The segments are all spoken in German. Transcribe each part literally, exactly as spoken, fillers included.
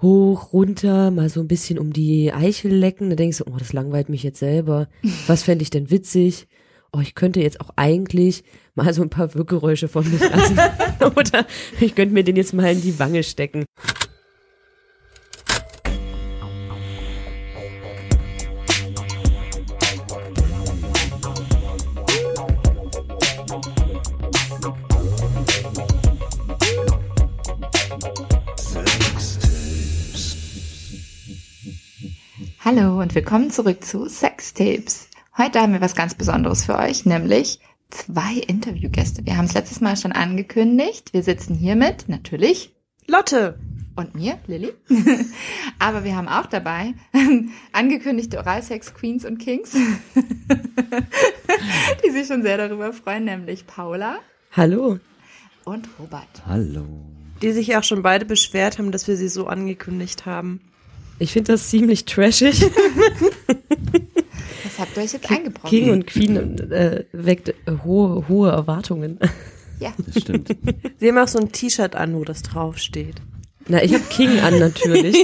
hoch, runter, mal so ein bisschen um die Eichel lecken. Da denkst du, oh, das langweilt mich jetzt selber. Was fände ich denn witzig? Oh, ich könnte jetzt auch eigentlich mal so ein paar Wirkgeräusche von mir lassen. Oder ich könnte mir den jetzt mal in die Wange stecken. Hallo und willkommen zurück zu Sextapes. Heute haben wir was ganz Besonderes für euch, nämlich zwei Interviewgäste. Wir haben es letztes Mal schon angekündigt. Wir sitzen hier mit, natürlich, Lotte und mir, Lilly. Aber wir haben auch dabei angekündigte Oralsex-Queens und Kings, die sich schon sehr darüber freuen, nämlich Paula. Hallo. Und Robert. Hallo. Die sich auch schon beide beschwert haben, dass wir sie so angekündigt haben. Ich finde das ziemlich trashig. Was habt ihr euch jetzt eingebrochen? King und Queen äh, weckt äh, hohe, hohe Erwartungen. Ja, Das stimmt. Sie haben auch so ein T-Shirt an, wo das draufsteht. Na, ich habe King an natürlich.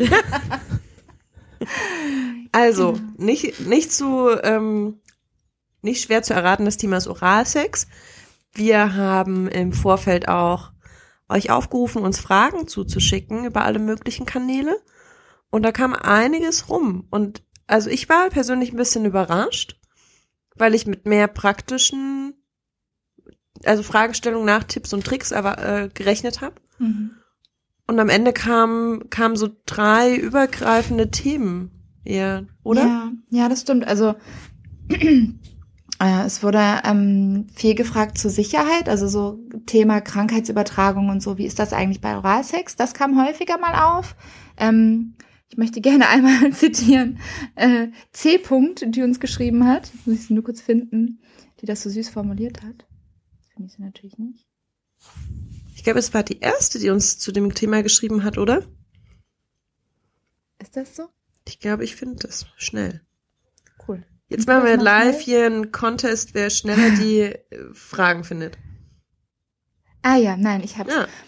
Also, nicht, nicht zu, ähm, nicht schwer zu erraten, das Thema ist Oralsex. Wir haben im Vorfeld auch euch aufgerufen, uns Fragen zuzuschicken über alle möglichen Kanäle. Und da kam einiges rum. Und also ich war persönlich ein bisschen überrascht, weil ich mit mehr praktischen, also Fragestellungen nach Tipps und Tricks aber, äh, gerechnet habe. Mhm. Und am Ende kamen kamen so drei übergreifende Themen eher, oder? Ja, ja, das stimmt. Also äh, es wurde ähm, viel gefragt zur Sicherheit, also so Thema Krankheitsübertragung und so. Wie ist das eigentlich bei Oralsex? Das kam häufiger mal auf. Ähm, Ich möchte gerne einmal zitieren, äh, C. -Punkt, die uns geschrieben hat, muss ich sie nur kurz finden, die das so süß formuliert hat. Das finde ich sie natürlich nicht. Ich glaube, es war die erste, die uns zu dem Thema geschrieben hat, oder? Ist das so? Ich glaube, ich finde das schnell. Cool. Jetzt machen wir Das mal live schnell. hier einen Contest, wer schneller die äh, Fragen findet. Ah ja, nein, ich hab's. Ja.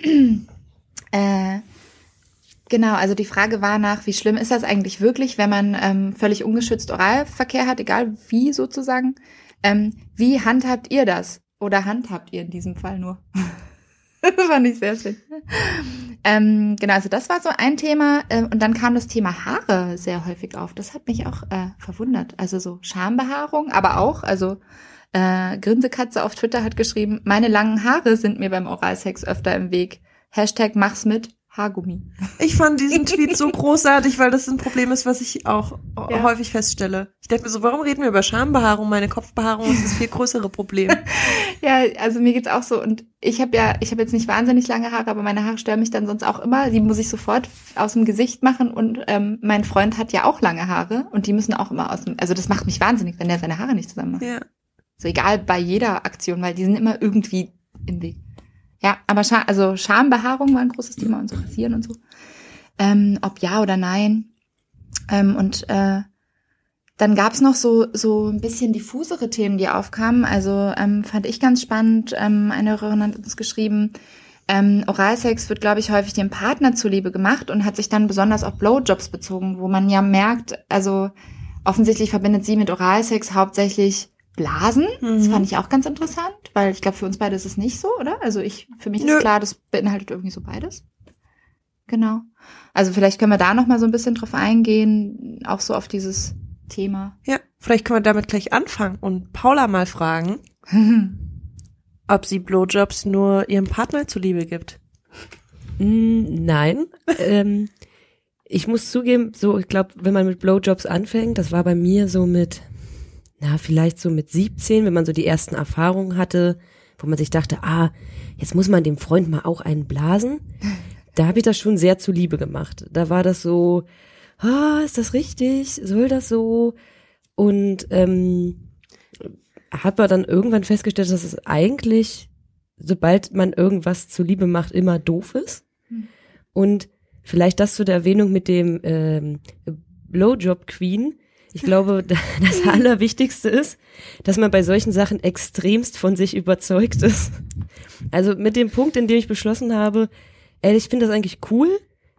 äh, genau, also die Frage war nach, wie schlimm ist das eigentlich wirklich, wenn man ähm, völlig ungeschützt Oralverkehr hat, egal wie sozusagen. Ähm, wie handhabt ihr das? Oder handhabt ihr in diesem Fall nur? Das fand ich sehr schön. Ähm, genau, also das war so ein Thema. Ähm, und dann kam das Thema Haare sehr häufig auf. Das hat mich auch äh, verwundert. Also so Schambehaarung, aber auch, also äh, Grinsekatze auf Twitter hat geschrieben, meine langen Haare sind mir beim Oralsex öfter im Weg. Hashtag mach's mit Haargummi. Ich fand diesen Tweet so großartig, weil das ein Problem ist, was ich auch Ja. häufig feststelle. Ich denke mir so, warum reden wir über Schambehaarung? Meine Kopfbehaarung ist das viel größere Problem. Ja, also mir geht's auch so. Und ich habe ja, ich habe jetzt nicht wahnsinnig lange Haare, aber meine Haare stören mich dann sonst auch immer. Die muss ich sofort aus dem Gesicht machen. Und ähm, mein Freund hat ja auch lange Haare und die müssen auch immer aus dem, also das macht mich wahnsinnig, wenn der seine Haare nicht zusammen macht. Ja. So egal bei jeder Aktion, weil die sind immer irgendwie im Weg. Ja, aber Scha- also Schambehaarung war ein großes Thema und so Rasieren und so. Ähm, ob ja oder nein. Ähm, und äh, dann gab's noch so so ein bisschen diffusere Themen, die aufkamen. Also ähm, fand ich ganz spannend. Ähm, eine Hörerin hat uns geschrieben, ähm, Oralsex wird, glaube ich, häufig dem Partner zuliebe gemacht und hat sich dann besonders auf Blowjobs bezogen, wo man ja merkt, also offensichtlich verbindet sie mit Oralsex hauptsächlich Blasen. Das fand ich auch ganz interessant, weil ich glaube, für uns beide ist es nicht so, oder? Also ich, für mich Nö. ist klar, das beinhaltet irgendwie so beides. Genau. Also vielleicht können wir da noch mal so ein bisschen drauf eingehen, auch so auf dieses Thema. Ja, vielleicht können wir damit gleich anfangen und Paula mal fragen, ob sie Blowjobs nur ihrem Partner zuliebe gibt. Mm, nein. ähm, ich muss zugeben, so ich glaube, wenn man mit Blowjobs anfängt, das war bei mir so mit na, vielleicht so mit siebzehn, wenn man so die ersten Erfahrungen hatte, wo man sich dachte, ah, jetzt muss man dem Freund mal auch einen blasen. Da habe ich das schon sehr zuliebe gemacht. Da war das so, ah, ist das richtig? Soll das so? Und ähm, hat man dann irgendwann festgestellt, dass es eigentlich, sobald man irgendwas zuliebe macht, immer doof ist. Hm. Und vielleicht das zu der Erwähnung mit dem ähm, Blowjob Queen. Ich glaube, das Allerwichtigste ist, dass man bei solchen Sachen extremst von sich überzeugt ist. Also mit dem Punkt, in dem ich beschlossen habe, ey, ich finde das eigentlich cool,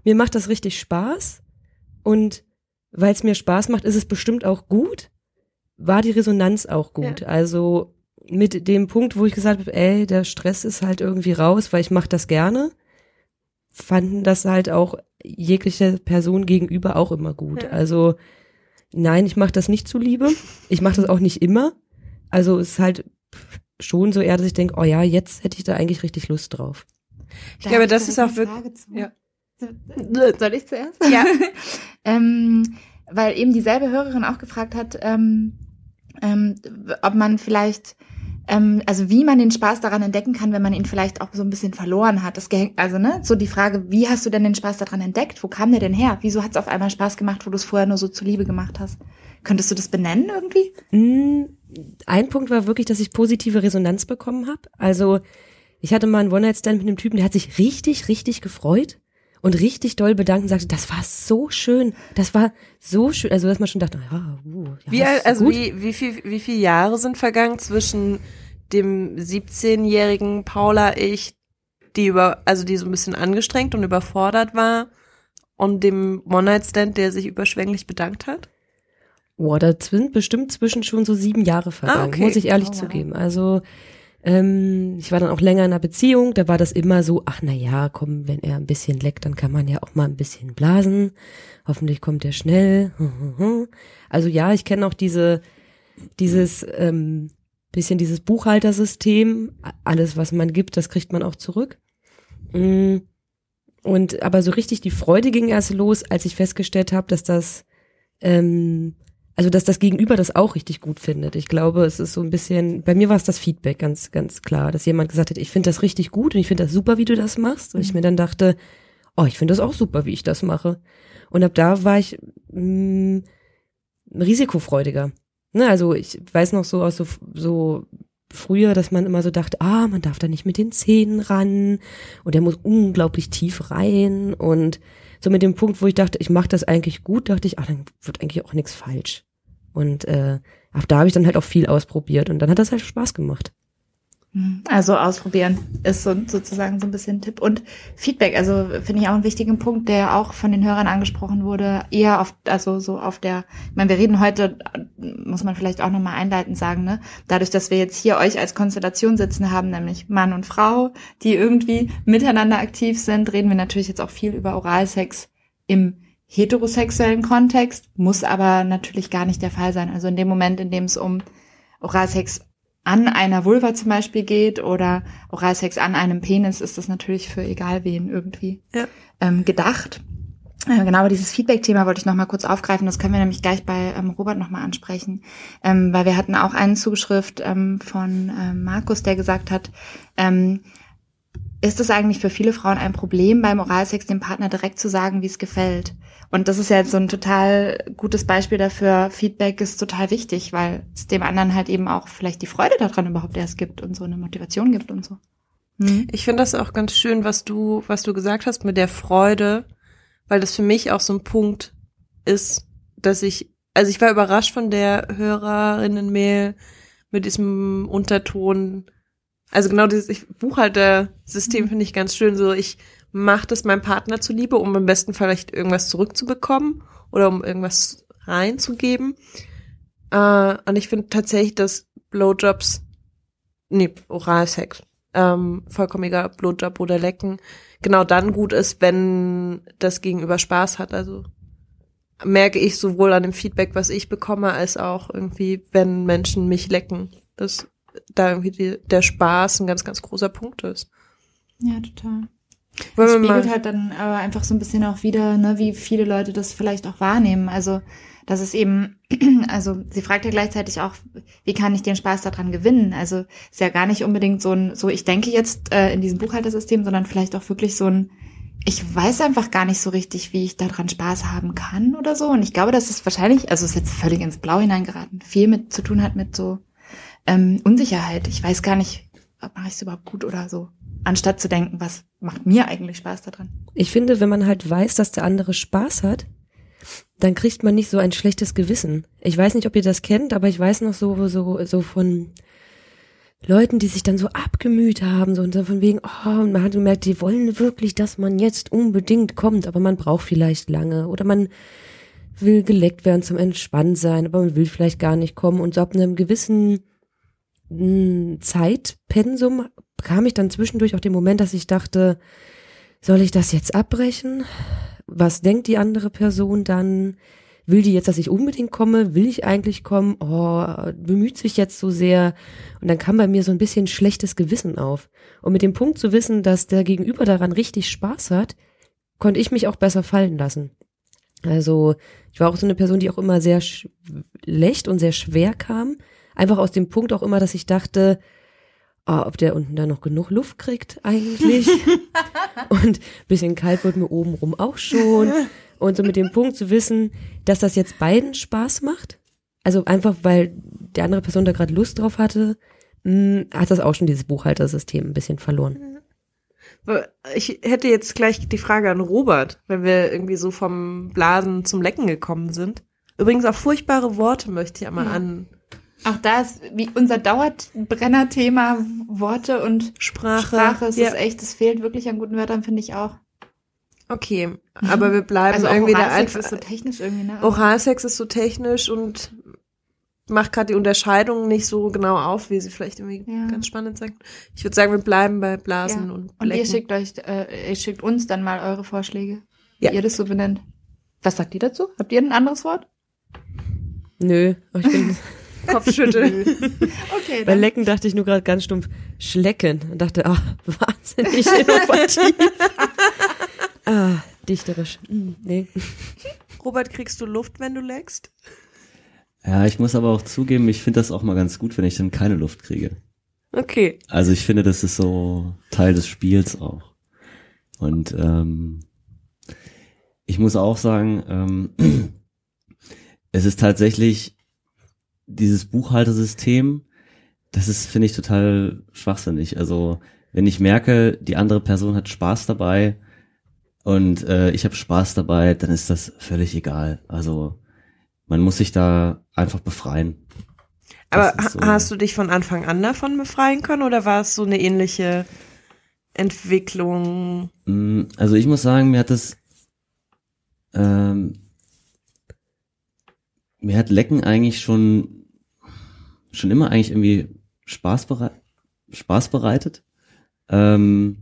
mir macht das richtig Spaß und weil es mir Spaß macht, ist es bestimmt auch gut, war die Resonanz auch gut. Ja. Also mit dem Punkt, wo ich gesagt habe, ey, der Stress ist halt irgendwie raus, weil ich mache das gerne, fanden das halt auch jegliche Person gegenüber auch immer gut. Ja. Also nein, ich mache das nicht zuliebe. Ich mache das auch nicht immer. Also es ist halt schon so eher, dass ich denke, oh ja, jetzt hätte ich da eigentlich richtig Lust drauf. Ich da glaube, das ist auch wirklich... Ja. Soll ich zuerst? Ja. ähm, weil eben dieselbe Hörerin auch gefragt hat, ähm, ähm, ob man vielleicht, ähm, also wie man den Spaß daran entdecken kann, wenn man ihn vielleicht auch so ein bisschen verloren hat. Das gehängt, also ne, so die Frage, wie hast du denn den Spaß daran entdeckt? Wo kam der denn her? Wieso hat es auf einmal Spaß gemacht, wo du es vorher nur so zuliebe gemacht hast? Könntest du das benennen irgendwie? Ein Punkt war wirklich, dass ich positive Resonanz bekommen habe. Also ich hatte mal einen One-Night-Stand mit einem Typen, der hat sich richtig, richtig gefreut und richtig doll bedankt und sagte, das war so schön, das war so schön, also dass man schon dachte, ja, uh, ja wie, also gut. wie wie viel wie viele Jahre sind vergangen zwischen dem siebzehnjährigen Paula ich, die über also die so ein bisschen angestrengt und überfordert war, und dem One-Night-Stand, der sich überschwänglich bedankt hat? Boah, da sind bestimmt zwischen schon so sieben Jahre vergangen, ah, okay. muss ich ehrlich oh, zugeben. Wow. Also Ähm, ich war dann auch länger in einer Beziehung, da war das immer so, ach na ja, komm, wenn er ein bisschen leckt, dann kann man ja auch mal ein bisschen blasen. Hoffentlich kommt er schnell. Also ja, ich kenne auch diese, dieses, ähm, bisschen dieses Buchhaltersystem. Alles, was man gibt, das kriegt man auch zurück. Und aber so richtig die Freude ging erst los, als ich festgestellt habe, dass das, ähm, Also, dass das Gegenüber das auch richtig gut findet. Ich glaube, es ist so ein bisschen, bei mir war es das Feedback, ganz, ganz klar, dass jemand gesagt hat, ich finde das richtig gut und ich finde das super, wie du das machst. Und mhm. ich mir dann dachte, oh, ich finde das auch super, wie ich das mache. Und ab da war ich mh, risikofreudiger. Ne, also ich weiß noch so aus so, so früher, dass man immer so dachte, ah, man darf da nicht mit den Zähnen ran und der muss unglaublich tief rein, und so mit dem Punkt, wo ich dachte, ich mache das eigentlich gut, dachte ich, ach, dann wird eigentlich auch nichts falsch. Und äh, ab da habe ich dann halt auch viel ausprobiert und dann hat das halt Spaß gemacht. Also ausprobieren ist so, sozusagen so ein bisschen ein Tipp. Und Feedback, also finde ich auch einen wichtigen Punkt, der auch von den Hörern angesprochen wurde, eher auf, also so auf der, ich meine, wir reden heute, muss man vielleicht auch nochmal einleitend sagen, ne, dadurch, dass wir jetzt hier euch als Konstellation sitzen haben, nämlich Mann und Frau, die irgendwie miteinander aktiv sind, reden wir natürlich jetzt auch viel über Oralsex im heterosexuellen Kontext, muss aber natürlich gar nicht der Fall sein. Also in dem Moment, in dem es um Oralsex an einer Vulva zum Beispiel geht oder Oralsex an einem Penis, ist das natürlich für egal wen irgendwie ja. ähm, gedacht. Äh, genau, aber dieses Feedback-Thema wollte ich noch mal kurz aufgreifen. Das können wir nämlich gleich bei ähm, Robert noch mal ansprechen, ähm, weil wir hatten auch eine Zuschrift ähm, von ähm, Markus, der gesagt hat, ähm, ist es eigentlich für viele Frauen ein Problem, beim Oralsex dem Partner direkt zu sagen, wie es gefällt? Und das ist ja jetzt so ein total gutes Beispiel dafür. Feedback ist total wichtig, weil es dem anderen halt eben auch vielleicht die Freude daran überhaupt erst gibt und so eine Motivation gibt und so. Mhm. Ich finde das auch ganz schön, was du, was du gesagt hast mit der Freude, weil das für mich auch so ein Punkt ist, dass ich, also ich war überrascht von der Hörerinnen-Mail mit diesem Unterton. Also genau dieses Buchhaltersystem finde ich ganz schön. So, ich mache das meinem Partner zuliebe, um im besten Fall vielleicht irgendwas zurückzubekommen oder um irgendwas reinzugeben. Äh, und ich finde tatsächlich, dass Blowjobs, nee, Oralsex, ähm, vollkommen egal, Blowjob oder Lecken, genau dann gut ist, wenn das Gegenüber Spaß hat. Also merke ich sowohl an dem Feedback, was ich bekomme, als auch irgendwie, wenn Menschen mich lecken, dass da irgendwie die, der Spaß ein ganz, ganz großer Punkt ist. Ja, total. Das spiegelt halt dann aber einfach so ein bisschen auch wieder, ne, wie viele Leute das vielleicht auch wahrnehmen. Also, das ist eben, also sie fragt ja gleichzeitig auch, wie kann ich den Spaß daran gewinnen? Also ist ja gar nicht unbedingt so ein, so ich denke jetzt äh, in diesem Buchhaltersystem, sondern vielleicht auch wirklich so ein, ich weiß einfach gar nicht so richtig, wie ich daran Spaß haben kann oder so. Und ich glaube, dass es wahrscheinlich, also es ist jetzt völlig ins Blau hineingeraten, viel mit zu tun hat mit so ähm, Unsicherheit. Ich weiß gar nicht, mache ich es überhaupt gut oder so. Anstatt zu denken, was macht mir eigentlich Spaß daran? Ich finde, wenn man halt weiß, dass der andere Spaß hat, dann kriegt man nicht so ein schlechtes Gewissen. Ich weiß nicht, ob ihr das kennt, aber ich weiß noch so so so von Leuten, die sich dann so abgemüht haben, so und so von wegen, oh, und man hat gemerkt, die wollen wirklich, dass man jetzt unbedingt kommt, aber man braucht vielleicht lange oder man will geleckt werden zum Entspanntsein, aber man will vielleicht gar nicht kommen und so ab einem gewissen mh, Zeitpensum kam ich dann zwischendurch auch den Moment, dass ich dachte, soll ich das jetzt abbrechen? Was denkt die andere Person dann? Will die jetzt, dass ich unbedingt komme? Will ich eigentlich kommen? Oh, bemüht sich jetzt so sehr. Und dann kam bei mir so ein bisschen schlechtes Gewissen auf. Und mit dem Punkt zu wissen, dass der Gegenüber daran richtig Spaß hat, konnte ich mich auch besser fallen lassen. Also ich war auch so eine Person, die auch immer sehr schlecht und sehr schwer kam. Einfach aus dem Punkt auch immer, dass ich dachte, oh, ob der unten da noch genug Luft kriegt eigentlich. Und ein bisschen kalt wird mir obenrum auch schon. Und so mit dem Punkt zu wissen, dass das jetzt beiden Spaß macht. Also einfach, weil die andere Person da gerade Lust drauf hatte, mh, hat das auch schon dieses Buchhaltersystem ein bisschen verloren. Ich hätte jetzt gleich die Frage an Robert, wenn wir irgendwie so vom Blasen zum Lecken gekommen sind. Übrigens auch furchtbare Worte möchte ich einmal ja. an... Auch da ist wie unser Dauerbrenner-Thema Worte und Sprache. Sprache. Es ja. ist echt, es fehlt wirklich an guten Wörtern, finde ich auch. Okay, aber wir bleiben also irgendwie da einfach. einfach. Ist so technisch irgendwie, ne? Oralsex ist so technisch und macht gerade die Unterscheidung nicht so genau auf, wie sie vielleicht irgendwie ja. ganz spannend sagt. Ich würde sagen, wir bleiben bei Blasen ja. und Und Lecken. ihr schickt euch, äh, ihr schickt uns dann mal eure Vorschläge, wie ja. ihr das so benennt. Was sagt ihr dazu? Habt ihr ein anderes Wort? Nö, ich bin Kopfschütteln. Okay, bei Lecken dachte ich nur gerade ganz stumpf Schlecken und dachte, ah, wahnsinnig innovativ. ah, dichterisch. Hm, nee. Robert, kriegst du Luft, wenn du leckst? Ja, ich muss aber auch zugeben, ich finde das auch mal ganz gut, wenn ich dann keine Luft kriege. Okay. Also ich finde, das ist so Teil des Spiels auch. Und ähm, ich muss auch sagen, ähm, es ist tatsächlich dieses Buchhaltersystem, das ist, finde ich, total schwachsinnig. Also wenn ich merke, die andere Person hat Spaß dabei und äh, ich habe Spaß dabei, dann ist das völlig egal. Also man muss sich da einfach befreien. Aber so. Hast du dich von Anfang an davon befreien können oder war es so eine ähnliche Entwicklung? Also ich muss sagen, mir hat das ähm, mir hat Lecken eigentlich schon schon immer eigentlich irgendwie Spaß, bereit, Spaß bereitet. Ähm,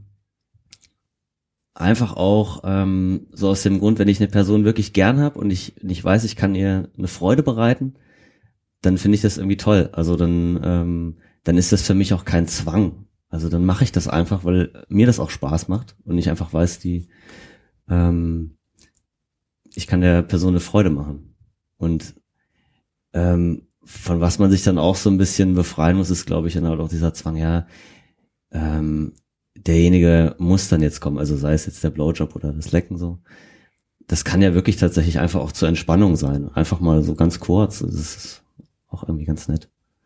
einfach auch ähm, so aus dem Grund, wenn ich eine Person wirklich gern habe und ich nicht weiß, ich kann ihr eine Freude bereiten, dann finde ich das irgendwie toll. Also dann ähm, dann ist das für mich auch kein Zwang. Also dann mache ich das einfach, weil mir das auch Spaß macht und ich einfach weiß, die ähm, ich kann der Person eine Freude machen. Und ähm, von was man sich dann auch so ein bisschen befreien muss, ist, glaube ich, dann halt auch dieser Zwang, ja, ähm, derjenige muss dann jetzt kommen, also sei es jetzt der Blowjob oder das Lecken so. Das kann ja wirklich tatsächlich einfach auch zur Entspannung sein. Einfach mal so ganz kurz. Das ist auch irgendwie ganz nett.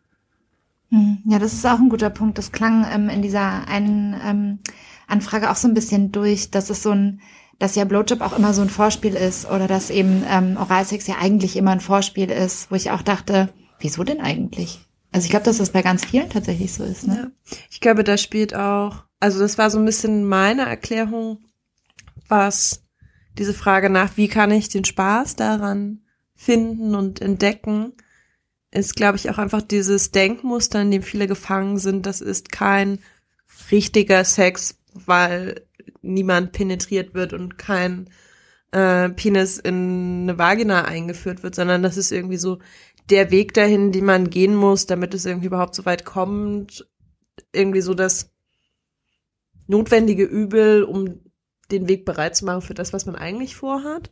Ja, das ist auch ein guter Punkt. Das klang ähm, in dieser einen ähm, Anfrage auch so ein bisschen durch, dass es so ein, dass ja Blowjob auch immer so ein Vorspiel ist oder dass eben ähm, Oralsex ja eigentlich immer ein Vorspiel ist, wo ich auch dachte, wieso denn eigentlich? Also ich glaube, dass das bei ganz vielen tatsächlich so ist, ne? Ja. Ich glaube, da spielt auch, also das war so ein bisschen meine Erklärung, was diese Frage nach, wie kann ich den Spaß daran finden und entdecken, ist, glaube ich, auch einfach dieses Denkmuster, in dem viele gefangen sind. Das ist kein richtiger Sex, weil niemand penetriert wird und kein äh, Penis in eine Vagina eingeführt wird, sondern das ist irgendwie so der Weg dahin, den man gehen muss, damit es irgendwie überhaupt so weit kommt. Irgendwie so das notwendige Übel, um den Weg bereit zu machen für das, was man eigentlich vorhat.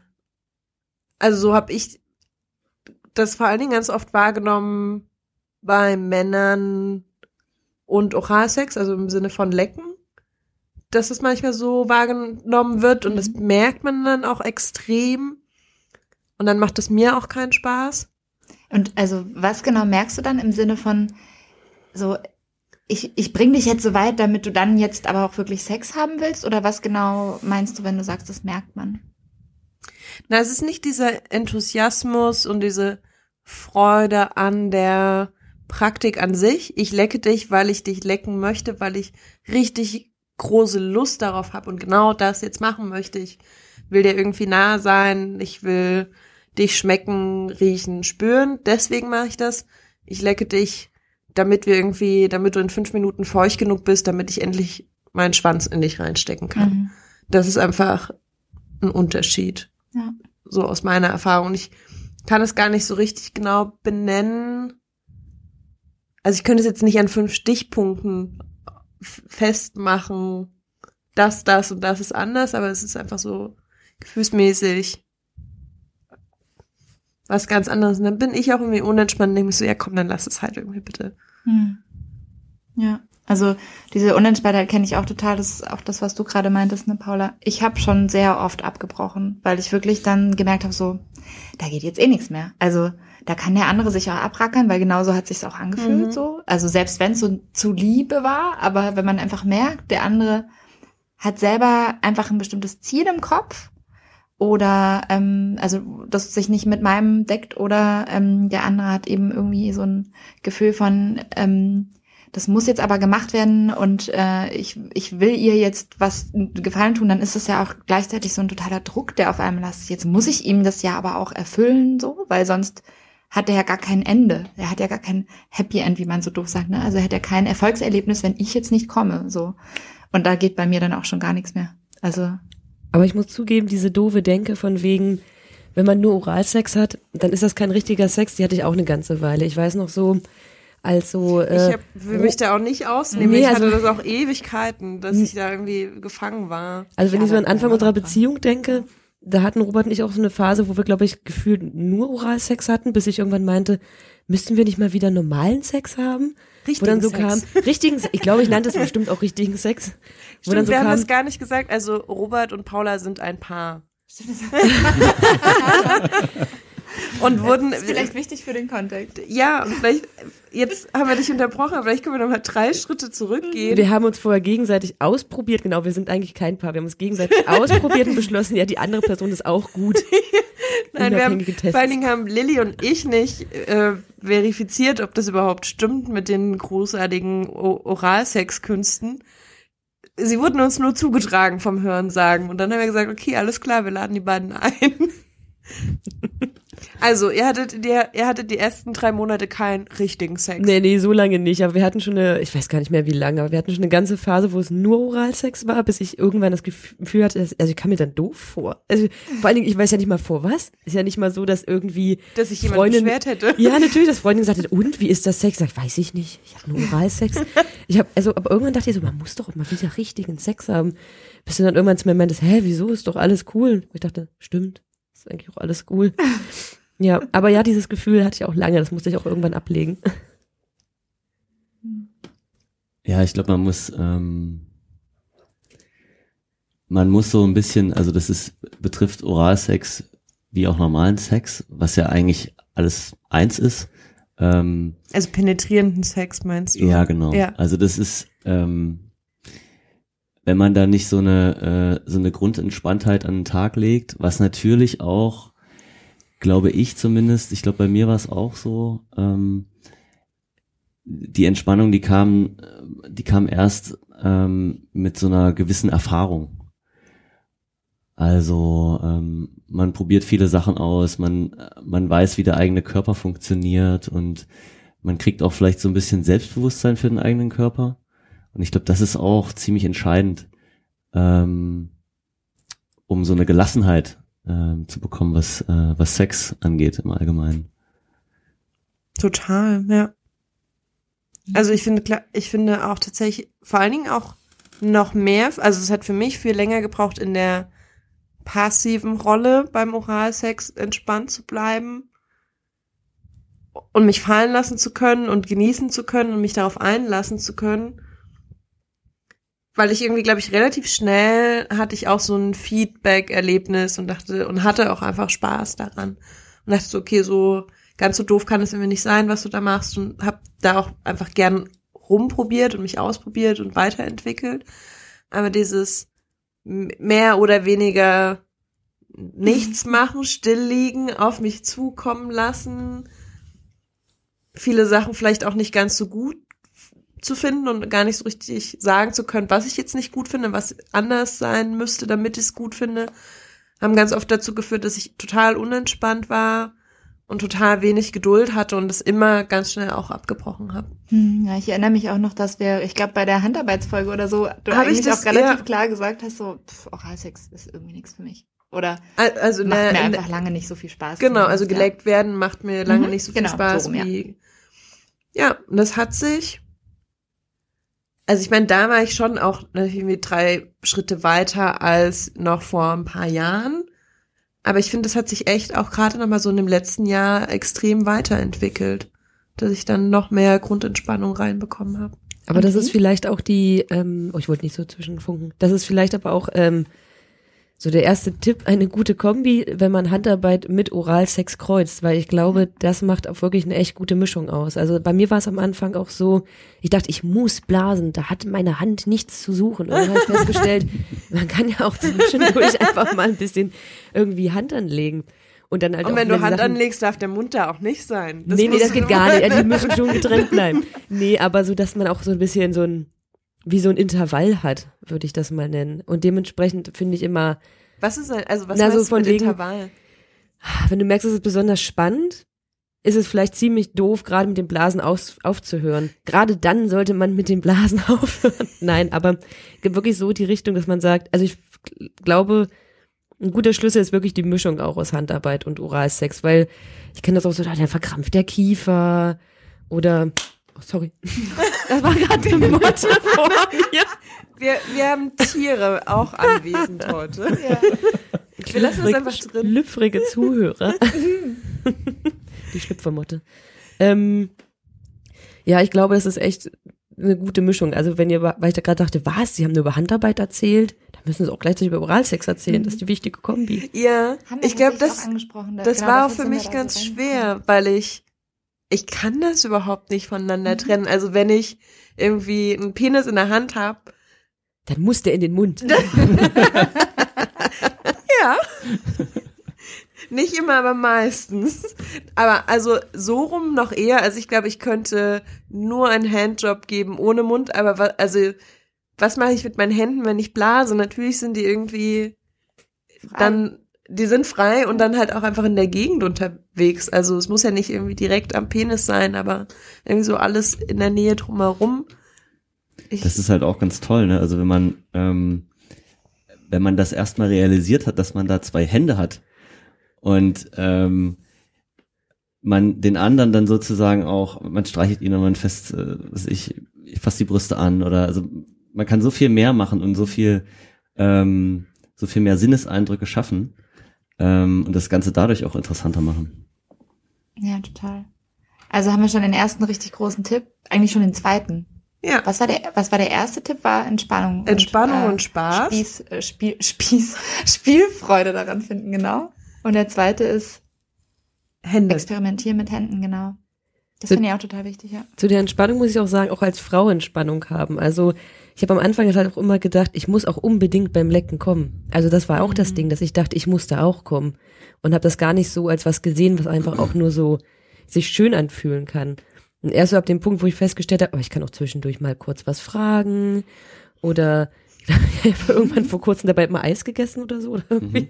Also so habe ich das vor allen Dingen ganz oft wahrgenommen bei Männern und Oralsex, also im Sinne von Lecken, dass es manchmal so wahrgenommen wird und mhm. das merkt man dann auch extrem und dann macht es mir auch keinen Spaß. Und also was genau merkst du dann im Sinne von so, ich, ich bring dich jetzt so weit, damit du dann jetzt aber auch wirklich Sex haben willst? Oder was genau meinst du, wenn du sagst, das merkt man? Na, es ist nicht dieser Enthusiasmus und diese Freude an der Praktik an sich. Ich lecke dich, weil ich dich lecken möchte, weil ich richtig große Lust darauf habe und genau das jetzt machen möchte. Ich will dir irgendwie nahe sein, ich will dich schmecken, riechen, spüren. Deswegen mache ich das. Ich lecke dich, damit wir irgendwie, damit du in fünf Minuten feucht genug bist, damit ich endlich meinen Schwanz in dich reinstecken kann. Mhm. Das ist einfach ein Unterschied. Ja. So aus meiner Erfahrung. Ich kann es gar nicht so richtig genau benennen. Also ich könnte es jetzt nicht an fünf Stichpunkten f- festmachen, das, das und das ist anders, aber es ist einfach so gefühlsmäßig was ganz anderes. Und dann bin ich auch irgendwie unentspannt und denke mir so, ja komm, dann lass es halt irgendwie bitte. Hm. Ja, also diese Unentspanntheit kenne ich auch total. Das ist auch das, was du gerade meintest, ne, Paula. Ich habe schon sehr oft abgebrochen, weil ich wirklich dann gemerkt habe, so, da geht jetzt eh nichts mehr. Also da kann der andere sich auch abrackern, weil genauso hat sich's auch angefühlt, mhm. so. Also selbst wenn es so zu Liebe war, aber wenn man einfach merkt, der andere hat selber einfach ein bestimmtes Ziel im Kopf oder ähm, also das sich nicht mit meinem deckt oder ähm, der andere hat eben irgendwie so ein Gefühl von ähm, das muss jetzt aber gemacht werden und äh, ich ich will ihr jetzt was Gefallen tun, dann ist das ja auch gleichzeitig so ein totaler Druck, der auf einem lastet. Jetzt muss ich ihm das ja aber auch erfüllen, so, weil sonst hat er ja gar kein Ende. Er hat ja gar kein Happy End, wie man so doof sagt, ne? Also er hat ja kein Erfolgserlebnis, wenn ich jetzt nicht komme, so. Und da geht bei mir dann auch schon gar nichts mehr. Also. Aber ich muss zugeben, diese doofe Denke von wegen, wenn man nur Oralsex hat, dann ist das kein richtiger Sex, die hatte ich auch eine ganze Weile. Ich weiß noch so, also äh, ich hab, will mich da auch nicht ausnehmen. Nee, ich also, hatte das auch Ewigkeiten, dass ich da irgendwie gefangen war. Also wenn ja, ich so an Anfang unserer dran. Beziehung denke, da hatten Robert und ich auch so eine Phase, wo wir, glaube ich, gefühlt nur Oralsex hatten, bis ich irgendwann meinte, müssten wir nicht mal wieder normalen Sex haben? Richtigen wo dann so Sex. kam, richtigen, ich glaube, ich nannte es bestimmt auch richtigen Sex. Wo Stimmt, dann so wir kam, haben das gar nicht gesagt. Also Robert und Paula sind ein Paar. Und wurden Das ist vielleicht wichtig für den Kontext. ja, und vielleicht, jetzt haben wir dich unterbrochen, aber vielleicht können wir nochmal drei Schritte zurückgehen. wir haben uns vorher gegenseitig ausprobiert, genau, wir sind eigentlich kein Paar, wir haben uns gegenseitig ausprobiert und beschlossen, ja, die andere Person ist auch gut. Nein, wir haben, Unabhängige Tests. vor allen Dingen haben Lilly und ich nicht äh, verifiziert, ob das überhaupt stimmt mit den großartigen O- Oralsexkünsten. Sie wurden uns nur zugetragen vom Hörensagen und dann haben wir gesagt, okay, alles klar, wir laden die beiden ein. Also, ihr hattet, die, ihr hattet die ersten drei Monate keinen richtigen Sex. Nee, nee, so lange nicht, aber wir hatten schon eine, ich weiß gar nicht mehr wie lange, aber wir hatten schon eine ganze Phase, wo es nur Oralsex war, bis ich irgendwann das Gefühl hatte, dass, also ich kam mir dann doof vor. Also vor allen Dingen, ich weiß ja nicht mal vor was. Ist ja nicht mal so, dass irgendwie Dass sich jemand Freundin, beschwert hätte. Ja, natürlich, dass Freundin gesagt hat, und, wie ist das Sex? Sag, weiß ich nicht, ich habe nur Oralsex. Ich habe, also, aber irgendwann dachte ich so, man muss doch mal wieder richtigen Sex haben. Bis du dann irgendwann zu mir meintest, hä, wieso, ist doch alles cool. Und ich dachte, stimmt, ist eigentlich auch alles cool. Ja, aber ja, dieses Gefühl hatte ich auch lange, das musste ich auch irgendwann ablegen. Ja, ich glaube, man muss, ähm, man muss so ein bisschen, also das ist, betrifft Oralsex wie auch normalen Sex, was ja eigentlich alles eins ist. Ähm, Also penetrierenden Sex meinst du? ja, genau. Ja. Also das ist, ähm, wenn man da nicht so eine, äh, so eine Grundentspanntheit an den Tag legt, was natürlich auch, glaube ich zumindest, ich glaube, bei mir war es auch so, ähm, die Entspannung, die kam, die kam erst ähm, mit so einer gewissen Erfahrung. Also ähm, man probiert viele Sachen aus, man man weiß, wie der eigene Körper funktioniert und man kriegt auch vielleicht so ein bisschen Selbstbewusstsein für den eigenen Körper. Und ich glaube, das ist auch ziemlich entscheidend, ähm, um so eine Gelassenheit ähm, zu bekommen, was äh, was Sex angeht im Allgemeinen. Total, ja. Also ich finde, klar, ich finde auch tatsächlich, vor allen Dingen auch noch mehr, also es hat für mich viel länger gebraucht, in der passiven Rolle beim Oralsex entspannt zu bleiben und mich fallen lassen zu können und genießen zu können und mich darauf einlassen zu können. Weil ich irgendwie, glaube ich, relativ schnell hatte ich auch so ein Feedback-Erlebnis und dachte, und hatte auch einfach Spaß daran. Und dachte so, okay, so ganz so doof kann es irgendwie nicht sein, was du da machst, und habe da auch einfach gern rumprobiert und mich ausprobiert und weiterentwickelt. Aber dieses mehr oder weniger nichts machen, still liegen, auf mich zukommen lassen, viele Sachen vielleicht auch nicht ganz so gut zu finden und gar nicht so richtig sagen zu können, was ich jetzt nicht gut finde, was anders sein müsste, damit ich es gut finde, haben ganz oft dazu geführt, dass ich total unentspannt war und total wenig Geduld hatte und es immer ganz schnell auch abgebrochen habe. Hm, ja, ich erinnere mich auch noch, dass wir, ich glaube, bei der Handarbeitsfolge oder so, du Hab eigentlich ich das, auch relativ ja. klar gesagt hast, so, pff, Oralsex ist irgendwie nichts für mich. Oder Also macht ne, mir ne, einfach lange nicht so viel Spaß. genau, also Ja. geleckt werden macht mir lange Mhm, nicht so viel genau, Spaß so rum, ja. wie ja, und das hat sich also ich meine, da war ich schon auch irgendwie drei Schritte weiter als noch vor ein paar Jahren. Aber ich finde, das hat sich echt auch gerade noch mal so in dem letzten Jahr extrem weiterentwickelt, dass ich dann noch mehr Grundentspannung reinbekommen habe. Aber das Okay. ist vielleicht auch die, ähm, oh, ich wollte nicht so zwischenfunken. Das ist vielleicht aber auch ähm, so der erste Tipp, eine gute Kombi, wenn man Handarbeit mit Oralsex kreuzt, weil ich glaube, das macht auch wirklich eine echt gute Mischung aus. Also bei mir war es am Anfang auch so, ich dachte, ich muss blasen, da hat meine Hand nichts zu suchen. Und dann habe ich festgestellt, man kann ja auch zwischendurch einfach mal ein bisschen irgendwie Hand anlegen. Und dann halt Und auch wenn du wieder Hand Sachen, anlegst, darf der Mund da auch nicht sein. nee, nee, musst das du geht nur- gar nicht. Ja, die müssen schon getrennt bleiben. Nee, aber so, dass man auch so ein bisschen so ein, wie so ein Intervall hat, würde ich das mal nennen. Und dementsprechend finde ich immer, Was ist ein, also was Na, heißt so von mit wegen- Intervall? wenn du merkst, es ist besonders spannend, ist es vielleicht ziemlich doof, gerade mit dem Blasen aus, aufzuhören. Gerade dann sollte man mit dem Blasen aufhören. Nein, aber wirklich so die Richtung, dass man sagt, also ich glaube, ein guter Schlüssel ist wirklich die Mischung auch aus Handarbeit und Oralsex, weil ich kenne das auch so, da dann verkrampft der Kiefer oder, oh, sorry, das war gerade eine Motte vor mir. Wir, wir haben Tiere auch anwesend heute. Ja. Wir lassen das einfach drin. Schlüpfrige Zuhörer. Die Schlüpfermotte. Ähm, ja, ich glaube, das ist echt eine gute Mischung. Also wenn ihr, weil ich da gerade dachte, was, sie haben nur über Handarbeit erzählt, dann müssen sie auch gleichzeitig über Oralsex erzählen. Das ist die wichtige Kombi. Ja, Haben wir ich glaube, tatsächlich das, auch angesprochen. das Genau, war auch deshalb für sind wir mich da ganz so schwer, weil ich, ich kann das überhaupt nicht voneinander Mhm. trennen. Also wenn ich irgendwie einen Penis in der Hand habe, Dann muss der in den Mund. ja, nicht immer, aber meistens. Aber also so rum noch eher. Also ich glaube, ich könnte nur einen Handjob geben ohne Mund. Aber wa- also was mache ich mit meinen Händen, wenn ich blase? Natürlich sind die irgendwie Frei. dann, die sind frei und dann halt auch einfach in der Gegend unterwegs. Also es muss ja nicht irgendwie direkt am Penis sein, aber irgendwie so alles in der Nähe drumherum. Ich, Das ist halt auch ganz toll, ne? Also wenn man, ähm, wenn man das erstmal realisiert hat, dass man da zwei Hände hat und ähm, man den anderen dann sozusagen auch, man streichelt ihn und man fest, äh, was ich, ich fasse die Brüste an oder also man kann so viel mehr machen und so viel, ähm, so viel mehr Sinneseindrücke schaffen ähm, und das Ganze dadurch auch interessanter machen. Ja, total. Also haben wir schon den ersten richtig großen Tipp, eigentlich schon den zweiten. ja, Was war der, was war der erste Tipp? War Entspannung. Entspannung und, äh, und Spaß. Spieß, äh, Spiel, Spieß, Spielfreude daran finden, genau. Und der zweite ist Hände. Experimentieren mit Händen, genau. Das So- finde ich auch total wichtig, ja. Zu der Entspannung muss ich auch sagen, auch als Frau Entspannung haben. Also ich habe am Anfang halt auch immer gedacht, ich muss auch unbedingt beim Lecken kommen. Also das war auch das Ding, dass ich dachte, ich muss da auch kommen. Und habe das gar nicht so als was gesehen, was einfach auch nur so sich schön anfühlen kann. Und erst so ab dem Punkt, wo ich festgestellt habe, aber ich kann auch zwischendurch mal kurz was fragen oder ich habe irgendwann vor kurzem dabei mal Eis gegessen oder so. Oder irgendwie.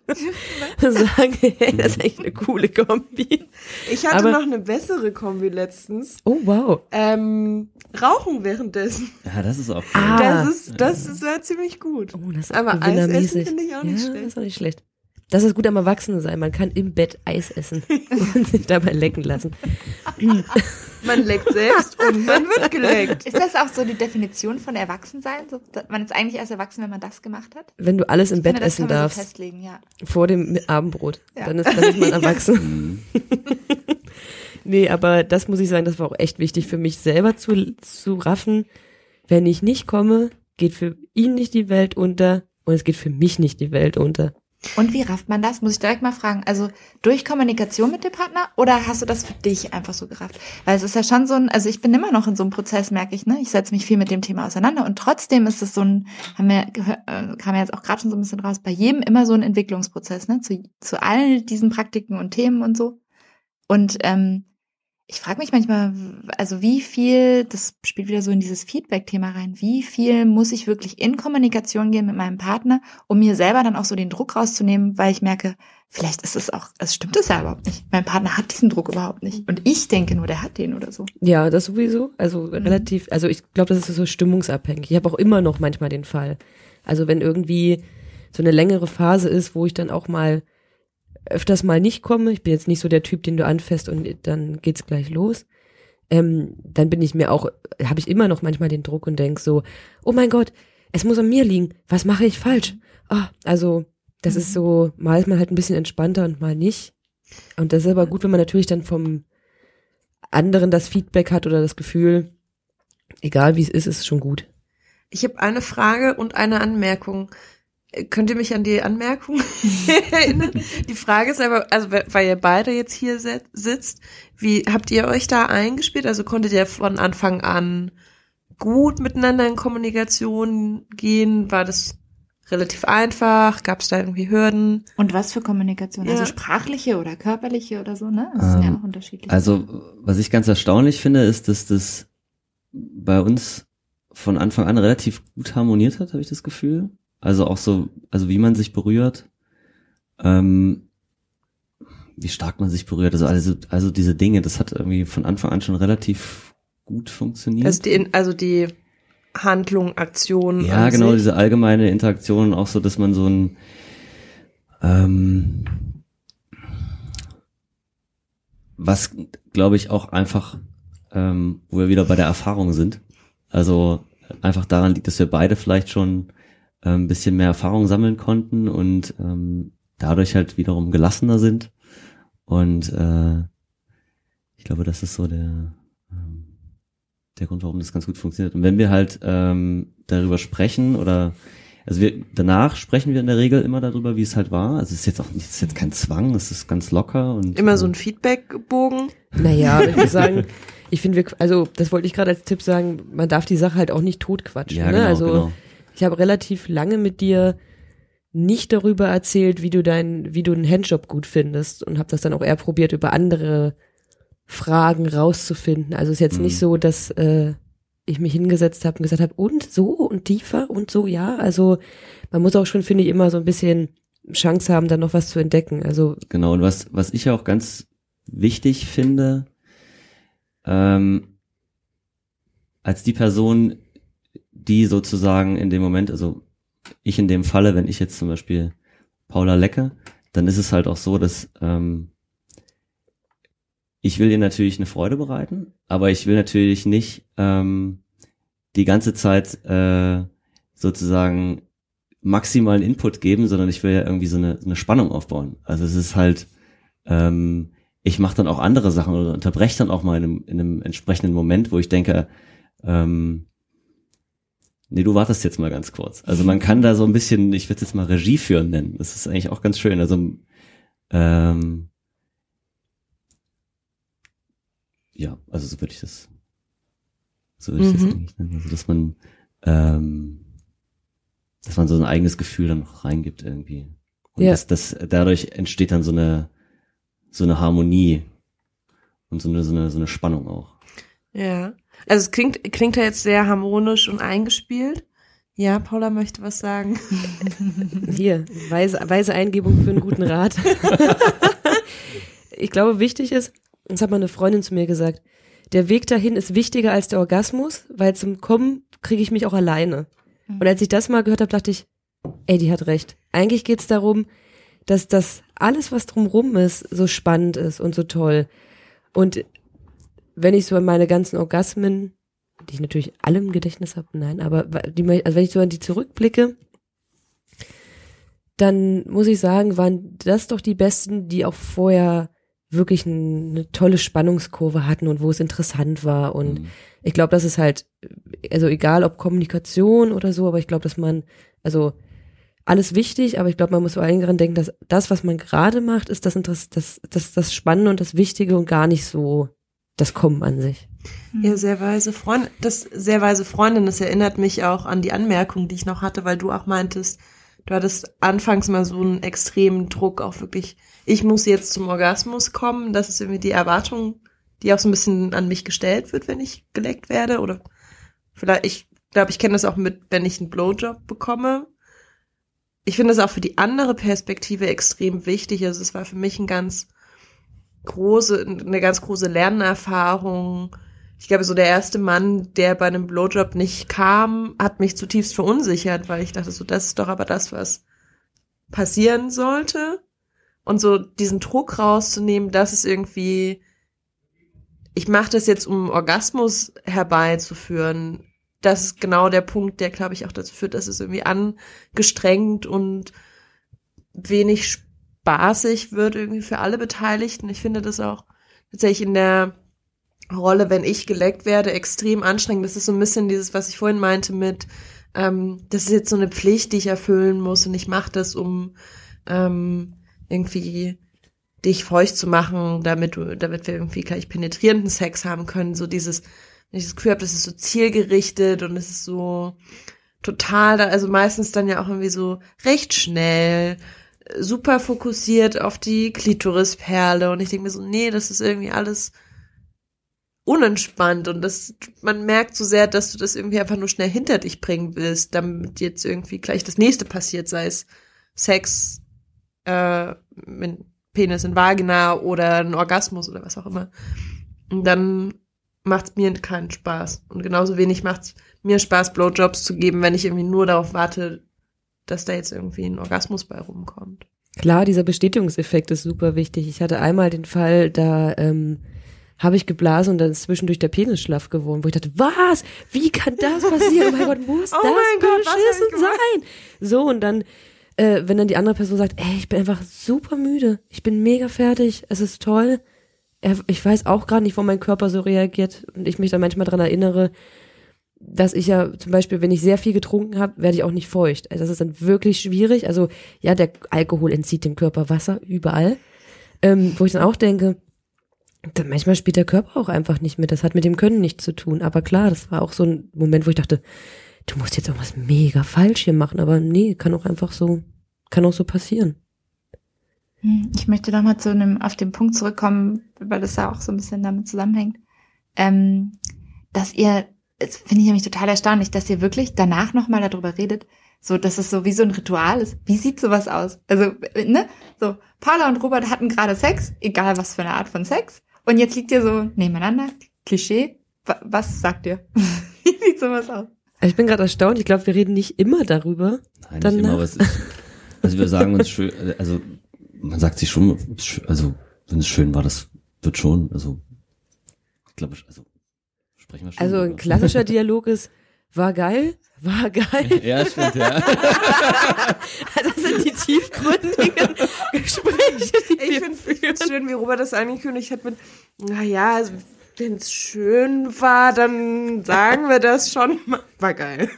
Sagen, hey, das ist echt eine coole Kombi. Ich hatte Aber- noch eine bessere Kombi letztens. Oh, wow. Ähm, Rauchen währenddessen. Ja, das ist auch cool. Ah. Das ist, das ist war ziemlich gut. Oh, das ist Aber auch Eis essen gewinnermäßig. finde ich auch nicht ja, schlecht. Das ist auch nicht schlecht. Das ist gut am Erwachsenen sein. Man kann im Bett Eis essen und sich dabei lecken lassen. Man leckt selbst und man wird geleckt. Ist das auch so die Definition von Erwachsensein? So, dass man ist eigentlich erst erwachsen, wenn man das gemacht hat? Wenn du alles im Ich Bett finde, das essen kann man darfst, so festlegen, ja. vor dem Abendbrot, Ja. dann, ist, dann ist man erwachsen. Nee, aber das muss ich sagen, das war auch echt wichtig für mich selber zu, zu raffen. Wenn ich nicht komme, geht für ihn nicht die Welt unter und es geht für mich nicht die Welt unter. Und wie rafft man das? Muss ich direkt mal fragen. Also durch Kommunikation mit dem Partner oder hast du das für dich einfach so gerafft? Weil es ist ja schon so ein, also ich bin immer noch in so einem Prozess, merke ich, ne? Ich setze mich viel mit dem Thema auseinander und trotzdem ist es so ein, haben wir gehört, äh, kam ja jetzt auch gerade schon so ein bisschen raus, bei jedem immer so ein Entwicklungsprozess, ne? Zu, zu all diesen Praktiken und Themen und so. Und ähm, Ich frage mich manchmal, also wie viel, das spielt wieder so in dieses Feedback-Thema rein, wie viel muss ich wirklich in Kommunikation gehen mit meinem Partner, um mir selber dann auch so den Druck rauszunehmen, weil ich merke, vielleicht ist es auch, es stimmt es ja überhaupt nicht. Mein Partner hat diesen Druck überhaupt nicht. Und ich denke nur, der hat den oder so. Ja, das sowieso. Also mhm. relativ, also ich glaube, das ist so stimmungsabhängig. Ich habe auch immer noch manchmal den Fall. Also wenn irgendwie so eine längere Phase ist, wo ich dann auch mal öfters mal nicht komme, ich bin jetzt nicht so der Typ, den du anfasst und dann geht's gleich los, ähm, dann bin ich mir auch, habe ich immer noch manchmal den Druck und denk so, oh mein Gott, es muss an mir liegen, was mache ich falsch? Oh, also das mhm. ist so, mal ist man halt ein bisschen entspannter und mal nicht. Und das ist aber gut, wenn man natürlich dann vom anderen das Feedback hat oder das Gefühl, egal wie es ist, ist schon gut. Ich habe eine Frage und eine Anmerkung. Könnt ihr mich an die Anmerkung erinnern? Die Frage ist aber, also weil ihr beide jetzt hier sitzt, wie habt ihr euch da eingespielt? Also konntet ihr von Anfang an gut miteinander in Kommunikation gehen? War das relativ einfach? Gab es da irgendwie Hürden? Und was für Kommunikation? Ja. Also sprachliche oder körperliche oder so, ne? Das ähm, sind ja auch unterschiedlich. Also was ich ganz erstaunlich finde, ist, dass das bei uns von Anfang an relativ gut harmoniert hat, habe ich das Gefühl. Also auch so, also wie man sich berührt, ähm, wie stark man sich berührt, also, also also diese Dinge, das hat irgendwie von Anfang an schon relativ gut funktioniert. Also die, also die Handlung, Aktion. Ja, genau, sich. Diese allgemeine Interaktion, auch so, dass man so ein ähm, was, glaube ich, auch einfach, ähm, wo wir wieder bei der Erfahrung sind, also einfach daran liegt, dass wir beide vielleicht schon ein bisschen mehr Erfahrung sammeln konnten und ähm, dadurch halt wiederum gelassener sind. Und äh, ich glaube, das ist so der ähm, der Grund, warum das ganz gut funktioniert. Und wenn wir halt ähm, darüber sprechen oder also wir danach sprechen wir in der Regel immer darüber, wie es halt war. Also es ist jetzt auch nicht, es ist jetzt kein Zwang, es ist ganz locker und immer so ein Feedbackbogen. Naja, ich würde sagen, ich finde, wir, also das wollte ich gerade als Tipp sagen, man darf die Sache halt auch nicht totquatschen. Ja, ne? genau, also genau. Ich habe relativ lange mit dir nicht darüber erzählt, wie du dein, wie du einen Handjob gut findest und habe das dann auch eher probiert, über andere Fragen rauszufinden. Also es ist jetzt mhm. nicht so, dass äh, ich mich hingesetzt habe und gesagt habe, und so und tiefer und so, ja. Also man muss auch schon, finde ich, immer so ein bisschen Chance haben, dann noch was zu entdecken. Also genau, und was, was ich auch ganz wichtig finde, ähm, als die Person, die sozusagen in dem Moment, also ich in dem Falle, wenn ich jetzt zum Beispiel Paula lecke, dann ist es halt auch so, dass ähm, ich will ihr natürlich eine Freude bereiten, aber ich will natürlich nicht ähm, die ganze Zeit äh, sozusagen maximalen Input geben, sondern ich will ja irgendwie so eine, so eine Spannung aufbauen. Also es ist halt, ähm, ich mache dann auch andere Sachen oder unterbreche dann auch mal in einem, in einem entsprechenden Moment, wo ich denke, ähm, nee, du wartest jetzt mal ganz kurz. Also man kann da so ein bisschen, ich würde es jetzt mal Regie führen nennen. Das ist eigentlich auch ganz schön. Also ähm, ja, also so würde ich das, so würde ich mhm. das eigentlich nennen. Also dass man, ähm, dass man so ein eigenes Gefühl dann noch reingibt irgendwie. Und ja. das, das, dadurch entsteht dann so eine, so eine Harmonie und so eine, so eine, so eine Spannung auch. Ja. Also es klingt, klingt ja jetzt sehr harmonisch und eingespielt. Ja, Paula möchte was sagen. Hier, weise, weise Eingebung für einen guten Rat. Ich glaube, wichtig ist, das hat mal eine Freundin zu mir gesagt, der Weg dahin ist wichtiger als der Orgasmus, weil zum Kommen kriege ich mich auch alleine. Und als ich das mal gehört habe, dachte ich, ey, die hat recht. Eigentlich geht's darum, dass das alles, was drumrum ist, so spannend ist und so toll. Und wenn ich so an meine ganzen Orgasmen, die ich natürlich alle im Gedächtnis habe, nein, aber die, also wenn ich so an die zurückblicke, dann muss ich sagen, waren das doch die besten, die auch vorher wirklich eine tolle Spannungskurve hatten und wo es interessant war. Und mhm. ich glaube, das ist halt, also egal ob Kommunikation oder so, aber ich glaube, dass man, also alles wichtig, aber ich glaube, man muss vor allem daran denken, dass das, was man gerade macht, ist das, Interess- das, das, das Spannende und das Wichtige und gar nicht so das Kommen an sich. Ja, sehr weise Freundin, das sehr weise Freundin, das erinnert mich auch an die Anmerkung, die ich noch hatte, weil du auch meintest, du hattest anfangs mal so einen extremen Druck, auch wirklich, ich muss jetzt zum Orgasmus kommen, das ist irgendwie die Erwartung, die auch so ein bisschen an mich gestellt wird, wenn ich geleckt werde. Oder vielleicht, ich glaube, ich kenne das auch mit, wenn ich einen Blowjob bekomme. Ich finde das auch für die andere Perspektive extrem wichtig. Also es war für mich ein ganz große, eine ganz große Lernerfahrung. Ich glaube, so der erste Mann, der bei einem Blowjob nicht kam, hat mich zutiefst verunsichert, weil ich dachte so, das ist doch aber das, was passieren sollte. Und so diesen Druck rauszunehmen, dass es irgendwie, ich mache das jetzt, um Orgasmus herbeizuführen. Das ist genau der Punkt, der, glaube ich, auch dazu führt, dass es irgendwie angestrengt und wenig spaßig wird irgendwie für alle Beteiligten. Ich finde das auch tatsächlich in der Rolle, wenn ich geleckt werde, extrem anstrengend. Das ist so ein bisschen dieses, was ich vorhin meinte mit, ähm, das ist jetzt so eine Pflicht, die ich erfüllen muss und ich mache das, um ähm, irgendwie dich feucht zu machen, damit du, damit wir irgendwie gleich penetrierenden Sex haben können. So dieses, wenn ich das Gefühl habe, das ist so zielgerichtet und es ist so total, da, also meistens dann ja auch irgendwie so recht schnell, super fokussiert auf die Klitorisperle und ich denke mir so, nee, das ist irgendwie alles unentspannt und das, man merkt so sehr, dass du das irgendwie einfach nur schnell hinter dich bringen willst, damit jetzt irgendwie gleich das nächste passiert, sei es Sex, äh, mit Penis in Vagina oder ein Orgasmus oder was auch immer. Und dann macht's mir keinen Spaß. Und genauso wenig macht's mir Spaß, Blowjobs zu geben, wenn ich irgendwie nur darauf warte, dass da jetzt irgendwie ein Orgasmus bei rumkommt. Klar, dieser Bestätigungseffekt ist super wichtig. Ich hatte einmal den Fall, da ähm, habe ich geblasen und dann ist zwischendurch der Penis schlaff geworden, wo ich dachte, was? Wie kann das passieren? Oh mein Gott, muss Oh das mein Gott, was hab ich beschissen gemacht? sein? So, und dann, äh, wenn dann die andere Person sagt, ey, ich bin einfach super müde, ich bin mega fertig, es ist toll. Ich weiß auch gerade nicht, wo mein Körper so reagiert und ich mich dann manchmal dran erinnere, dass ich ja zum Beispiel, wenn ich sehr viel getrunken habe, werde ich auch nicht feucht. Also das ist dann wirklich schwierig. Also ja, der Alkohol entzieht dem Körper Wasser überall, ähm, wo ich dann auch denke, dann manchmal spielt der Körper auch einfach nicht mit. Das hat mit dem Können nichts zu tun. Aber klar, das war auch so ein Moment, wo ich dachte, du musst jetzt irgendwas mega falsch hier machen. Aber nee, kann auch einfach so, kann auch so passieren. Ich möchte noch mal zu einem, auf den Punkt zurückkommen, weil das ja auch so ein bisschen damit zusammenhängt, ähm, dass ihr, das finde ich nämlich total erstaunlich, dass ihr wirklich danach noch mal darüber redet, so, dass es so wie so ein Ritual ist. Wie sieht sowas aus? Also, ne, so, Paula und Robert hatten gerade Sex, egal was für eine Art von Sex, und jetzt liegt ihr so nebeneinander, Klischee, wa- was sagt ihr? Wie sieht sowas aus? Ich bin gerade erstaunt, ich glaube, wir reden nicht immer darüber. Nein, Danach. nicht immer, aber es ist, also wir sagen uns schön, also man sagt sich schon, also wenn es schön war, das wird schon, also ich glaube, also sprechen wir schon. Also ein drüber. klassischer Dialog ist, war geil, war geil. Ja, stimmt, ja. Das sind die tiefgründigen Gespräche, die Ich wir finde führen. es schön, wie Robert das angekündigt hat mit, naja, also, wenn es schön war, dann sagen wir das schon. War geil.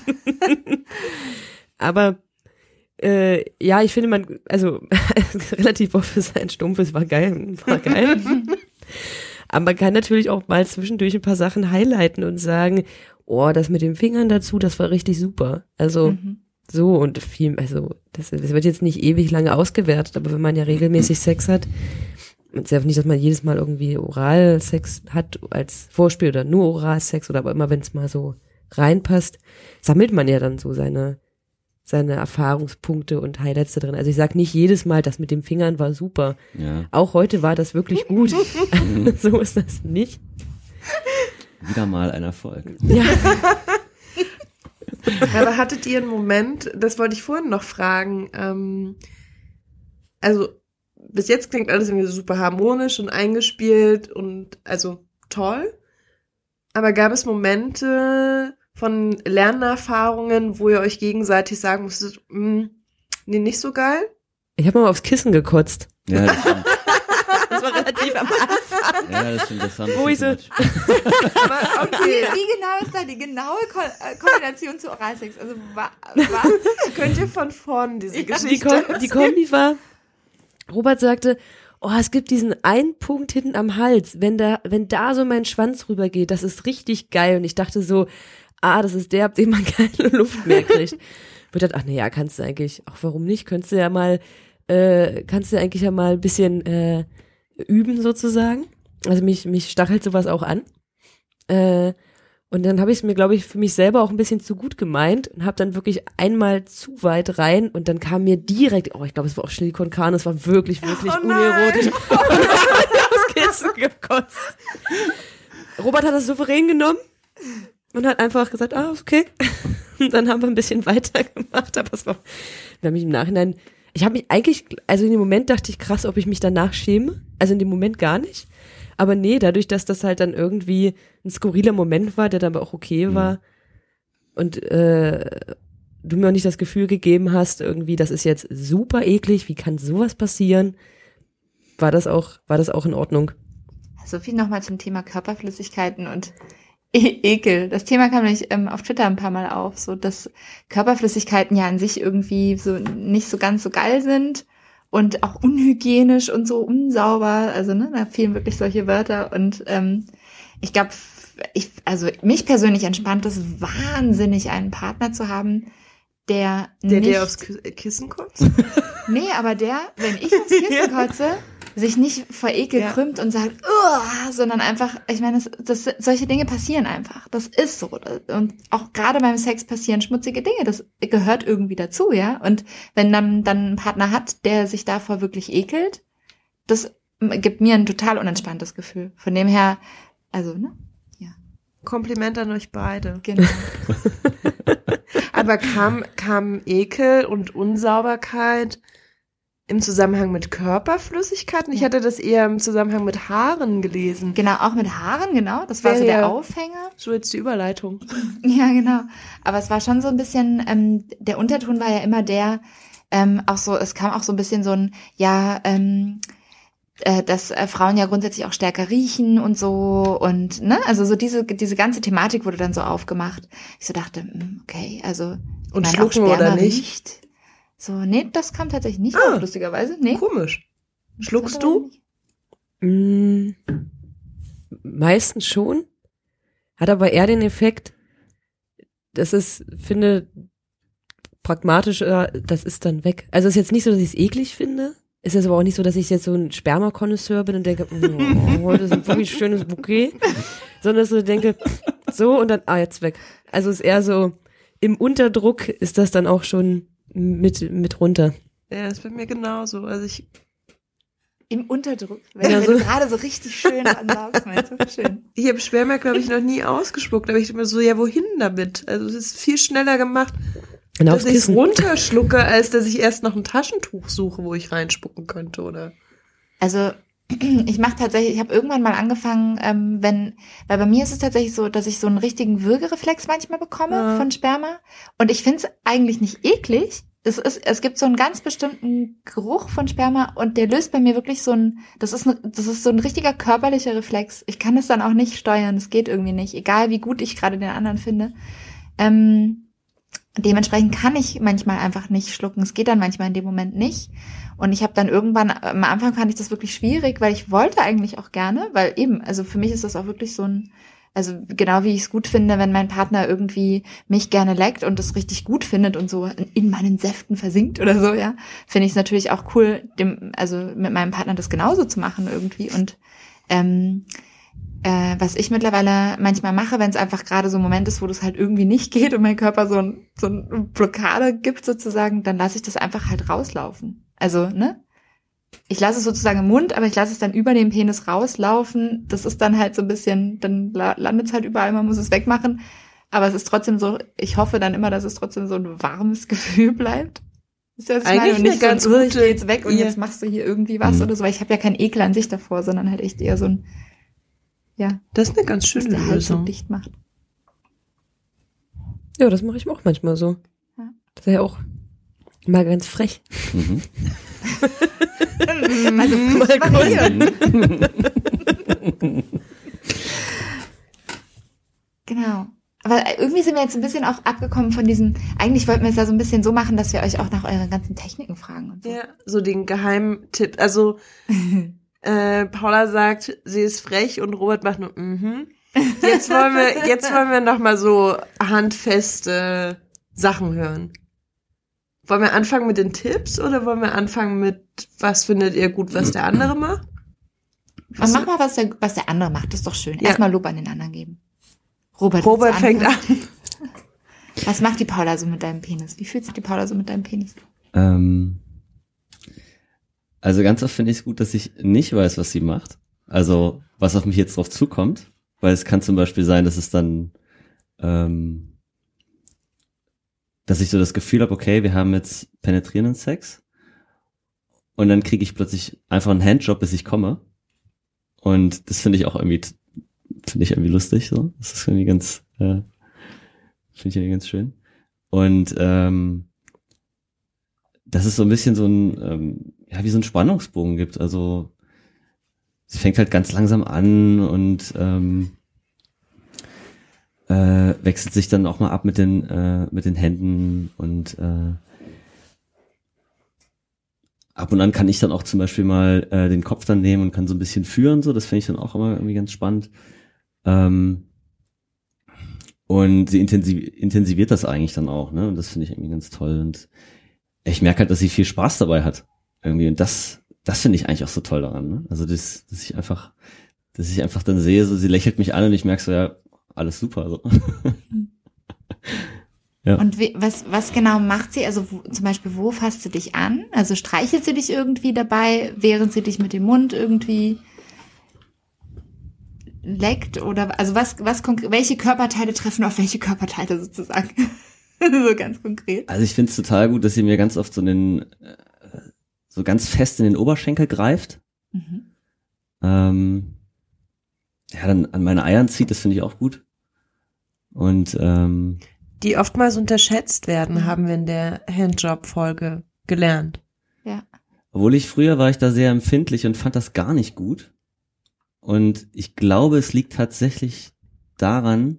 Aber äh, ja, ich finde man, also relativ oft ist ein stumpfes, war geil, war geil. Aber man kann natürlich auch mal zwischendurch ein paar Sachen highlighten und sagen, oh, das mit den Fingern dazu, das war richtig super. Also Mhm. so und viel, also das, das wird jetzt nicht ewig lange ausgewertet, aber wenn man ja regelmäßig Sex hat, es ist ja nicht, dass man jedes Mal irgendwie Oralsex hat als Vorspiel oder nur Oralsex oder aber immer, wenn es mal so reinpasst, sammelt man ja dann so seine seine Erfahrungspunkte und Highlights da drin. Also ich sag nicht jedes Mal, das mit den Fingern war super. Ja, Auch heute war das wirklich gut. So ist das nicht. wieder mal ein Erfolg. Ja. Aber hattet ihr einen Moment, das wollte ich vorhin noch fragen, ähm, also bis jetzt klingt alles irgendwie super harmonisch und eingespielt und also toll, aber gab es Momente von Lernerfahrungen, wo ihr euch gegenseitig sagen musstet, mh, nee, nicht so geil? Ich habe mal aufs Kissen gekotzt. Ja, das stimmt. Das war relativ am Anfang. Ja, das stimmt. Das fand Wo ich ich so- much. Aber Wie, okay, wie genau ist da die genaue Ko äh, Kombination zu Oralsex? Also wa was? könnt ihr von vorn diese Die, Geschichte Kom die Kombi war, Robert sagte, oh, es gibt diesen einen Punkt hinten am Hals, wenn da, wenn da so mein Schwanz rübergeht, das ist richtig geil. Und ich dachte so, ah, das ist der, ab dem man keine Luft mehr kriegt. Und ich dachte, ach naja, kannst du eigentlich, ach warum nicht, könntest du ja mal, äh, kannst du eigentlich ja mal ein bisschen äh, üben sozusagen. Also mich, mich stachelt sowas auch an. Äh, und dann habe ich es mir, glaube ich, für mich selber auch ein bisschen zu gut gemeint und habe dann wirklich einmal zu weit rein und dann kam mir direkt, oh, ich glaube, es war auch Chili con Carne, es war wirklich, wirklich Oh unerotisch. Und dann hab ich aufs Kissen gekotzt. Robert hat das souverän genommen und hat einfach gesagt, ah, okay. Und dann haben wir ein bisschen weitergemacht, aber es war, wir haben mich im Nachhinein, ich habe mich eigentlich, also in dem Moment dachte ich, krass, ob ich mich danach schäme. Also in dem Moment gar nicht. Aber nee, dadurch, dass das halt dann irgendwie ein skurriler Moment war, der dann aber auch okay war mhm. und äh, du mir auch nicht das Gefühl gegeben hast, irgendwie, das ist jetzt super eklig, wie kann sowas passieren, war das auch, war das auch in Ordnung. So viel nochmal zum Thema Körperflüssigkeiten und e- Ekel. Das Thema kam nämlich ähm, auf Twitter ein paar Mal auf, so dass Körperflüssigkeiten ja an sich irgendwie so nicht so ganz so geil sind. Und auch unhygienisch und so unsauber, also ne, da fehlen wirklich solche Wörter. Und ähm, ich glaube, ich, also mich persönlich entspannt es wahnsinnig, einen Partner zu haben, der, der nicht... Der aufs Kissen kotzt? Nee, aber der, wenn ich aufs Kissen kotze, sich nicht vor Ekel ja. krümmt und sagt, Uah! Sondern einfach, ich meine, das, das, solche Dinge passieren einfach. Das ist so. Und auch gerade beim Sex passieren schmutzige Dinge. Das gehört irgendwie dazu, ja. Und wenn dann, dann ein Partner hat, der sich davor wirklich ekelt, das gibt mir ein total unentspanntes Gefühl. Von dem her, also, ne? Ja. Kompliment an euch beide. Genau. Aber kam, kam Ekel und Unsauberkeit im Zusammenhang mit Körperflüssigkeiten? Ich hatte das eher im Zusammenhang mit Haaren gelesen. Genau, auch mit Haaren, genau. Das war ja, so der ja. Aufhänger. So jetzt die Überleitung. Ja, genau. Aber es war schon so ein bisschen, ähm, der Unterton war ja immer der, ähm, auch so, es kam auch so ein bisschen so ein, ja, ähm, äh, dass äh, Frauen ja grundsätzlich auch stärker riechen und so und, ne, also so diese, diese ganze Thematik wurde dann so aufgemacht. Ich so dachte, mh, okay, also. Und mein, schlucken oder nicht? Riecht. So, nee, das kam tatsächlich nicht ah, auf, lustigerweise. Nee. Komisch. Schluckst du? Mm, meistens schon. Hat aber eher den Effekt, dass es, finde, pragmatisch, äh, das ist dann weg. Also es ist jetzt nicht so, dass ich es eklig finde. Es ist aber auch nicht so, dass ich jetzt so ein Sperma-Konnoisseur bin und denke, oh, heute ist ein wirklich schönes Bouquet. Sondern dass ich denke, so und dann, ah, jetzt weg. Also es ist eher so, im Unterdruck ist das dann auch schon mit, mit runter. Ja, das ist bei mir genauso. Also ich. Im Unterdruck. Wenn, ja, wenn so. du gerade so richtig schön ansaugst, meinst du? Schön. Ich habe Sperma, glaube ich, noch nie ausgespuckt, aber ich dachte mir so, ja, wohin damit? Also es ist viel schneller gemacht, genau, dass ich es runterschlucke, als dass ich erst noch ein Taschentuch suche, wo ich reinspucken könnte, oder? Also ich mache tatsächlich, ich habe irgendwann mal angefangen, ähm, wenn, weil bei mir ist es tatsächlich so, dass ich so einen richtigen Würgereflex manchmal bekomme ja. von Sperma und ich finde es eigentlich nicht eklig. Es ist, es gibt so einen ganz bestimmten Geruch von Sperma und der löst bei mir wirklich so ein, das ist ein, das ist so ein richtiger körperlicher Reflex. Ich kann es dann auch nicht steuern, es geht irgendwie nicht, egal wie gut ich gerade den anderen finde. Ähm, dementsprechend kann ich manchmal einfach nicht schlucken. Es geht dann manchmal in dem Moment nicht. Und ich habe dann irgendwann, am Anfang fand ich das wirklich schwierig, weil ich wollte eigentlich auch gerne, weil eben, also für mich ist das auch wirklich so ein, also genau wie ich es gut finde, wenn mein Partner irgendwie mich gerne leckt und das richtig gut findet und so in meinen Säften versinkt oder so, ja, finde ich es natürlich auch cool, dem, also mit meinem Partner das genauso zu machen irgendwie. Und ähm, äh, was ich mittlerweile manchmal mache, wenn es einfach gerade so ein Moment ist, wo das halt irgendwie nicht geht und mein Körper so ein, so eine Blockade gibt sozusagen, dann lasse ich das einfach halt rauslaufen. Also, ne? Ich lasse es sozusagen im Mund, aber ich lasse es dann über den Penis rauslaufen. Das ist dann halt so ein bisschen, dann landet es halt überall, man muss es wegmachen. Aber es ist trotzdem so, ich hoffe dann immer, dass es trotzdem so ein warmes Gefühl bleibt. Ist das, was ich meine? Und nicht ganz so, gute, ich geh jetzt weg und ja. jetzt machst du hier irgendwie was mhm. oder so. Weil ich habe ja keinen Ekel an sich davor, sondern halt echt eher so ein, ja. Das ist eine ganz schöne der Lösung. Hals so dicht macht. Ja, das mache ich auch manchmal so. Ja. Das ist ja auch mal ganz frech. Mhm. Also mal kurz. Genau. Aber irgendwie sind wir jetzt ein bisschen auch abgekommen von diesem, eigentlich wollten wir es ja so ein bisschen so machen, dass wir euch auch nach euren ganzen Techniken fragen und so. Ja, so den Geheimtipp. Also äh, Paula sagt, sie ist frech und Robert macht nur mhm. Jetzt wollen wir, jetzt wollen wir noch mal so handfeste Sachen hören. Wollen wir anfangen mit den Tipps oder wollen wir anfangen mit, was findet ihr gut, was der andere macht? Und mach mal, was der, was der andere macht. Das ist doch schön. Ja. Erstmal Lob an den anderen geben. Robert, Robert willst du fängt an. Was macht die Paula so mit deinem Penis? Wie fühlt sich die Paula so mit deinem Penis? Ähm, also ganz oft finde ich es gut, dass ich nicht weiß, was sie macht. Also was auf mich jetzt drauf zukommt. Weil es kann zum Beispiel sein, dass es dann, ähm, dass ich so das Gefühl habe, okay, wir haben jetzt penetrierenden Sex. Und dann kriege ich plötzlich einfach einen Handjob, bis ich komme. Und das finde ich auch irgendwie, finde ich irgendwie lustig, so. Das ist irgendwie ganz, äh, finde ich irgendwie ganz schön. Und, ähm, dass es so ein bisschen so ein, ähm, ja, wie so ein Spannungsbogen gibt. Also, sie fängt halt ganz langsam an und, ähm, äh, wechselt sich dann auch mal ab mit den, äh, mit den Händen und, äh, ab und an kann ich dann auch zum Beispiel mal äh, den Kopf dann nehmen und kann so ein bisschen führen, so. Das finde ich dann auch immer irgendwie ganz spannend. Ähm, und sie intensiv, intensiviert das eigentlich dann auch, ne? Und das finde ich irgendwie ganz toll. Und ich merke halt, dass sie viel Spaß dabei hat. Irgendwie. Und das, das finde ich eigentlich auch so toll daran, ne? Also das, dass ich einfach, dass ich einfach dann sehe, so sie lächelt mich an und ich merke so, ja, alles super. So. Ja. Und wie, was, was genau macht sie? Also wo, zum Beispiel, wo fasst sie dich an? Also streichelt sie dich irgendwie dabei, während sie dich mit dem Mund irgendwie leckt? Oder also was, was konkret, welche Körperteile treffen auf welche Körperteile sozusagen? So ganz konkret. Also ich finde es total gut, dass sie mir ganz oft so in den, äh, so ganz fest in den Oberschenkel greift. Mhm. Ähm, ja, dann an meine Eiern zieht, das finde ich auch gut. Und ähm, Die oftmals unterschätzt werden, haben wir in der Handjob-Folge gelernt. Ja. obwohl ich früher war ich da sehr empfindlich und fand das gar nicht gut. Und ich glaube, es liegt tatsächlich daran,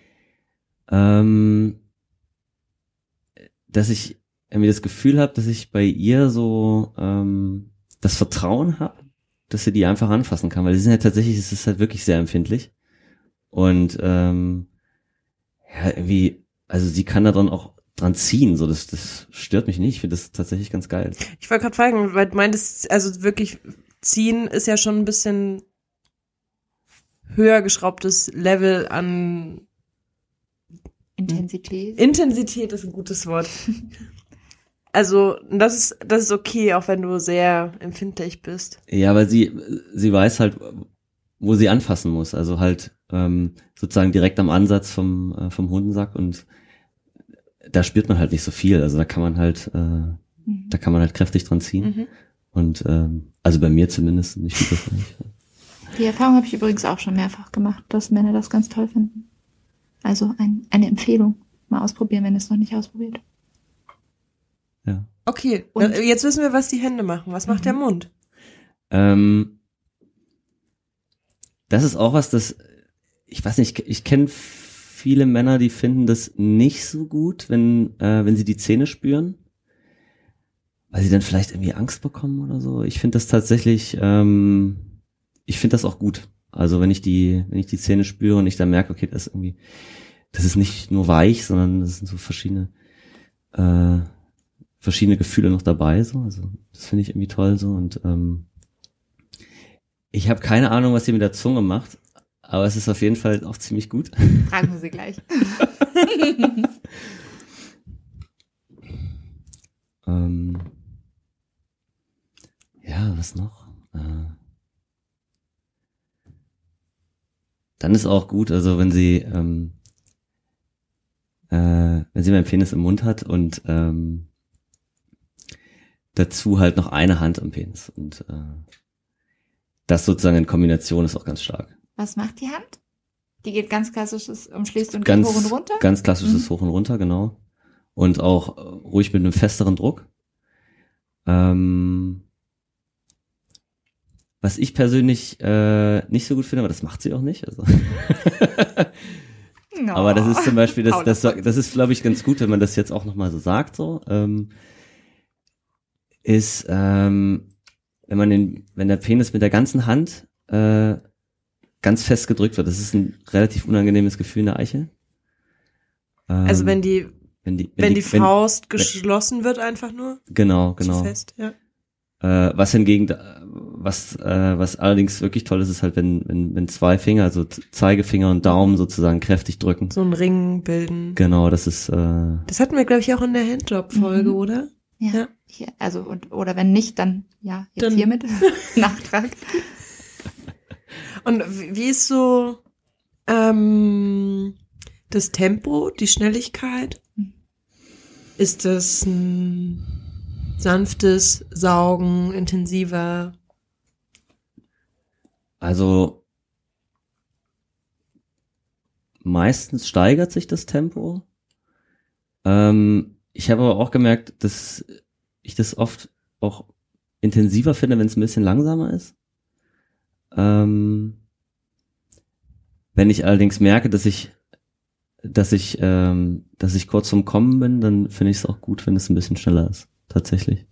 ähm, dass ich irgendwie das Gefühl habe, dass ich bei ihr so ähm, das Vertrauen habe, dass sie die einfach anfassen kann, weil sie sind ja tatsächlich, es ist halt wirklich sehr empfindlich. Und ähm, ja, irgendwie, also sie kann da dann auch dran ziehen, so das, das stört mich nicht. Ich finde das tatsächlich ganz geil. Ich wollte gerade fragen, weil du meintest, also wirklich ziehen ist ja schon ein bisschen höher geschraubtes Level an Intensität. Intensität ist ein gutes Wort. Also das ist das ist okay, auch wenn du sehr empfindlich bist. Ja, weil sie sie weiß halt, wo sie anfassen muss. Also halt ähm, sozusagen direkt am Ansatz vom äh, vom Hodensack, und da spürt man halt nicht so viel. Also da kann man halt äh, Mhm. da kann man halt kräftig dran ziehen. Mhm. Und ähm, also bei mir zumindest nicht gut das nicht. Die Erfahrung habe ich übrigens auch schon mehrfach gemacht, dass Männer das ganz toll finden. Also ein, eine Empfehlung. Mal ausprobieren, wenn ihr es noch nicht ausprobiert. Ja. Okay, Und- jetzt wissen wir, was die Hände machen. Was macht Mhm. der Mund? Ähm, das ist auch was, das, ich weiß nicht, ich kenne viele Männer, die finden das nicht so gut, wenn, äh, wenn sie die Zähne spüren, weil sie dann vielleicht irgendwie Angst bekommen oder so. Ich finde das tatsächlich, ähm, ich finde das auch gut. Also wenn ich die, wenn ich die Zähne spüre und ich dann merke, okay, das ist irgendwie, das ist nicht nur weich, sondern das sind so verschiedene, äh, verschiedene Gefühle noch dabei, so. Also das finde ich irgendwie toll, so. Und ähm, ich habe keine Ahnung, was sie mit der Zunge macht, aber es ist auf jeden Fall auch ziemlich gut. Fragen wir sie gleich. ähm, ja, was noch? Äh, dann ist auch gut, also wenn sie, ähm, äh, wenn sie meinen Penis im Mund hat und ähm, dazu halt noch eine Hand am Penis, und äh, das sozusagen in Kombination ist auch ganz stark. Was macht die Hand? Die geht ganz klassisches, umschließt und Ganz, geht hoch und runter? ganz klassisches Mhm. Hoch und Runter, genau. Und auch äh, ruhig mit einem festeren Druck. Ähm, was ich persönlich äh, nicht so gut finde, aber das macht sie auch nicht. Also. No. Aber das ist zum Beispiel, das, Paula. das, das ist, glaube ich, ganz gut, wenn man das jetzt auch nochmal so sagt, so, ähm, ist, ähm, wenn man den, wenn der Penis mit der ganzen Hand äh, ganz fest gedrückt wird, das ist ein relativ unangenehmes Gefühl in der Eichel. Ähm, Also wenn die wenn die, wenn die Faust wenn- geschlossen wird einfach nur genau, zu genau. fest, ja. Äh, was hingegen, da- was äh, was allerdings wirklich toll ist, ist halt, wenn wenn wenn zwei Finger, also Zeigefinger und Daumen sozusagen kräftig drücken. So einen Ring bilden. Genau, das ist äh, Das hatten wir, glaube ich, auch in der Handjob-Folge, Mhm. oder? Ja. Ja. Hier, also, und, oder wenn nicht, dann, ja, jetzt Dann- hiermit. Nachtrag. Und wie wie ist so ähm, das Tempo, die Schnelligkeit? Mhm. Ist das ein sanftes Saugen, intensiver? also meistens steigert sich das Tempo. Ähm, ich habe aber auch gemerkt, dass ich das oft auch intensiver finde, wenn es ein bisschen langsamer ist. Ähm, wenn ich allerdings merke, dass ich, dass ich, ähm, dass ich kurz vorm Kommen bin, dann finde ich es auch gut, wenn es ein bisschen schneller ist. Tatsächlich.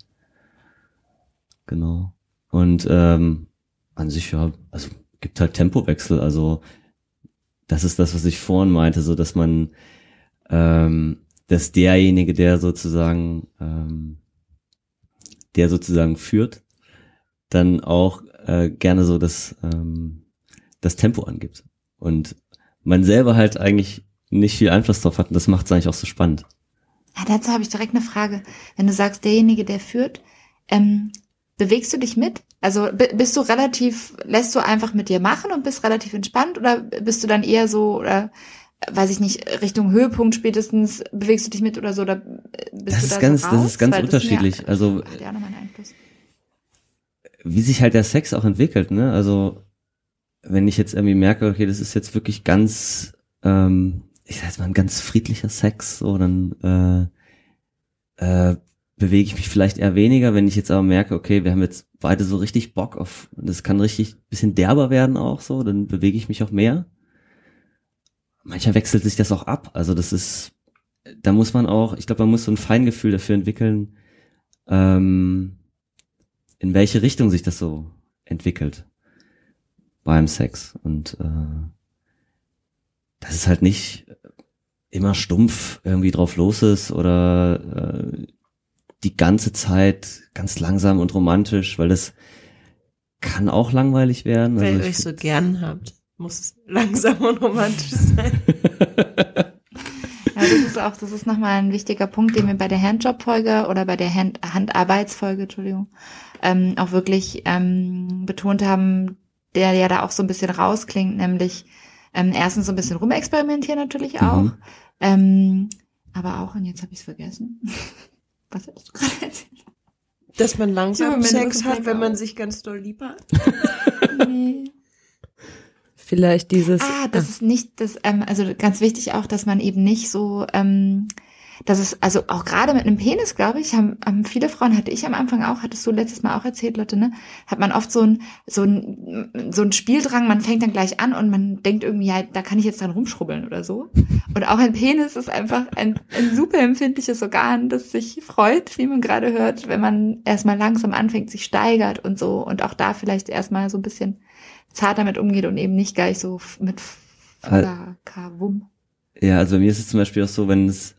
Genau. Und ähm, an sich ja, also gibt halt Tempowechsel. Also das ist das, was ich vorhin meinte, so dass man, ähm, dass derjenige, der sozusagen, ähm, der sozusagen führt, dann auch äh, gerne so das, ähm, das Tempo angibt. Und man selber halt eigentlich nicht viel Einfluss drauf hat. Und das macht es eigentlich auch so spannend. Ja, dazu habe ich direkt eine Frage. Wenn du sagst, derjenige, der führt, ähm, bewegst du dich mit? Also b- bist du relativ, lässt du einfach mit dir machen und bist relativ entspannt oder bist du dann eher so, oder weiß ich nicht, Richtung Höhepunkt spätestens bewegst du dich mit oder so, oder bist Das du ist da ganz, so das raus? ist ganz Weil unterschiedlich. Das, ja, Also hat ja auch nochmal einen Einfluss. wie sich halt der Sex auch entwickelt, ne? Also wenn ich jetzt irgendwie merke, okay, das ist jetzt wirklich ganz, ähm, ich sag jetzt mal ein ganz friedlicher Sex, so dann äh, äh, bewege ich mich vielleicht eher weniger. Wenn ich jetzt aber merke, okay, wir haben jetzt beide so richtig Bock auf, das kann richtig bisschen derber werden auch so, dann bewege ich mich auch mehr. Manchmal wechselt sich das auch ab. Also das ist, da muss man auch, ich glaube, man muss so ein Feingefühl dafür entwickeln, ähm, in welche Richtung sich das so entwickelt beim Sex. Und äh, dass es halt nicht immer stumpf irgendwie drauf los ist oder äh, die ganze Zeit ganz langsam und romantisch, weil das kann auch langweilig werden. Weil Also ihr ich euch so gern habt, muss es langsam und romantisch sein. Ja, das ist auch, das ist nochmal ein wichtiger Punkt, den wir bei der Handjob-Folge oder bei der Hand Handarbeitsfolge, Entschuldigung, ähm, auch wirklich ähm, betont haben, der ja da auch so ein bisschen rausklingt, nämlich ähm, erstens so ein bisschen rumexperimentieren natürlich auch, Mhm. ähm, aber auch, und jetzt habe ich es vergessen, was hättest du gerade erzählt? Dass man langsam Ja, wenn Sex du hat, wenn man Blackout. sich ganz doll lieb hat. Nee. Vielleicht dieses, Ah, das ist nicht, das, ähm, also ganz wichtig auch, dass man eben nicht so, ähm, dass es, also auch gerade mit einem Penis, glaube ich, haben, haben viele Frauen, hatte ich am Anfang auch, hattest du letztes Mal auch erzählt, Lotte, ne, hat man oft so ein, so ein, so ein Spieldrang, man fängt dann gleich an und man denkt irgendwie, ja, da kann ich jetzt dran rumschrubbeln oder so. Und auch ein Penis ist einfach ein, ein super empfindliches Organ, das sich freut, wie man gerade hört, wenn man erstmal langsam anfängt, sich steigert und so und auch da vielleicht erstmal so ein bisschen zart damit umgeht und eben nicht gleich so f- mit voller Kavum. Ja, also bei mir ist es zum Beispiel auch so, wenn es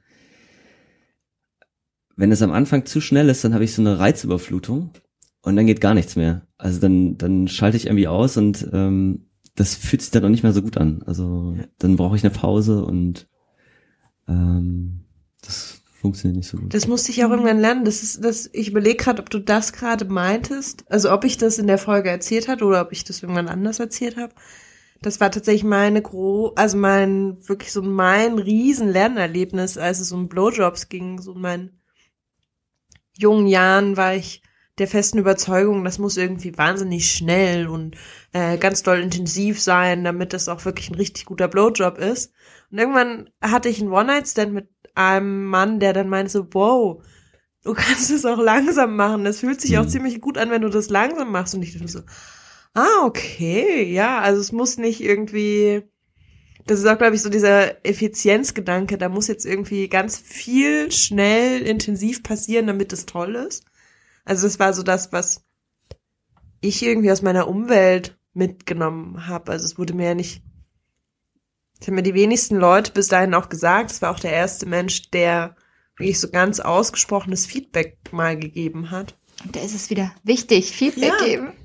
wenn es am Anfang zu schnell ist, dann habe ich so eine Reizüberflutung und dann geht gar nichts mehr. Also dann dann schalte ich irgendwie aus und ähm, das fühlt sich dann auch nicht mehr so gut an. Also dann brauche ich eine Pause und ähm, das funktioniert nicht so gut. Das musste ich auch irgendwann lernen. Das ist, das, ich überlege gerade, ob du das gerade meintest. Also ob ich das in der Folge erzählt habe oder ob ich das irgendwann anders erzählt habe. Das war tatsächlich meine gro, also mein, wirklich so mein riesen Lernerlebnis, als es um Blowjobs ging. So in meinen jungen Jahren war ich der festen Überzeugung, das muss irgendwie wahnsinnig schnell und äh, ganz doll intensiv sein, damit das auch wirklich ein richtig guter Blowjob ist. Und irgendwann hatte ich einen One-Night-Stand mit einem Mann, der dann meinte so, wow, du kannst es auch langsam machen. Das fühlt sich auch Mhm. ziemlich gut an, wenn du das langsam machst. Und ich dachte so, ah, okay, ja, also es muss nicht irgendwie, das ist auch, glaube ich, so dieser Effizienzgedanke, da muss jetzt irgendwie ganz viel schnell, intensiv passieren, damit es toll ist. Also das war so das, was ich irgendwie aus meiner Umwelt mitgenommen habe. Also es wurde mir ja nicht, das haben mir die wenigsten Leute bis dahin auch gesagt, es war auch der erste Mensch, der wirklich so ganz ausgesprochenes Feedback mal gegeben hat. Und da ist es wieder wichtig, Feedback Ja. geben.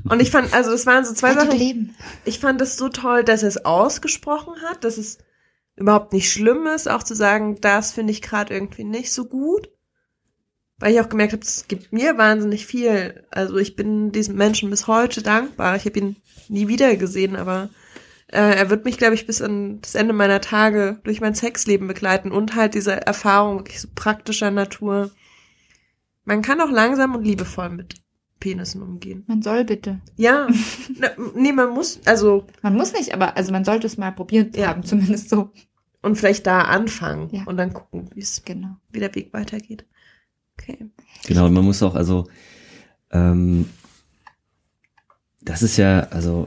Und ich fand, also das waren so zwei Weiter Sachen. leben. Ich fand es so toll, dass er es ausgesprochen hat, dass es überhaupt nicht schlimm ist, auch zu sagen, das finde ich gerade irgendwie nicht so gut. Weil ich auch gemerkt habe, es gibt mir wahnsinnig viel. Also ich bin diesem Menschen bis heute dankbar. Ich habe ihn nie wieder gesehen, aber äh, er wird mich, glaube ich, bis an das Ende meiner Tage durch mein Sexleben begleiten und halt diese Erfahrung wirklich so praktischer Natur. Man kann auch langsam und liebevoll mit Penissen umgehen. Man soll bitte. Ja, Na, nee, man muss, also Man muss nicht, aber also man sollte es mal probiert Ja. haben, zumindest so. und vielleicht da anfangen Ja. und dann gucken, wie es Genau. wie der Weg weitergeht. Okay. Genau, und man muss auch, also, ähm, das ist ja, also,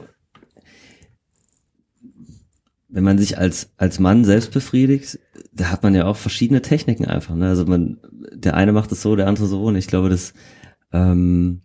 wenn man sich als, als Mann selbst befriedigt, da hat man ja auch verschiedene Techniken einfach, ne, also man, der eine macht es so, der andere so, und ich glaube, das, ähm,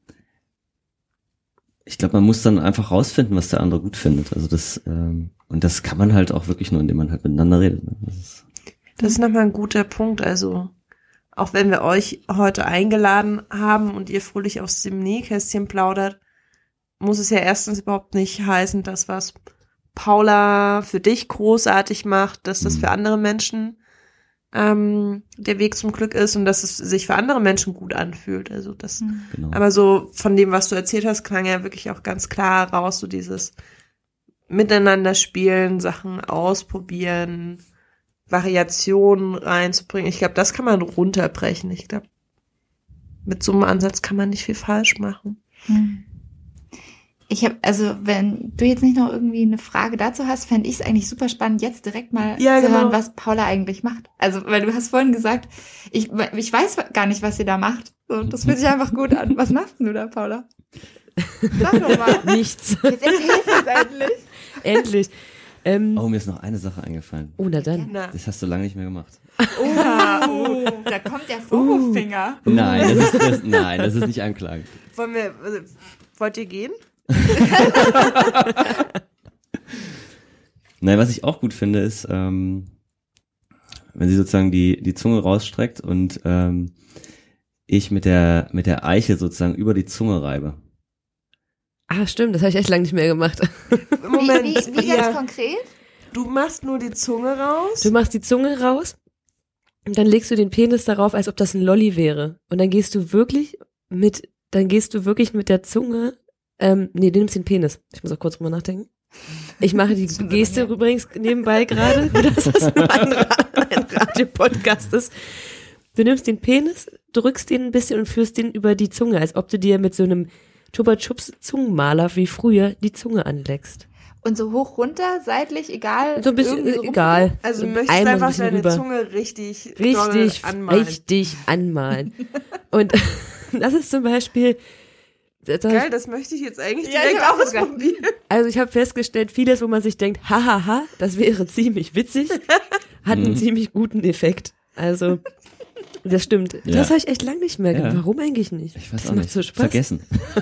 ich glaube, man muss dann einfach rausfinden, was der andere gut findet, also das, ähm, und das kann man halt auch wirklich nur, indem man halt miteinander redet, ne? Das ist, Das ist nochmal ein guter Punkt. Also, auch wenn wir euch heute eingeladen haben und ihr fröhlich aus dem Nähkästchen plaudert, muss es ja erstens überhaupt nicht heißen, dass was Paula für dich großartig macht, dass das Mhm. für andere Menschen ähm, der Weg zum Glück ist und dass es sich für andere Menschen gut anfühlt. Also das, genau. aber so von dem, was du erzählt hast, klang ja wirklich auch ganz klar raus, so dieses Miteinander spielen, Sachen ausprobieren, Variationen reinzubringen. Ich glaube, das kann man runterbrechen. Ich glaube, mit so einem Ansatz kann man nicht viel falsch machen. Hm. Ich habe, also wenn du jetzt nicht noch irgendwie eine Frage dazu hast, fände ich es eigentlich super spannend, jetzt direkt mal Ja, zu genau. hören, was Paula eigentlich macht. Also, weil du hast vorhin gesagt, ich, ich weiß gar nicht, was sie da macht. So, das fühlt sich einfach gut an. Was machst denn du da, Paula? Sag doch mal. Nichts. Jetzt erzählst du es endlich. Endlich. Ähm, Oh, mir ist noch eine Sache eingefallen. oh, na dann. Na, Das hast du lange nicht mehr gemacht. Oh, da kommt der Vorwurffinger. Nein, das ist, das, nein, das ist nicht anklagend. wollen wir, also, wollt ihr gehen? Nein, was ich auch gut finde, ist, ähm, wenn sie sozusagen die, die Zunge rausstreckt und ähm, ich mit der, mit der Eichel sozusagen über die Zunge reibe. Ah, stimmt, das habe ich echt lange nicht mehr gemacht. Moment, wie, wie, wie ja, ganz konkret? du machst nur die Zunge raus. Du machst die Zunge raus und dann legst du den Penis darauf, als ob das ein Lolli wäre. Und dann gehst du wirklich mit, dann gehst du wirklich mit der Zunge, ähm, nee, du nimmst den Penis. Ich muss auch kurz drüber nachdenken. Ich mache die Geste übrigens nebenbei gerade, dass es nur ein, Ra- ein Radiopodcast ist. Du nimmst den Penis, drückst ihn ein bisschen und führst den über die Zunge, als ob du dir mit so einem Chupa Chups Zungenmaler wie früher die Zunge anleckst. Und so hoch, runter, seitlich, egal. So ein bisschen, irgendwie so äh, egal. Also So du möchtest einmal einfach ein bisschen deine rüber. Zunge richtig, Richtig, doll anmalen. richtig anmalen. Und das ist zum Beispiel, das hab Geil, ich, das möchte ich jetzt eigentlich Ja, direkt ich hab auch sogar. ausprobieren. also ich habe festgestellt, vieles, wo man sich denkt, hahaha, das wäre ziemlich witzig, hat einen Mhm. ziemlich guten Effekt. Also, das stimmt. Ja. Das habe ich echt lange nicht mehr gemacht. Ja. Warum eigentlich nicht? Ich weiß das auch macht nicht. so Spaß. Vergessen.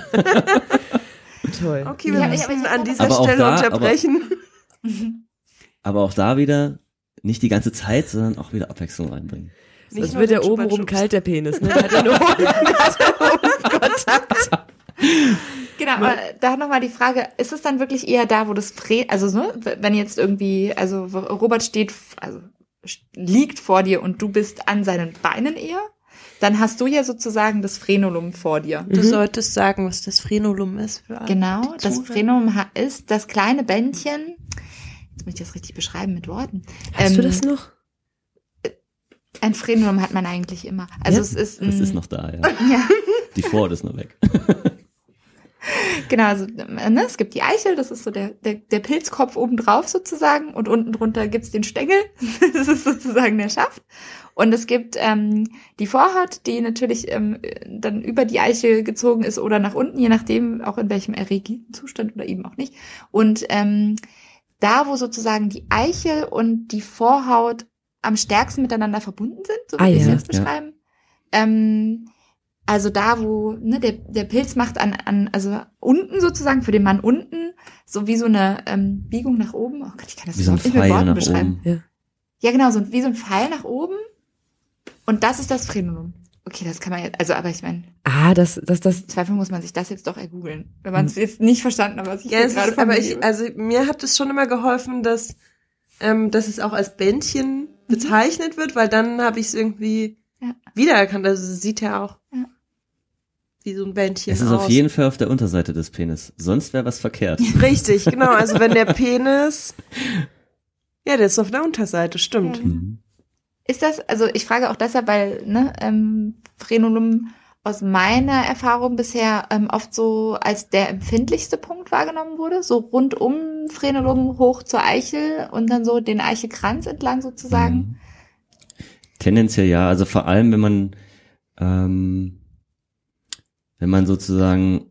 Toll. Okay, wir Ja, müssen aber ich- an dieser aber auch Stelle da- unterbrechen. Aber auch da wieder nicht die ganze Zeit, sondern auch wieder Abwechslung reinbringen. Nicht Das nur wird ja den oben rum Chupa-Chups. kalt, der Penis. Ne? Der hat ja nur oben, der hat ja nur oben Kontakt. Genau, aber da nochmal die Frage, ist es dann wirklich eher da, wo das Fre, also ne, wenn jetzt irgendwie, also wo Robert steht, also liegt vor dir und du bist an seinen Beinen eher, dann hast du ja sozusagen das Frenulum vor dir. Du solltest sagen, was das Frenulum ist. Für alle, Genau, die das zuhören. Frenulum ha- ist das kleine Bändchen, jetzt muss ich das richtig beschreiben mit Worten. Hast Ähm, du das noch? Ein Frenulum hat man eigentlich immer. Also Ja? es ist, Das ein, ist noch da, ja. ja. Die Vorhaut ist noch weg. Genau, also ne, es gibt die Eichel, das ist so der, der, der Pilzkopf obendrauf sozusagen und unten drunter gibt's den Stängel, das ist sozusagen der Schaft. Und es gibt ähm, die Vorhaut, die natürlich ähm, dann über die Eichel gezogen ist oder nach unten, je nachdem auch in welchem erregierten Zustand oder eben auch nicht. Und ähm, da, wo sozusagen die Eichel und die Vorhaut am stärksten miteinander verbunden sind, so Ah, würde ich es ja, jetzt ja. beschreiben, ähm, also da, wo ne, der, der Pilz macht an, an, also unten sozusagen, für den Mann unten, so wie so eine ähm, Biegung nach oben. Oh Gott, ich kann das Wie so ein überhaupt nicht mit Pfeil Worten nach beschreiben. oben. Ja, genau, so wie so ein Pfeil nach oben. Und das ist das Frenulum. Okay, das kann man jetzt, also aber ich meine, Ah, das, das, das, im Zweifel muss man sich das jetzt doch ergoogeln, wenn man es jetzt nicht verstanden hat, was ich Ja, hier es gerade ist, aber von ich, also mir hat es schon immer geholfen, dass, ähm, dass es auch als Bändchen bezeichnet wird, weil dann habe ich es irgendwie Ja. wiedererkannt. Also es sieht ja auch Ja. wie so ein Bändchen Es ist aus. auf jeden Fall auf der Unterseite des Penis. Sonst wäre was verkehrt. Richtig, genau. Also wenn der Penis, ja, der ist auf der Unterseite, stimmt. Ja. Mhm. Ist das, also ich frage auch deshalb, weil ne, ähm, Frenulum aus meiner Erfahrung bisher ähm, oft so als der empfindlichste Punkt wahrgenommen wurde, so rund um Frenulum hoch zur Eichel und dann so den Eichelkranz entlang sozusagen. Mhm. Tendenziell ja, also vor allem, wenn man ähm, wenn man sozusagen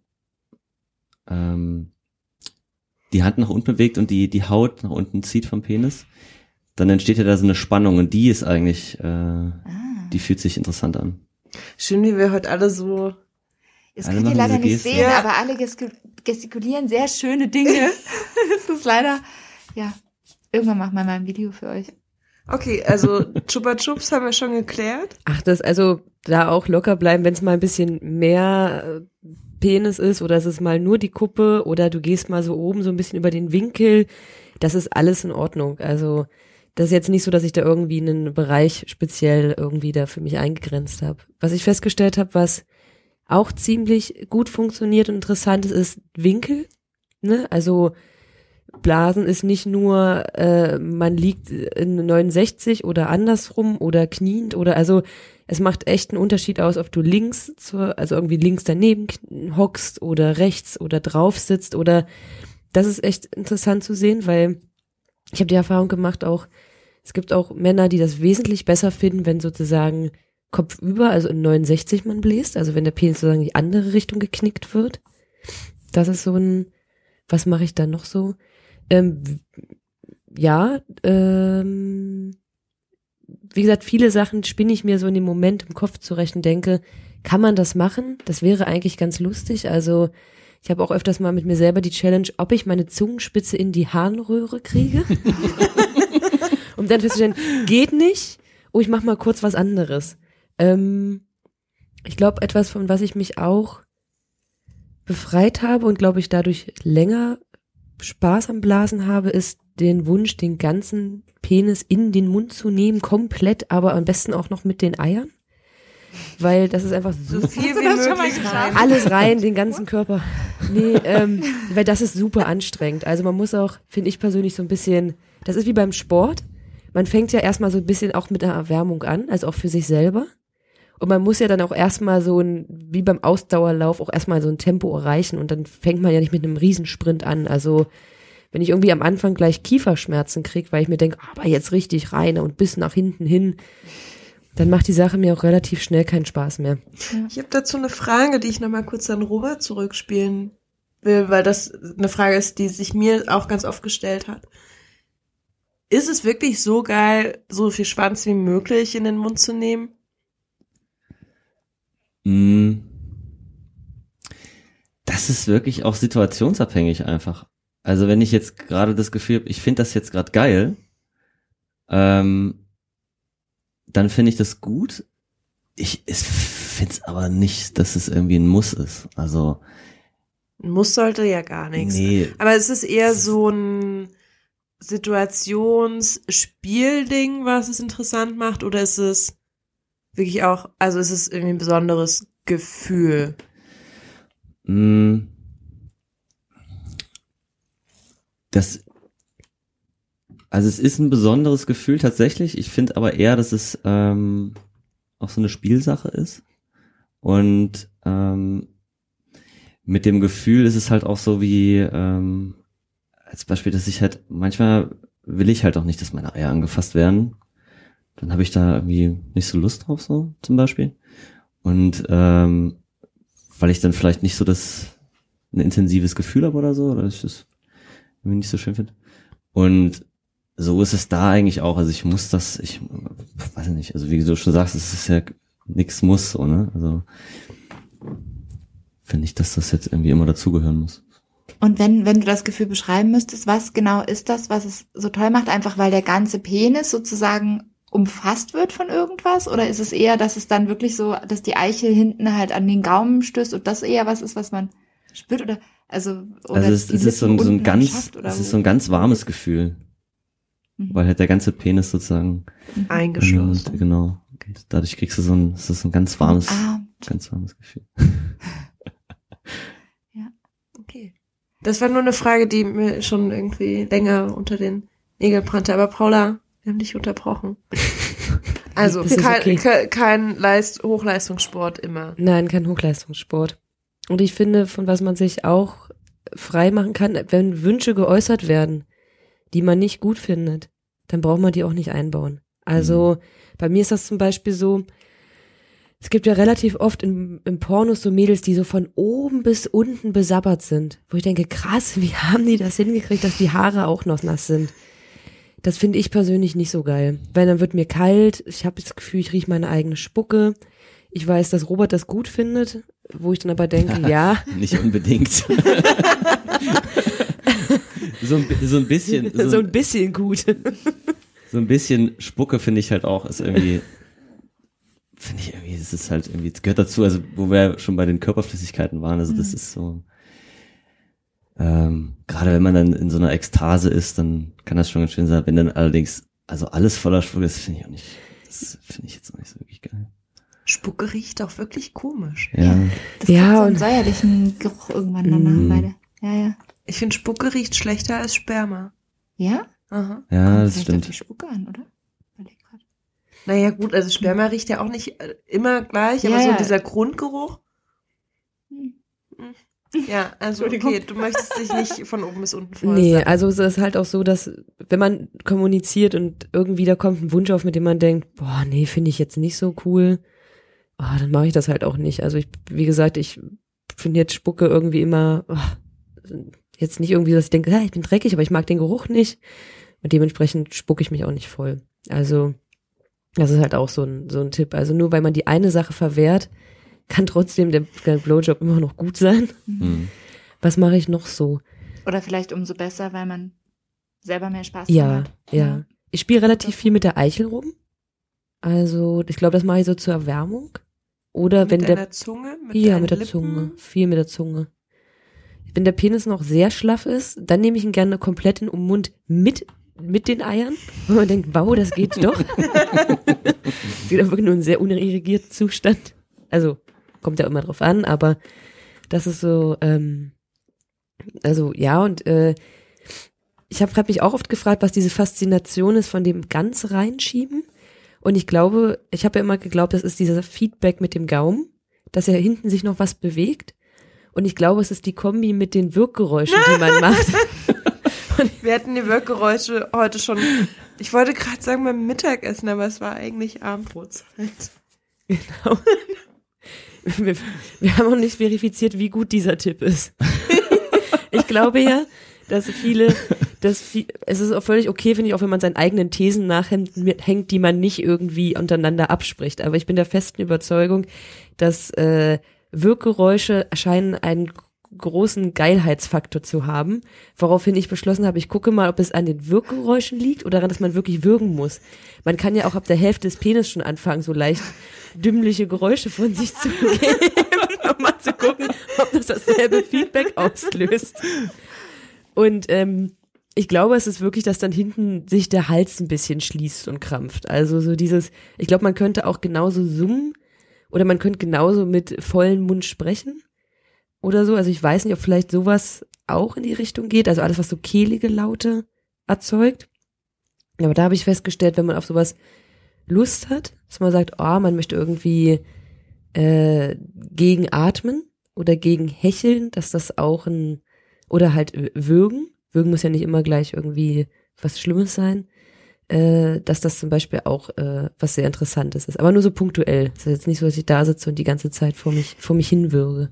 ähm, die Hand nach unten bewegt und die die Haut nach unten zieht vom Penis, dann entsteht ja da so eine Spannung und die ist eigentlich, äh, Ah. die fühlt sich interessant an. Schön, wie wir heute alle so, Das Alle könnt ihr machen leider diese nicht Geste. sehen, Ja. aber alle gesku- gestikulieren sehr schöne Dinge. Das ist leider, ja, irgendwann machen wir mal ein Video für euch. okay, also Chupa Chups haben wir schon geklärt. ach, das, also da auch locker bleiben, wenn es mal ein bisschen mehr äh, Penis ist oder es ist mal nur die Kuppe oder du gehst mal so oben so ein bisschen über den Winkel, das ist alles in Ordnung. Also das ist jetzt nicht so, dass ich da irgendwie einen Bereich speziell irgendwie da für mich eingegrenzt habe. Was ich festgestellt habe, was auch ziemlich gut funktioniert und interessant ist, ist Winkel. Ne? Also Blasen ist nicht nur, äh, man liegt in neunundsechzig oder andersrum oder kniend oder also es macht echt einen Unterschied aus, ob du links zur, also irgendwie links daneben kn- hockst oder rechts oder drauf sitzt oder das ist echt interessant zu sehen, weil ich habe die Erfahrung gemacht auch, es gibt auch Männer, die das wesentlich besser finden, wenn sozusagen kopfüber, also in neunundsechzig man bläst, also wenn der Penis sozusagen in die andere Richtung geknickt wird. Das ist so ein, was mache ich da noch so? Ähm, ja, ähm, wie gesagt, viele Sachen spinne ich mir so in dem Moment im Kopf zurecht und denke, kann man das machen? Das wäre eigentlich ganz lustig. Also ich habe auch öfters mal mit mir selber die Challenge, ob ich meine Zungenspitze in die Harnröhre kriege. Um dann festzustellen, geht nicht. Oh, ich mache mal kurz was anderes. Ähm, ich glaube, etwas, von was ich mich auch befreit habe und glaube ich dadurch länger Spaß am Blasen habe, ist den Wunsch, den ganzen Penis in den Mund zu nehmen, komplett, aber am besten auch noch mit den Eiern. Weil das ist einfach So super. viel Hast du wie das schon mal möglich geschafft? rein. Alles rein, den ganzen Körper. Nee, ähm, weil das ist super anstrengend. Also man muss auch, finde ich persönlich, so ein bisschen, das ist wie beim Sport. Man fängt ja erstmal so ein bisschen auch mit einer Erwärmung an, also auch für sich selber. Und man muss ja dann auch erstmal so ein, wie beim Ausdauerlauf, auch erstmal so ein Tempo erreichen und dann fängt man ja nicht mit einem Riesensprint an. Also wenn ich irgendwie am Anfang gleich Kieferschmerzen kriege, weil ich mir denke, aber jetzt richtig rein und bis nach hinten hin, dann macht die Sache mir auch relativ schnell keinen Spaß mehr. Ich habe dazu eine Frage, die ich nochmal kurz an Robert zurückspielen will, weil das eine Frage ist, die sich mir auch ganz oft gestellt hat. Ist es wirklich so geil, so viel Schwanz wie möglich in den Mund zu nehmen? Mm. Das ist wirklich auch situationsabhängig einfach. Also wenn ich jetzt gerade das Gefühl habe, ich finde das jetzt gerade geil, ähm, dann finde ich das gut. Ich finde es aber nicht, dass es irgendwie ein Muss ist. Also Ein Muss sollte ja gar nichts. nee, Aber es ist eher so ein Situationsspielding, was es interessant macht, oder ist es wirklich auch, also ist es irgendwie ein besonderes Gefühl? mh, das, also es ist ein besonderes Gefühl tatsächlich. Ich finde aber eher, dass es ähm, auch so eine Spielsache ist. Und ähm, mit dem Gefühl ist es halt auch so wie, ähm, als Beispiel, dass ich halt, manchmal will ich halt auch nicht, dass meine Eier angefasst werden. Dann habe ich da irgendwie nicht so Lust drauf, so zum Beispiel. Und ähm, weil ich dann vielleicht nicht so das, ein intensives Gefühl habe oder so, oder ich das irgendwie nicht so schön finde. Und so ist es da eigentlich auch. Also ich muss das, ich weiß nicht, also wie du schon sagst, es ist ja nix muss, so, ne? Also finde ich, dass das jetzt irgendwie immer dazugehören muss. Und wenn, wenn du das Gefühl beschreiben müsstest, was genau ist das, was es so toll macht? Einfach weil der ganze Penis sozusagen umfasst wird von irgendwas? Oder ist es eher, dass es dann wirklich so, dass die Eichel hinten halt an den Gaumen stößt und das eher was ist, was man spürt? Oder also oder Also es, die es ist so ein, Lippen so ein unten ganz, schafft, oder es wo? ist so ein ganz warmes Gefühl, Mhm. weil halt der ganze Penis sozusagen Eingeschlossen. Und, genau. Und dadurch kriegst du so ein, es ist so ein ganz warmes, Ah, ganz warmes Gefühl. Okay. Das war nur eine Frage, die mir schon irgendwie länger unter den Nägeln brannte. Aber Paula, wir haben dich unterbrochen. Also Das ist kein, okay. ke- kein Leist- Hochleistungssport immer. Nein, kein Hochleistungssport. Und ich finde, von was man sich auch frei machen kann, wenn Wünsche geäußert werden, die man nicht gut findet, dann braucht man die auch nicht einbauen. Also bei mir ist das zum Beispiel so, es gibt ja relativ oft im, im Pornos so Mädels, die so von oben bis unten besabbert sind, wo ich denke, krass, wie haben die das hingekriegt, dass die Haare auch noch nass sind? Das finde ich persönlich nicht so geil, weil dann wird mir kalt, ich habe das Gefühl, ich rieche meine eigene Spucke. Ich weiß, dass Robert das gut findet, wo ich dann aber denke, ja. Nicht unbedingt. so, ein, bi- so ein bisschen, so, So ein bisschen gut. so ein bisschen Spucke finde ich halt auch, ist irgendwie, finde ich irgendwie, es ist halt irgendwie, es gehört dazu, also wo wir schon bei den Körperflüssigkeiten waren, also das ist so, ähm, gerade wenn man dann in so einer Ekstase ist, dann kann das schon ganz schön sein, wenn dann allerdings, also alles voller Spucke ist, finde ich auch nicht, das finde ich jetzt auch nicht so wirklich geil. Spucke riecht auch wirklich komisch. Ja, das Ja, hat so einen und- säuerlichen Geruch irgendwann danach Mhm. beide. Ja, ja. Ich finde, Spucke riecht schlechter als Sperma. Ja? Aha. ja, Kommt das vielleicht stimmt. auf die Spucke an, oder? Überleg grad. Naja gut, also Sperma riecht ja auch nicht äh, immer gleich, aber Ja, so ja. dieser Grundgeruch. Hm. Ja, also Entschuldigung. okay, du möchtest dich nicht von oben bis unten voll. Nee, also es ist halt auch so, dass wenn man kommuniziert und irgendwie da kommt ein Wunsch auf, mit dem man denkt, boah, nee, finde ich jetzt nicht so cool, oh, dann mache ich das halt auch nicht. Also ich, wie gesagt, ich finde jetzt Spucke irgendwie immer, oh, jetzt nicht irgendwie, dass ich denke, ja, ich bin dreckig, aber ich mag den Geruch nicht. Und dementsprechend spucke ich mich auch nicht voll. Also das ist halt auch so ein, so ein Tipp. Also nur weil man die eine Sache verwehrt, kann trotzdem der, der Blowjob immer noch gut sein. Mhm. Was mache ich noch so? Oder vielleicht umso besser, weil man selber mehr Spaß Ja, dran hat. ja. Ich spiele relativ viel mit der Eichel rum. Also ich glaube, das mache ich so zur Erwärmung. Oder Mit wenn der deiner Zunge? Mit ja deinen mit der Lippen? Zunge, viel mit der Zunge. Wenn der Penis noch sehr schlaff ist, dann nehme ich ihn gerne komplett in den Mund mit mit den Eiern, wo man denkt, wow, das geht doch. Es geht auch wirklich nur in sehr unirrigierten Zustand. Also kommt ja immer drauf an, aber das ist so, ähm, also ja, und äh, ich habe hab mich auch oft gefragt, was diese Faszination ist von dem ganz reinschieben. Und ich glaube, ich habe ja immer geglaubt, das ist dieser Feedback mit dem Gaumen, dass ja hinten sich noch was bewegt. Und ich glaube, es ist die Kombi mit den Wirkgeräuschen, die man macht. Wir hatten die Wirkgeräusche heute schon. Ich wollte gerade sagen beim Mittagessen, aber es war eigentlich Abendbrotzeit. Genau. Wir, wir haben auch nicht verifiziert, wie gut dieser Tipp ist. Ich glaube ja, dass viele, dass viel, es ist auch völlig okay, finde ich, auch wenn man seinen eigenen Thesen nachhängt, hängt, die man nicht irgendwie untereinander abspricht. Aber ich bin der festen Überzeugung, dass äh, Wirkgeräusche scheinen einen großen Geilheitsfaktor zu haben, woraufhin ich beschlossen habe, ich gucke mal, ob es an den Wirkgeräuschen liegt oder daran, dass man wirklich würgen muss. Man kann ja auch ab der Hälfte des Penis schon anfangen, so leicht dümmliche Geräusche von sich zu geben, um mal zu gucken, ob das dasselbe Feedback auslöst. Und ähm, ich glaube, es ist wirklich, dass dann hinten sich der Hals ein bisschen schließt und krampft. Also so dieses, ich glaube, man könnte auch genauso summen oder man könnte genauso mit vollem Mund sprechen oder so. Also ich weiß nicht, ob vielleicht sowas auch in die Richtung geht, also alles, was so kehlige Laute erzeugt. Aber da habe ich festgestellt, wenn man auf sowas Lust hat, dass man sagt, oh, man möchte irgendwie äh, gegen atmen oder gegen hecheln, dass das auch ein, oder halt würgen, würgen muss ja nicht immer gleich irgendwie was Schlimmes sein, äh, dass das zum Beispiel auch äh, was sehr Interessantes ist, aber nur so punktuell. Es ist jetzt nicht so, dass ich da sitze und die ganze Zeit vor mich, vor mich hinwürge.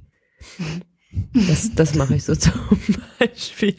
Das, das mache ich so zum Beispiel.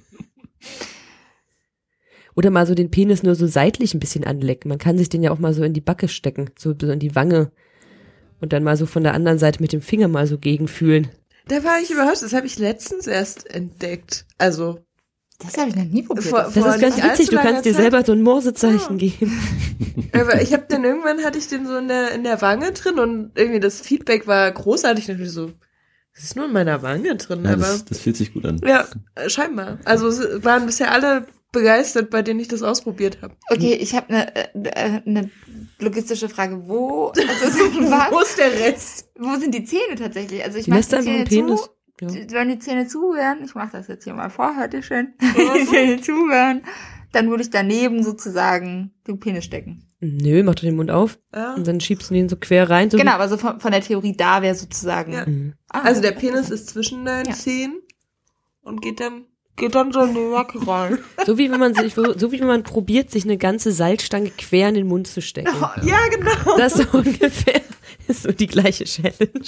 Oder mal so den Penis nur so seitlich ein bisschen anlecken. Man kann sich den ja auch mal so in die Backe stecken, so in die Wange. Und dann mal so von der anderen Seite mit dem Finger mal so gegenfühlen. Da war ich überrascht, das habe ich letztens erst entdeckt. Also Das habe ich noch nie probiert. Vor- Das vor ist ganz nicht witzig, du allzu kannst dir langer Zeit. selber so ein Morsezeichen geben. Aber ich habe dann irgendwann hatte ich den so in der in der Wange drin und irgendwie das Feedback war großartig. Und ich dachte so, das ist nur in meiner Wange drin, Ja, aber das, das fühlt sich gut an. ja, äh, scheinbar. Also es waren bisher alle begeistert, bei denen ich das ausprobiert habe. Okay, ich habe eine äh, eine logistische Frage. Wo, also was, Wo ist der Rest? wo sind die Zähne tatsächlich? Also ich Die mache lässt die einfach Zähne einen Penis. zu. Ja. Wenn die Zähne zu wären, ich mache das jetzt hier mal vor, hört ihr schön, wenn die Zähne zu wären, dann würde ich daneben sozusagen den Penis stecken. Nö, mach doch den Mund auf Ja. und dann schiebst du den so quer rein. So Genau, aber so von, von der Theorie da wäre sozusagen. Ja. Wie, mhm. Ah, Also der Penis ist zwischen deinen Ja. Zähnen und geht dann geht dann so in die Jacke rein. So wie wenn man sich, so wie wenn man probiert, sich eine ganze Salzstange quer in den Mund zu stecken. Ja, genau. Das so ungefähr ist so die gleiche Challenge.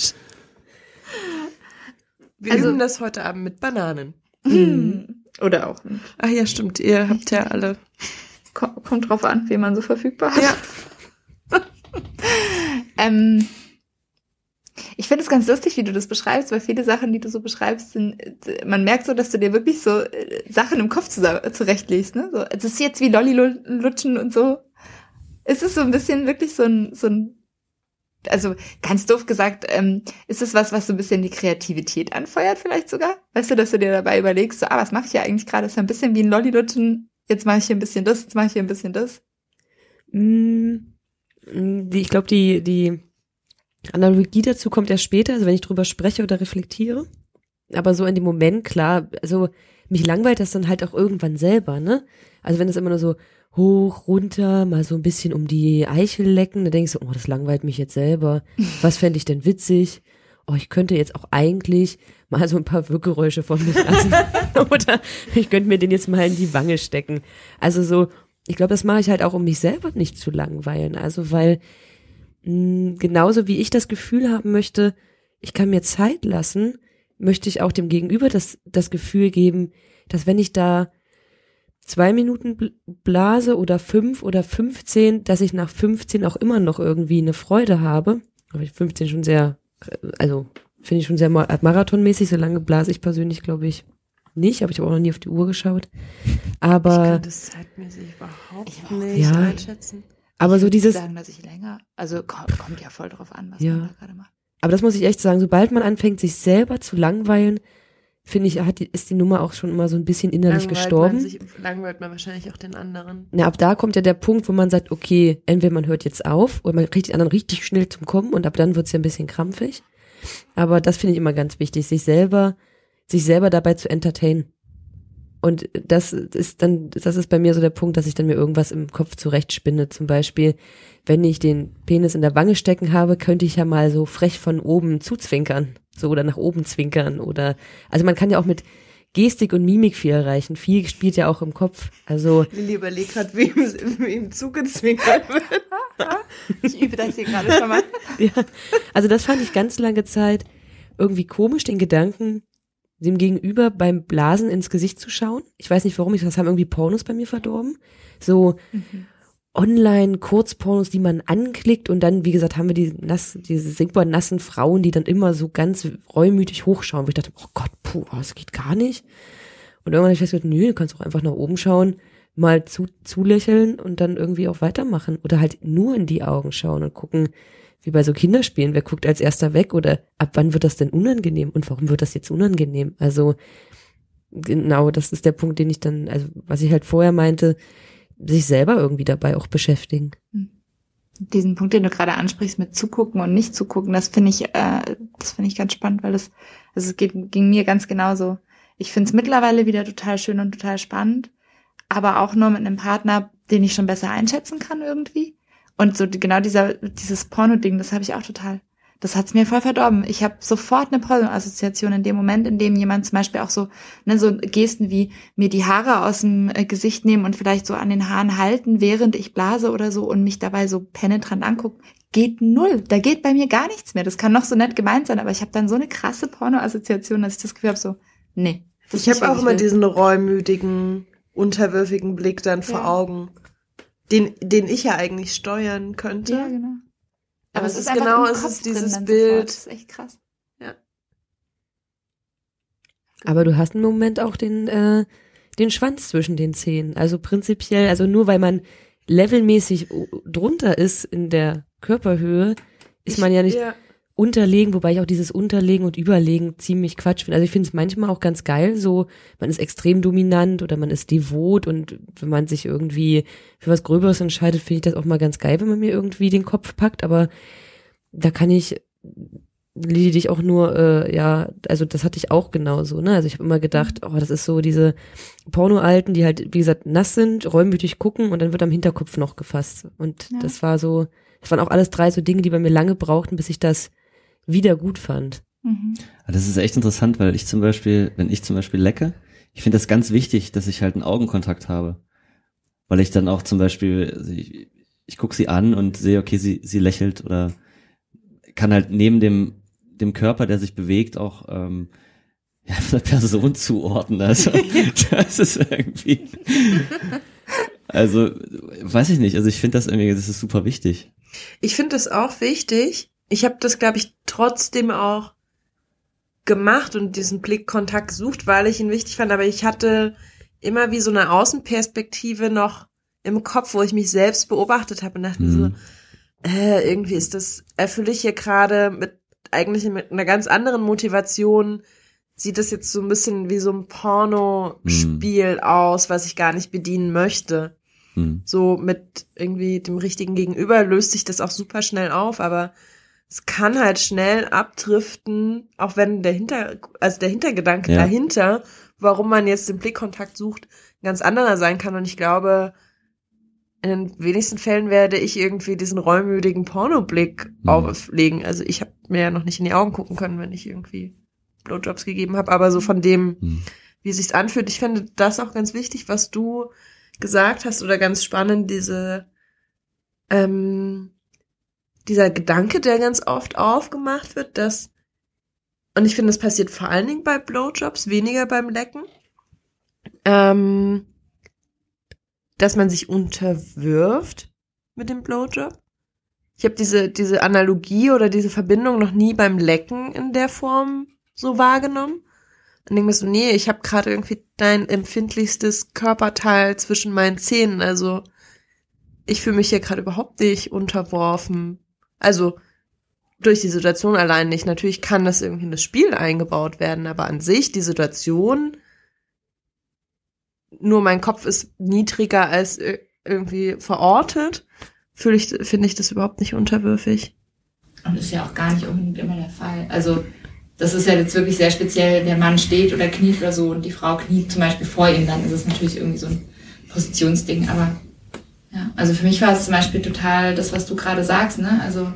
Wir Also- üben das heute Abend mit Bananen. Hm. Oder auch. nicht. Ach ja, stimmt. Ihr habt ja alle. Kommt, kommt drauf an, wie man so verfügbar hat. Ja. Ähm, ich finde es ganz lustig, wie du das beschreibst, weil viele Sachen, die du so beschreibst, sind, äh, man merkt so, dass du dir wirklich so äh, Sachen im Kopf zusammen, zurechtlegst, ne? So, es ist jetzt wie Lolli lutschen und so. Es ist so ein bisschen wirklich so ein, so ein, also ganz doof gesagt, ähm, ist es was, was so ein bisschen die Kreativität anfeuert vielleicht sogar? Weißt du, dass du dir dabei überlegst, so, ah, was mache ich ja eigentlich gerade? Das ist ja ein bisschen wie ein Lolli lutschen. Jetzt mache ich hier ein bisschen das, jetzt mache ich hier ein bisschen das. Mm, Die, ich glaube, die, die Analogie dazu kommt erst später, also wenn ich drüber spreche oder reflektiere. Aber so in dem Moment, klar, also mich langweilt das dann halt auch irgendwann selber, ne? Also wenn es immer nur so hoch, runter, mal so ein bisschen um die Eichel lecken, dann denke ich so, oh, das langweilt mich jetzt selber. Was fände ich denn witzig? Oh, ich könnte jetzt auch eigentlich mal so ein paar Wirkgeräusche von mir lassen. Oder ich könnte mir den jetzt mal in die Wange stecken. Also so, ich glaube, das mache ich halt auch, um mich selber nicht zu langweilen. Also weil mh, genauso wie ich das Gefühl haben möchte, ich kann mir Zeit lassen, möchte ich auch dem Gegenüber das, das Gefühl geben, dass wenn ich da zwei Minuten bl- blase oder fünf oder fünfzehn, dass ich nach fünfzehn auch immer noch irgendwie eine Freude habe. Aber ich fünfzehn schon sehr, also finde ich schon sehr ma- marathonmäßig, so lange blase ich persönlich, glaube ich, nicht, aber ich habe auch noch nie auf die Uhr geschaut. Ich Aber, kann das zeitmäßig überhaupt Ich auch nicht Ja. einschätzen. aber so Ich dieses, würde sagen, dass ich länger, also kommt, kommt ja voll drauf an, was Ja. man da gerade macht. aber das muss ich echt sagen, sobald man anfängt, sich selber zu langweilen, finde ich, hat die, ist die Nummer auch schon immer so ein bisschen innerlich Langweilt gestorben. Man sich, langweilt man wahrscheinlich auch den anderen. Na, ab da kommt ja der Punkt, wo man sagt, okay, entweder man hört jetzt auf oder man kriegt die anderen richtig schnell zum Kommen und ab dann wird's ja ein bisschen krampfig. Aber das finde ich immer ganz wichtig, sich selber, sich selber dabei zu entertainen. Und das ist dann, das ist bei mir so der Punkt, dass ich dann mir irgendwas im Kopf zurechtspinne. Zum Beispiel, wenn ich den Penis in der Wange stecken habe, könnte ich ja mal so frech von oben zuzwinkern. So, oder nach oben zwinkern oder, also man kann ja auch mit Gestik und Mimik viel erreichen. Viel spielt ja auch im Kopf. Also, Lilly überlegt gerade, wem wem zugezwinkert wird. Ich übe das hier gerade schon mal. ja, also das fand ich ganz lange Zeit irgendwie komisch, den Gedanken, dem Gegenüber beim Blasen ins Gesicht zu schauen. Ich weiß nicht warum, ich, das haben irgendwie Pornos bei mir verdorben. So Online-Kurzpornos, die man anklickt und dann, wie gesagt, haben wir die nass, diese super nassen Frauen, die dann immer so ganz reumütig hochschauen, wo ich dachte, oh Gott, puh, das geht gar nicht. Und irgendwann habe ich festgestellt, nö, du kannst auch einfach nach oben schauen, mal zu, zulächeln und dann irgendwie auch weitermachen. Oder halt nur in die Augen schauen und gucken, wie bei so Kinderspielen, wer guckt als erster weg oder ab wann wird das denn unangenehm und warum wird das jetzt unangenehm? Also genau, das ist der Punkt, den ich dann, also was ich halt vorher meinte, sich selber irgendwie dabei auch beschäftigen. Diesen Punkt, den du gerade ansprichst, mit zugucken und nicht zugucken, das finde ich, äh, das finde ich ganz spannend, weil das, also es geht, ging mir ganz genauso. Ich finde es mittlerweile wieder total schön und total spannend, aber auch nur mit einem Partner, den ich schon besser einschätzen kann irgendwie. Und so die, genau dieser dieses Porno-Ding, das habe ich auch total. Das hat's mir voll verdorben. Ich habe sofort eine Porno-Assoziation in dem Moment, in dem jemand zum Beispiel auch so, ne, so Gesten wie mir die Haare aus dem äh, Gesicht nehmen und vielleicht so an den Haaren halten, während ich blase oder so und mich dabei so penetrant angucken, geht null. Da geht bei mir gar nichts mehr. Das kann noch so nett gemeint sein, aber ich habe dann so eine krasse Porno-Assoziation, dass ich das Gefühl habe, so, nee. das Ich ist nicht, habe was auch immer will. diesen reumütigen, unterwürfigen Blick dann vor Ja. Augen, den, den ich ja eigentlich steuern könnte. Ja, genau. Aber Aber es es ist ist einfach genau, im es Kopf ist drin dieses dann Bild. sofort. Das ist echt krass. Aber du hast im Moment auch den, äh, den Schwanz zwischen den Zähnen. Also prinzipiell, also nur weil man levelmäßig drunter ist in der Körperhöhe, ist man ja nicht Ja. unterlegen, wobei ich auch dieses Unterlegen und Überlegen ziemlich Quatsch finde. Also ich finde es manchmal auch ganz geil, so man ist extrem dominant oder man ist devot und wenn man sich irgendwie für was Gröberes entscheidet, finde ich das auch mal ganz geil, wenn man mir irgendwie den Kopf packt, aber da kann ich lediglich auch nur, äh, ja, also das hatte ich auch genauso, ne? Also ich habe immer gedacht, oh, das ist so diese Porno-Alten, die halt, wie gesagt, nass sind, reumütig gucken und dann wird am Hinterkopf noch gefasst. Und Ja. das war so, das waren auch alles drei so Dinge, die bei mir lange brauchten, bis ich das wieder gut fand. Mhm. Das ist echt interessant, weil ich zum Beispiel, wenn ich zum Beispiel lecke, ich finde das ganz wichtig, dass ich halt einen Augenkontakt habe. Weil ich dann auch zum Beispiel, also ich, ich gucke sie an und sehe, okay, sie, sie lächelt oder kann halt neben dem dem Körper, der sich bewegt, auch ähm, ja, eine Person zuordnen. Also das ist irgendwie, also weiß ich nicht. Also ich finde das irgendwie, das ist super wichtig. Ich finde das auch wichtig. Ich habe das, glaube ich, trotzdem auch gemacht und diesen Blickkontakt gesucht, weil ich ihn wichtig fand. Aber ich hatte immer wie so eine Außenperspektive noch im Kopf, wo ich mich selbst beobachtet habe und dachte mir Mhm. so, äh, irgendwie ist das, erfülle ich hier gerade mit eigentlich mit einer ganz anderen Motivation, sieht das jetzt so ein bisschen wie so ein Pornospiel aus, was ich gar nicht bedienen möchte. Hm. So mit irgendwie dem richtigen Gegenüber löst sich das auch super schnell auf, aber es kann halt schnell abdriften, auch wenn der Hinter, also der Hintergedanke Ja. dahinter, warum man jetzt den Blickkontakt sucht, ein ganz anderer sein kann. Und ich glaube, in den wenigsten Fällen werde ich irgendwie diesen reumütigen Pornoblick Mhm. auflegen. Also ich habe mir ja noch nicht in die Augen gucken können, wenn ich irgendwie Blowjobs gegeben habe, aber so von dem, Hm. wie es sich anfühlt, ich finde das auch ganz wichtig, was du gesagt hast, oder ganz spannend, diese ähm, dieser Gedanke, der ganz oft aufgemacht wird, dass, und ich finde, das passiert vor allen Dingen bei Blowjobs, weniger beim Lecken, ähm, dass man sich unterwirft mit dem Blowjob. Ich habe diese diese Analogie oder diese Verbindung noch nie beim Lecken in der Form so wahrgenommen. Und denke mir so, nee, ich habe gerade irgendwie dein empfindlichstes Körperteil zwischen meinen Zähnen. Also ich fühle mich hier gerade überhaupt nicht unterworfen. Also durch die Situation allein nicht. Natürlich kann das irgendwie in das Spiel eingebaut werden, aber an sich die Situation, nur mein Kopf ist niedriger als äh, irgendwie verortet, fühle ich, finde ich das überhaupt nicht unterwürfig. Und ist ja auch gar nicht unbedingt immer der Fall. Also das ist ja jetzt wirklich sehr speziell, der Mann steht oder kniet oder so und die Frau kniet zum Beispiel vor ihm, dann ist es natürlich irgendwie so ein Positionsding, aber ja, also für mich war es zum Beispiel total das, was du gerade sagst, ne, also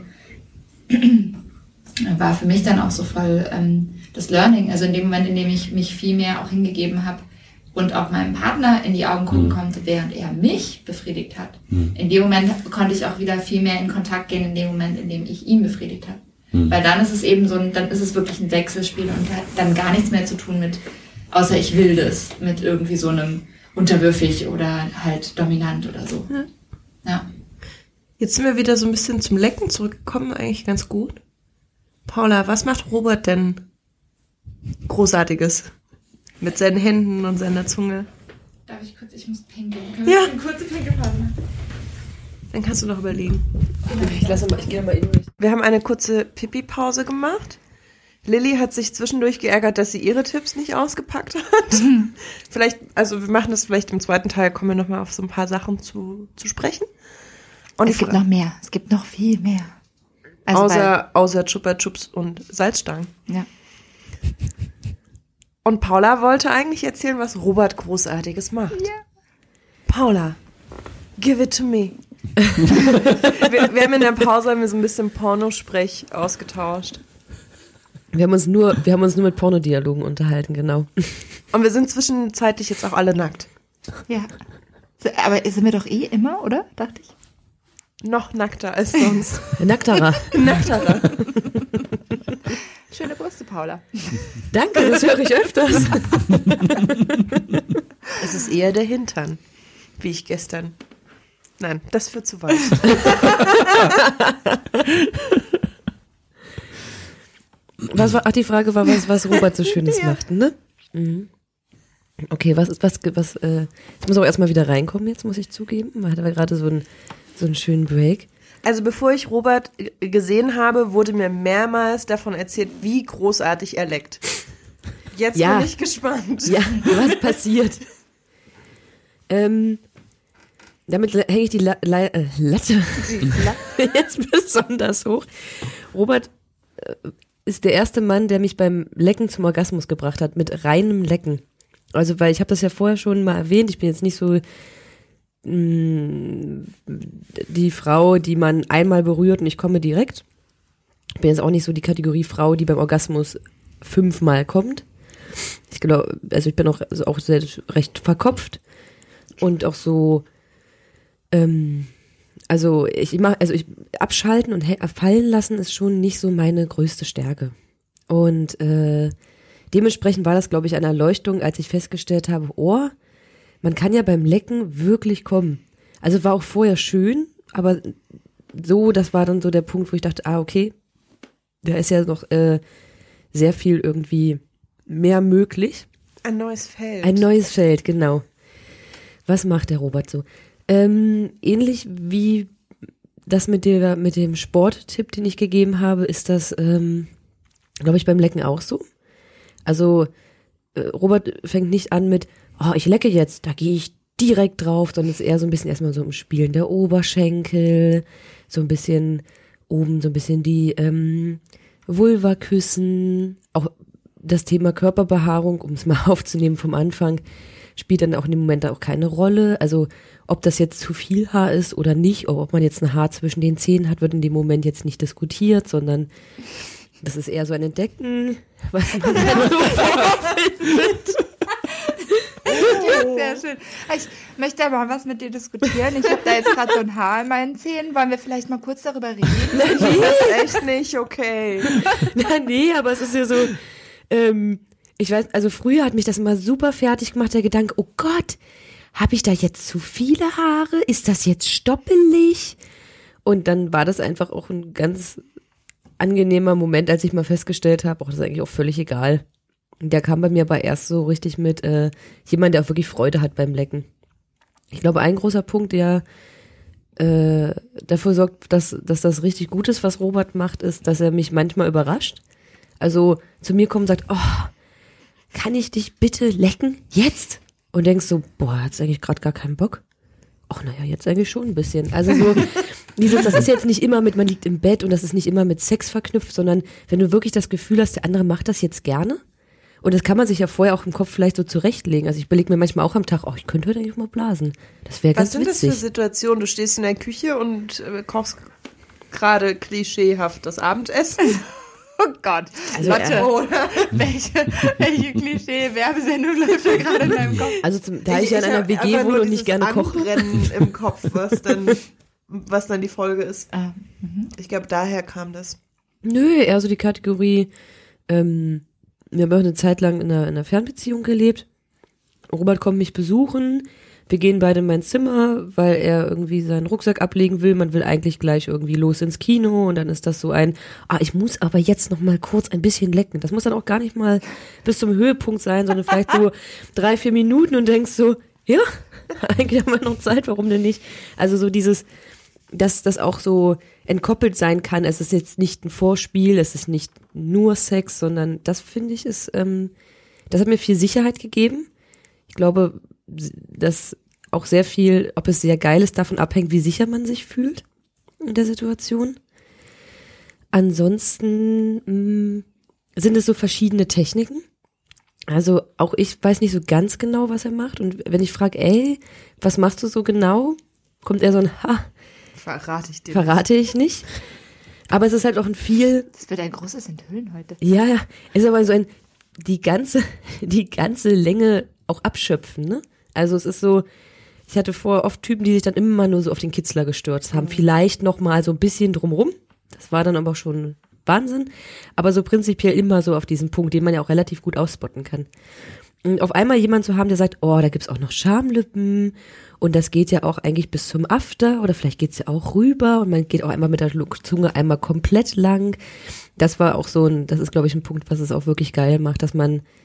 war für mich dann auch so voll ähm, das Learning, also in dem Moment, in dem ich mich viel mehr auch hingegeben habe und auch meinem Partner in die Augen gucken Mhm. konnte, während er mich befriedigt hat. Mhm. In dem Moment konnte ich auch wieder viel mehr in Kontakt gehen, in dem Moment, in dem ich ihn befriedigt habe. Mhm. Weil dann ist es eben so ein, dann ist es wirklich ein Wechselspiel und hat dann gar nichts mehr zu tun mit, außer ich will das, mit irgendwie so einem unterwürfig oder halt dominant oder so. Ja. Ja. Jetzt sind wir wieder so ein bisschen zum Lecken zurückgekommen, eigentlich ganz gut. Paula, was macht Robert denn Großartiges mit seinen Händen und seiner Zunge? Darf ich kurz, ich muss pinkeln. Können Ja. wir eine kurze Pinkelpause machen? Dann kannst du noch überlegen. Ich lasse mal, ich gehe mal in mich. Wir haben eine kurze Pipi-Pause gemacht. Lilly hat sich zwischendurch geärgert, dass sie ihre Tipps nicht ausgepackt hat. Vielleicht, also wir machen das vielleicht im zweiten Teil, kommen wir nochmal auf so ein paar Sachen zu, zu sprechen. Und Es die gibt Fra- noch mehr. Es gibt noch viel mehr. Also außer, außer Chupa Chups und Salzstangen. weil, ja. Und Paula wollte eigentlich erzählen, was Robert Großartiges macht. Ja. Paula, give it to me. wir, wir haben in der Pause haben wir so ein bisschen Pornosprech ausgetauscht. Wir haben uns nur, wir haben uns nur mit Pornodialogen unterhalten, genau. Und wir sind zwischenzeitlich jetzt auch alle nackt. Ja. Aber sind wir doch eh immer, oder? Dachte ich. Noch nackter als sonst. Nackterer. Nackterer. Schöne Brüste, Paula. Danke, das höre ich öfters. Es ist eher der Hintern, wie ich gestern. Nein, das führt zu weit. Was war, ach, die Frage war, was, was Robert so Schönes Ja. macht, ne? Mhm. Okay, was ist, was, was, äh, ich muss auch erstmal wieder reinkommen jetzt, muss ich zugeben. Man hatte gerade so einen, so einen schönen Break. Also bevor ich Robert gesehen habe, wurde mir mehrmals davon erzählt, wie großartig er leckt. Jetzt Ja. bin ich gespannt. Ja, was passiert? ähm, damit hänge ich die La La äh, Latte jetzt besonders hoch. Robert äh, ist der erste Mann, der mich beim Lecken zum Orgasmus gebracht hat, mit reinem Lecken. Also, weil ich habe das ja vorher schon mal erwähnt, ich bin jetzt nicht so mh, die Frau, die man einmal berührt und ich komme direkt. Ich bin jetzt auch nicht so die Kategorie Frau, die beim Orgasmus fünfmal kommt. Ich glaube, also ich bin auch, also auch sehr, recht verkopft und auch so, ähm, also ich mach, also ich abschalten und fallen lassen ist schon nicht so meine größte Stärke. Und äh, dementsprechend war das, glaube ich, eine Erleuchtung, als ich festgestellt habe, oh, man kann ja beim Lecken wirklich kommen. Also war auch vorher schön, aber so, das war dann so der Punkt, wo ich dachte, ah, okay, da ist ja noch äh, sehr viel irgendwie mehr möglich. Ein neues Feld. Ein neues Feld, genau. Was macht der Robert so? Ähm, ähnlich wie das mit der, mit dem Sporttipp, den ich gegeben habe, ist das, ähm, glaube ich, beim Lecken auch so. Also äh, Robert fängt nicht an mit, oh, ich lecke jetzt, da gehe ich direkt drauf, sondern es ist eher so ein bisschen erstmal so im Spielen der Oberschenkel, so ein bisschen oben, so ein bisschen die ähm, Vulva küssen, auch das Thema Körperbehaarung, um es mal aufzunehmen vom Anfang, spielt dann auch in dem Moment auch keine Rolle. Also ob das jetzt zu viel Haar ist oder nicht, oder ob man jetzt ein Haar zwischen den Zähnen hat, wird in dem Moment jetzt nicht diskutiert, sondern das ist eher so ein Entdecken, was man dann so vorfindet. Sehr schön. Ich möchte aber was mit dir diskutieren. Ich habe da jetzt gerade so ein Haar in meinen Zähnen. Wollen wir vielleicht mal kurz darüber reden? Das ist echt nicht okay. Na, nee, aber es ist ja so, ähm, ich weiß, also früher hat mich das immer super fertig gemacht, der Gedanke, oh Gott, habe ich da jetzt zu viele Haare? Ist das jetzt stoppelig? Und dann war das einfach auch ein ganz angenehmer Moment, als ich mal festgestellt habe, oh, das ist eigentlich auch völlig egal. Der kam bei mir aber erst so richtig mit äh, jemand, der auch wirklich Freude hat beim Lecken. Ich glaube, ein großer Punkt, der äh, dafür sorgt, dass, dass das richtig gut ist, was Robert macht, ist, dass er mich manchmal überrascht. Also zu mir kommt und sagt, oh, kann ich dich bitte lecken? Jetzt? Und denkst so, boah, hat's eigentlich gerade gar keinen Bock? Ach, naja, jetzt eigentlich schon ein bisschen. Also so, dieses, das ist jetzt nicht immer mit, man liegt im Bett und das ist nicht immer mit Sex verknüpft, sondern wenn du wirklich das Gefühl hast, der andere macht das jetzt gerne. Und das kann man sich ja vorher auch im Kopf vielleicht so zurechtlegen. Also ich überlege mir manchmal auch am Tag, oh, ich könnte heute eigentlich mal blasen. Das wäre ganz witzig. Was sind das für Situationen? Du stehst in der Küche und äh, kochst gerade klischeehaft das Abendessen. Oh Gott, Also, Lotte, äh, oder? welche, welche Klischee-Werbesendung läuft da gerade in deinem Kopf? Also zum, da ich, ja in einer hab W G einfach wohne nur und nicht dieses gerne koche. Anbrennen im Kopf, was dann, was dann die Folge ist. Ah, mhm. Ich glaube, daher kam das. Nö, eher so die Kategorie, ähm, wir haben auch eine Zeit lang in einer, in einer Fernbeziehung gelebt. Robert kommt mich besuchen. Wir gehen beide in mein Zimmer, weil er irgendwie seinen Rucksack ablegen will. Man will eigentlich gleich irgendwie los ins Kino und dann ist das so ein, ah, ich muss aber jetzt noch mal kurz ein bisschen lecken. Das muss dann auch gar nicht mal bis zum Höhepunkt sein, sondern vielleicht so drei, vier Minuten und denkst so, ja, eigentlich haben wir noch Zeit, warum denn nicht? Also so dieses, dass das auch so entkoppelt sein kann. Es ist jetzt nicht ein Vorspiel, es ist nicht nur Sex, sondern das finde ich ist, ähm, das hat mir viel Sicherheit gegeben. Ich glaube, dass auch sehr viel, ob es sehr geil ist, davon abhängt, wie sicher man sich fühlt in der Situation. Ansonsten mh, sind es so verschiedene Techniken. Also auch ich weiß nicht so ganz genau, was er macht. Und wenn ich frage, ey, was machst du so genau, kommt er so ein, ha, Verrate ich dir. verrate ich nicht. Aber es ist halt auch ein viel, Das wird ein großes Enthüllen heute. ja, ja, es ist aber so ein, die ganze, die ganze Länge auch abschöpfen, ne? Also es ist so, ich hatte vorher oft Typen, die sich dann immer nur so auf den Kitzler gestürzt haben. Vielleicht noch mal so ein bisschen drumrum. Das war dann aber schon Wahnsinn. Aber so prinzipiell immer so auf diesen Punkt, den man ja auch relativ gut ausspotten kann. Und auf einmal jemand zu haben, der sagt, oh, da gibt's auch noch Schamlippen und das geht ja auch eigentlich bis zum After oder vielleicht geht's ja auch rüber und man geht auch einmal mit der Zunge einmal komplett lang. Das war auch so ein, das ist glaube ich ein Punkt, was es auch wirklich geil macht, dass man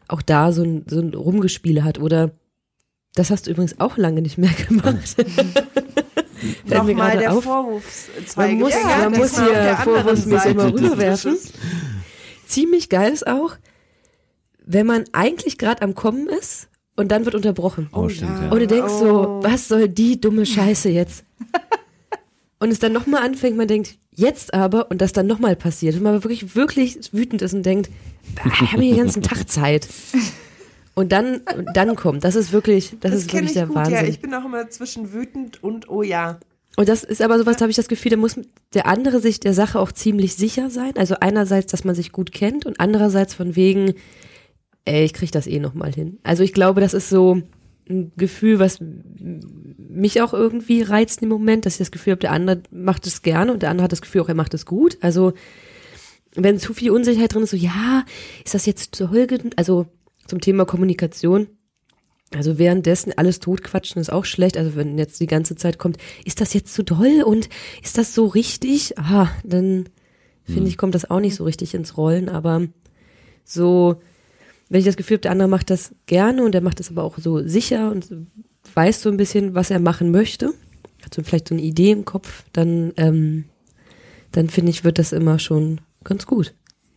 auch da so ein, so ein Rumgespiele hat. Oder das hast du übrigens auch lange nicht mehr gemacht. Nochmal der auf. Vorwurfszweige. Man muss, ja, man muss hier vorwurfsmäßig immer rüberwerfen. Ziemlich geil ist auch, wenn man eigentlich gerade am Kommen ist und dann wird unterbrochen. Oh, stimmt, ja. Und du denkst so, Oh. was soll die dumme Scheiße jetzt? Und es dann nochmal anfängt, man denkt, jetzt aber, und das dann nochmal passiert. Und man wirklich, wirklich wütend ist und denkt, ich habe den ganzen Tag Zeit. Und dann, und dann kommt, das ist wirklich, das, Das ist kenne wirklich ich der gut, Wahnsinn. ja. Ich bin auch immer zwischen wütend und oh ja. Und das ist aber sowas, da habe ich das Gefühl, da muss der andere sich der Sache auch ziemlich sicher sein. Also einerseits, dass man sich gut kennt und andererseits von wegen, ey, ich krieg das eh nochmal hin. Also ich glaube, das ist so ein Gefühl, was mich auch irgendwie reizt im Moment, dass ich das Gefühl habe, der andere macht es gerne und der andere hat das Gefühl auch, er macht es gut. Also wenn zu viel Unsicherheit drin ist, so ja, ist das jetzt zu toll? Also zum Thema Kommunikation. Also währenddessen alles totquatschen ist auch schlecht. Also wenn jetzt die ganze Zeit kommt, ist das jetzt zu doll und ist das so richtig? Aha, dann finde Hm. ich, kommt das auch nicht so richtig ins Rollen. Aber so, wenn ich das Gefühl habe, der andere macht das gerne und er macht das aber auch so sicher und weiß so ein bisschen, was er machen möchte, hat so vielleicht so eine Idee im Kopf, dann, ähm, dann finde ich, wird das immer schon ganz gut.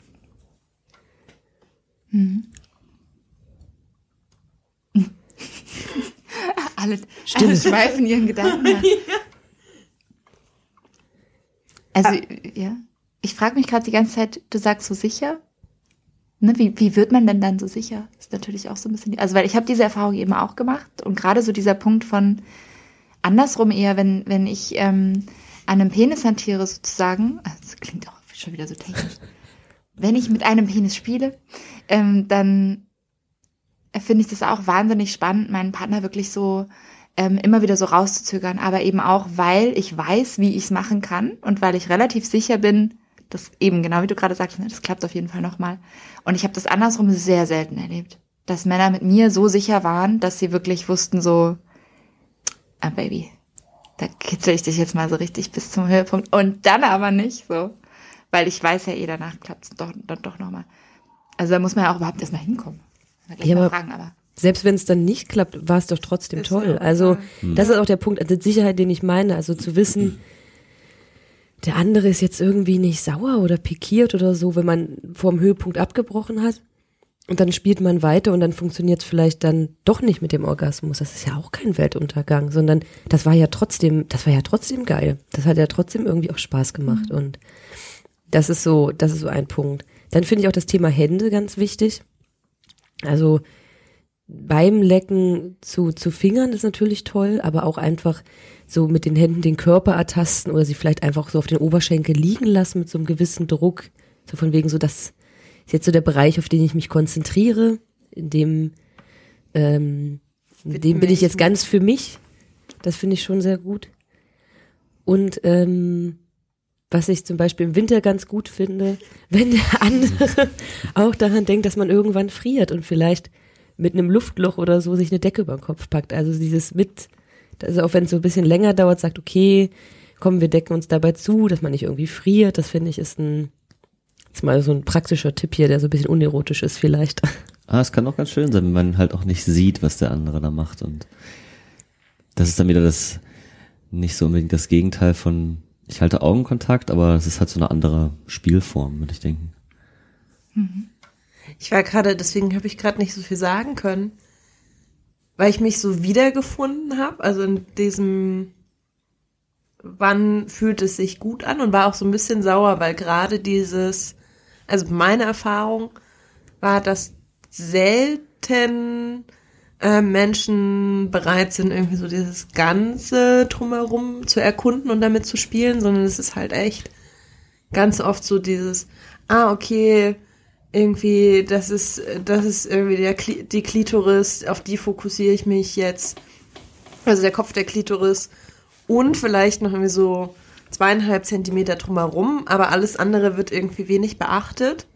Mhm. alle, Stille. alle schweifen ihren Gedanken nach. Also, ja. Ich frage mich gerade die ganze Zeit, du sagst so sicher. Ne, wie, wie wird man denn dann so sicher? Ist natürlich auch so ein bisschen, die, also weil ich habe diese Erfahrung eben auch gemacht und gerade so dieser Punkt von andersrum eher, wenn, wenn ich ähm, an einem Penis hantiere sozusagen, also das klingt auch schon wieder so technisch, wenn ich mit einem Penis spiele, ähm, dann finde ich das auch wahnsinnig spannend, meinen Partner wirklich so ähm, immer wieder so rauszuzögern, aber eben auch, weil ich weiß, wie ich es machen kann und weil ich relativ sicher bin, das eben, genau wie du gerade sagst, das klappt auf jeden Fall nochmal. Und ich habe das andersrum sehr selten erlebt, dass Männer mit mir so sicher waren, dass sie wirklich wussten so, ah Baby, da kitzel ich dich jetzt mal so richtig bis zum Höhepunkt und dann aber nicht so, weil ich weiß ja eh, danach klappt es doch, dann doch nochmal. Also da muss man ja auch überhaupt erstmal hinkommen. Mal gleich Ja, mal aber fragen, aber selbst wenn es dann nicht klappt, war es doch trotzdem Ist toll. ja Also toll. das ist auch der Punkt, also die Sicherheit, den ich meine. Also zu wissen, der andere ist jetzt irgendwie nicht sauer oder pikiert oder so, wenn man vorm Höhepunkt abgebrochen hat. Und dann spielt man weiter und dann funktioniert es vielleicht dann doch nicht mit dem Orgasmus. Das ist ja auch kein Weltuntergang, sondern das war ja trotzdem, das war ja trotzdem geil. Das hat ja trotzdem irgendwie auch Spaß gemacht. Mhm. Und das ist so, das ist so ein Punkt. Dann finde ich auch das Thema Hände ganz wichtig. Also beim Lecken zu, zu Fingern ist natürlich toll, aber auch einfach so mit den Händen den Körper ertasten oder sie vielleicht einfach so auf den Oberschenkel liegen lassen mit so einem gewissen Druck. So von wegen so, das ist jetzt so der Bereich, auf den ich mich konzentriere, in dem, ähm, in dem bin ich jetzt ganz für mich. Das finde ich schon sehr gut. Und ähm, was ich zum Beispiel im Winter ganz gut finde, wenn der andere auch daran denkt, dass man irgendwann friert und vielleicht mit einem Luftloch oder so sich eine Decke über den Kopf packt. Also dieses mit, also auch wenn es so ein bisschen länger dauert, sagt, okay, komm, wir decken uns dabei zu, dass man nicht irgendwie friert. Das finde ich ist ein, ist mal so ein praktischer Tipp hier, der so ein bisschen unerotisch ist vielleicht. Ah, es kann auch ganz schön sein, wenn man halt auch nicht sieht, was der andere da macht. Und das ist dann wieder das, nicht so unbedingt das Gegenteil von, ich halte Augenkontakt, aber es ist halt so eine andere Spielform, würde ich denken. mhm. Ich war gerade, deswegen habe ich gerade nicht so viel sagen können, weil ich mich so wiedergefunden habe, also in diesem, wann fühlt es sich gut an und war auch so ein bisschen sauer, weil gerade dieses, also meine Erfahrung war, dass selten äh, Menschen bereit sind, irgendwie so dieses Ganze drumherum zu erkunden und damit zu spielen, sondern es ist halt echt ganz oft so dieses, ah, okay, irgendwie, das ist, das ist irgendwie der Kli- die Klitoris, auf die fokussiere ich mich jetzt. Also der Kopf der Klitoris und vielleicht noch irgendwie so zweieinhalb Zentimeter drumherum, aber alles andere wird irgendwie wenig beachtet.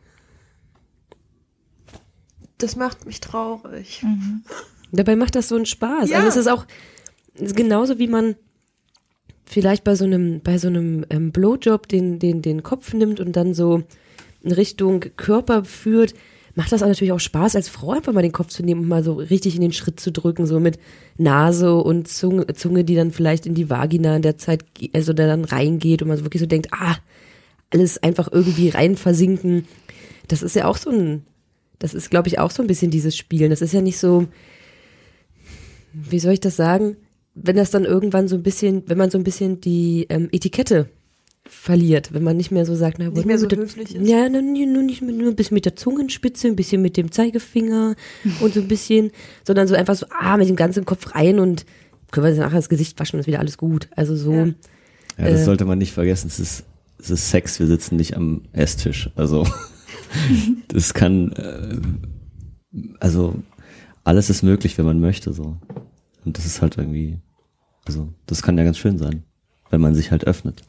Das macht mich traurig. Mhm. Dabei macht das so einen Spaß. Ja. Also es ist auch es ist genauso wie man vielleicht bei so einem bei so einem ähm, Blowjob den den den Kopf nimmt und dann so in Richtung Körper führt, macht das auch natürlich auch Spaß, als Frau einfach mal den Kopf zu nehmen und mal so richtig in den Schritt zu drücken, so mit Nase und Zunge, Zunge, die dann vielleicht in die Vagina in der Zeit, also da dann reingeht und man so wirklich so denkt, ah, alles einfach irgendwie rein versinken. Das ist ja auch so ein, das ist, glaube ich, auch so ein bisschen dieses Spielen. Das ist ja nicht so, wie soll ich das sagen, wenn das dann irgendwann so ein bisschen, wenn man so ein bisschen die ähm, Etikette verliert, wenn man nicht mehr so sagt, na, nicht mehr so der, höflich ist. Ja, nur, nur nicht nur ein bisschen mit der Zungenspitze, ein bisschen mit dem Zeigefinger und so ein bisschen, sondern so einfach so, ah, mit dem ganzen Kopf rein und können wir nachher das Gesicht waschen und ist wieder alles gut. Also so. Ja, ja das äh, sollte man nicht vergessen. Es ist, es ist Sex, wir sitzen nicht am Esstisch. Also das kann, äh, also alles ist möglich, wenn man möchte, so. Und das ist halt irgendwie, also das kann ja ganz schön sein, wenn man sich halt öffnet.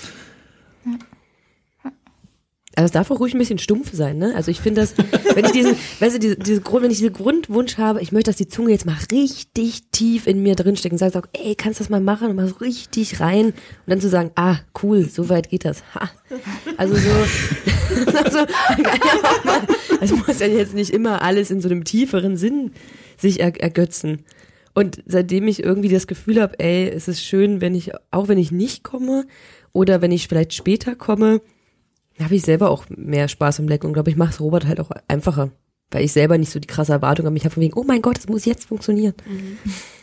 Also es darf auch ruhig ein bisschen stumpf sein, ne? Also ich finde das, wenn ich diesen, weißt du, diese, diese Grund, wenn ich diesen Grundwunsch habe, ich möchte, dass die Zunge jetzt mal richtig tief in mir drinsteckt und sagst auch, ey, kannst du das mal machen und mal so richtig rein und dann zu sagen, ah, cool, so weit geht das. Ha. Also so, also, es muss ja jetzt nicht immer alles in so einem tieferen Sinn sich er, ergötzen. Und seitdem ich irgendwie das Gefühl habe, ey, es ist schön, wenn ich, auch wenn ich nicht komme oder wenn ich vielleicht später komme, habe ich selber auch mehr Spaß im Lecken und glaube ich, mache es Robert halt auch einfacher, weil ich selber nicht so die krasse Erwartung habe. Ich habe von wegen, oh mein Gott, das muss jetzt funktionieren. Mhm.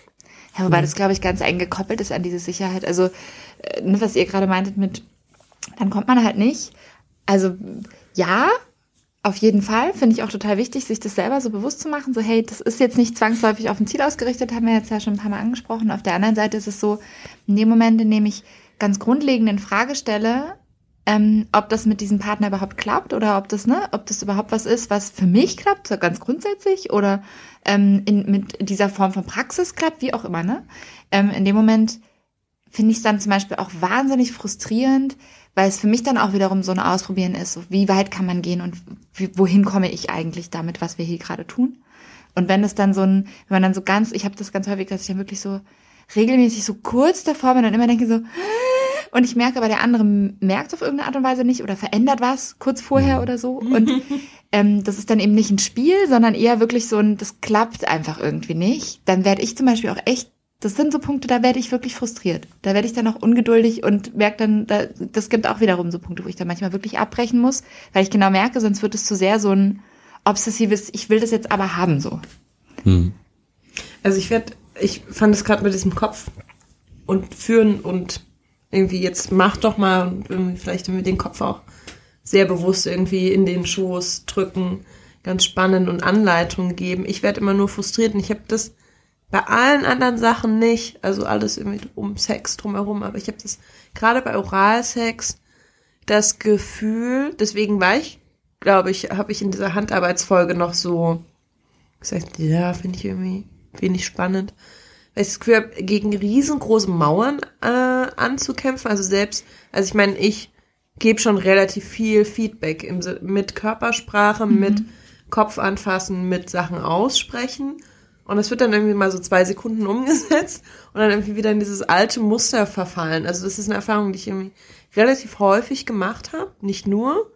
Ja, wobei das, glaube ich, ganz eng gekoppelt ist an diese Sicherheit. Also, äh, was ihr gerade meintet mit, dann kommt man halt nicht. Also, ja, auf jeden Fall, finde ich auch total wichtig, sich das selber so bewusst zu machen. So, hey, das ist jetzt nicht zwangsläufig auf ein Ziel ausgerichtet, haben wir jetzt ja schon ein paar Mal angesprochen. Auf der anderen Seite ist es so, in dem Moment, in dem ich ganz grundlegend in Frage stelle, Ähm, ob das mit diesem Partner überhaupt klappt oder ob das, ne, ob das überhaupt was ist, was für mich klappt, so ganz grundsätzlich oder ähm, in, mit dieser Form von Praxis klappt, wie auch immer, ne? Ähm, in dem Moment finde ich es dann zum Beispiel auch wahnsinnig frustrierend, weil es für mich dann auch wiederum so ein Ausprobieren ist, so wie weit kann man gehen und wie, wohin komme ich eigentlich damit, was wir hier gerade tun? Und wenn es dann so ein, wenn man dann so ganz, ich habe das ganz häufig, dass ich dann wirklich so regelmäßig so kurz davor bin und immer denke so, und ich merke aber, der andere merkt es auf irgendeine Art und Weise nicht oder verändert was kurz vorher oder so. Und ähm, das ist dann eben nicht ein Spiel, sondern eher wirklich so ein, das klappt einfach irgendwie nicht. Dann werde ich zum Beispiel auch echt, das sind so Punkte, da werde ich wirklich frustriert. Da werde ich dann auch ungeduldig und merke dann, da, das gibt auch wiederum so Punkte, wo ich dann manchmal wirklich abbrechen muss, weil ich genau merke, sonst wird es zu sehr so ein obsessives, ich will das jetzt aber haben, so. Hm. Also ich werde, ich fand es gerade mit diesem Kopf und führen und irgendwie jetzt mach doch mal und irgendwie vielleicht irgendwie den Kopf auch sehr bewusst irgendwie in den Schoß drücken, ganz spannend und Anleitungen geben. Ich werde immer nur frustriert und ich habe das bei allen anderen Sachen nicht, also alles irgendwie um Sex drumherum, aber ich habe das gerade bei Oralsex das Gefühl, deswegen war ich, glaube ich, habe ich in dieser Handarbeitsfolge noch so gesagt, ja, finde ich irgendwie wenig spannend. Weil ich das Gefühl habe, gegen riesengroße Mauern äh, anzukämpfen. Also selbst, also ich meine, ich gebe schon relativ viel Feedback im, mit Körpersprache, mhm. mit Kopf anfassen, mit Sachen aussprechen. Und das wird dann irgendwie mal so zwei Sekunden umgesetzt und dann irgendwie wieder in dieses alte Muster verfallen. Also das ist eine Erfahrung, die ich irgendwie relativ häufig gemacht habe, nicht nur,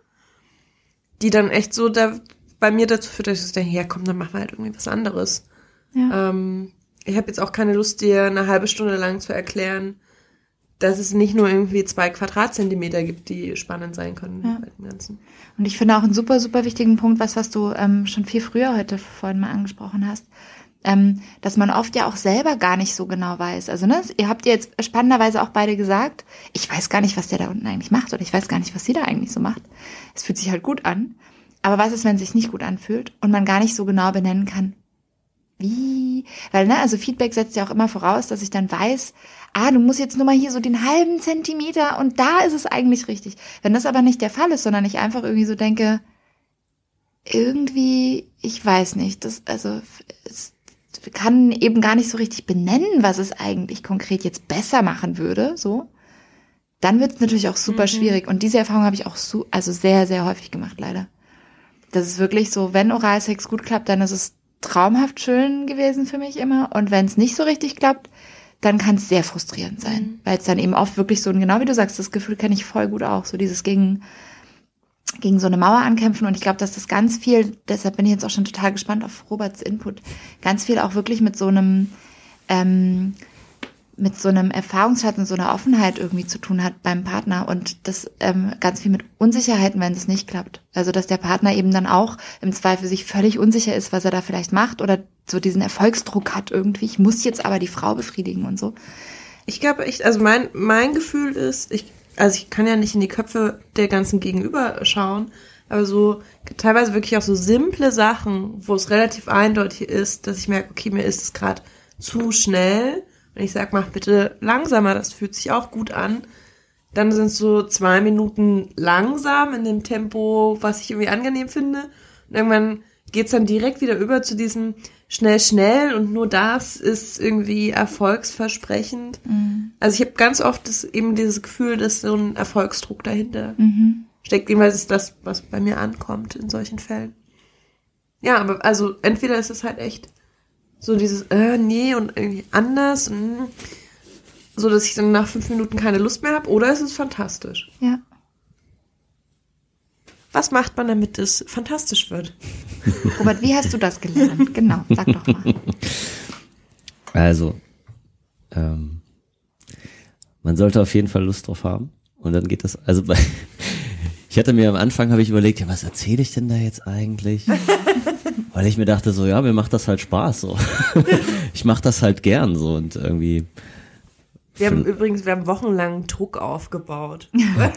die dann echt so da bei mir dazu führt, dass ich denke, ja komm, dann machen wir halt irgendwie was anderes. Ja. Ähm, Ich habe jetzt auch keine Lust, dir eine halbe Stunde lang zu erklären, dass es nicht nur irgendwie zwei Quadratzentimeter gibt, die spannend sein können ja. bei dem Ganzen. Und ich finde auch einen super, super wichtigen Punkt, was, was du ähm, schon viel früher heute vorhin mal angesprochen hast, ähm, dass man oft ja auch selber gar nicht so genau weiß. Also ne, ihr habt jetzt spannenderweise auch beide gesagt, ich weiß gar nicht, was der da unten eigentlich macht oder ich weiß gar nicht, was sie da eigentlich so macht. Es fühlt sich halt gut an. Aber was ist, wenn es sich nicht gut anfühlt und man gar nicht so genau benennen kann, wie? Weil, ne, also Feedback setzt ja auch immer voraus, dass ich dann weiß, ah, du musst jetzt nur mal hier so den halben Zentimeter und da ist es eigentlich richtig. Wenn das aber nicht der Fall ist, sondern ich einfach irgendwie so denke, irgendwie, ich weiß nicht, das, also, es kann eben gar nicht so richtig benennen, was es eigentlich konkret jetzt besser machen würde, so, dann wird es natürlich auch super mhm. schwierig. Und diese Erfahrung habe ich auch so, also sehr, sehr häufig gemacht, leider. Das ist wirklich so, wenn Oralsex gut klappt, dann ist es traumhaft schön gewesen für mich immer. Und wenn es nicht so richtig klappt, dann kann es sehr frustrierend sein. Mhm. Weil es dann eben oft wirklich so, genau wie du sagst, das Gefühl kenne ich voll gut auch, so dieses gegen, gegen so eine Mauer ankämpfen. Und ich glaube, dass das ganz viel, deshalb bin ich jetzt auch schon total gespannt auf Roberts Input, ganz viel auch wirklich mit so einem ähm, mit so einem Erfahrungsschatz und so einer Offenheit irgendwie zu tun hat beim Partner und das ähm, ganz viel mit Unsicherheiten, wenn es nicht klappt. Also dass der Partner eben dann auch im Zweifel sich völlig unsicher ist, was er da vielleicht macht oder so diesen Erfolgsdruck hat irgendwie. Ich muss jetzt aber die Frau befriedigen und so. Ich glaube echt, also mein mein Gefühl ist, ich also ich kann ja nicht in die Köpfe der ganzen Gegenüber schauen, aber so teilweise wirklich auch so simple Sachen, wo es relativ eindeutig ist, dass ich merke, okay, mir ist es gerade zu schnell. Wenn ich sage, mach bitte langsamer, das fühlt sich auch gut an, dann sind es so zwei Minuten langsam in dem Tempo, was ich irgendwie angenehm finde. Und irgendwann geht's dann direkt wieder über zu diesem schnell, schnell und nur das ist irgendwie erfolgsversprechend. Mhm. Also ich habe ganz oft das, eben dieses Gefühl, dass so ein Erfolgsdruck dahinter mhm. steckt. Jedenfalls ist das, was bei mir ankommt in solchen Fällen. Ja, aber also entweder ist es halt echt so dieses, äh, nee, und irgendwie anders, mh, so dass ich dann nach fünf Minuten keine Lust mehr habe, oder es ist fantastisch. Ja. Was macht man, damit es fantastisch wird? Robert, wie hast du das gelernt? Genau, sag doch mal. Also, ähm, man sollte auf jeden Fall Lust drauf haben und dann geht das, also bei, ich hatte mir am Anfang, habe ich überlegt, ja, was erzähle ich denn da jetzt eigentlich? Weil ich mir dachte so, ja, mir macht das halt Spaß so. Ich mache das halt gern so und irgendwie. Wir haben übrigens, wir haben wochenlang Druck aufgebaut.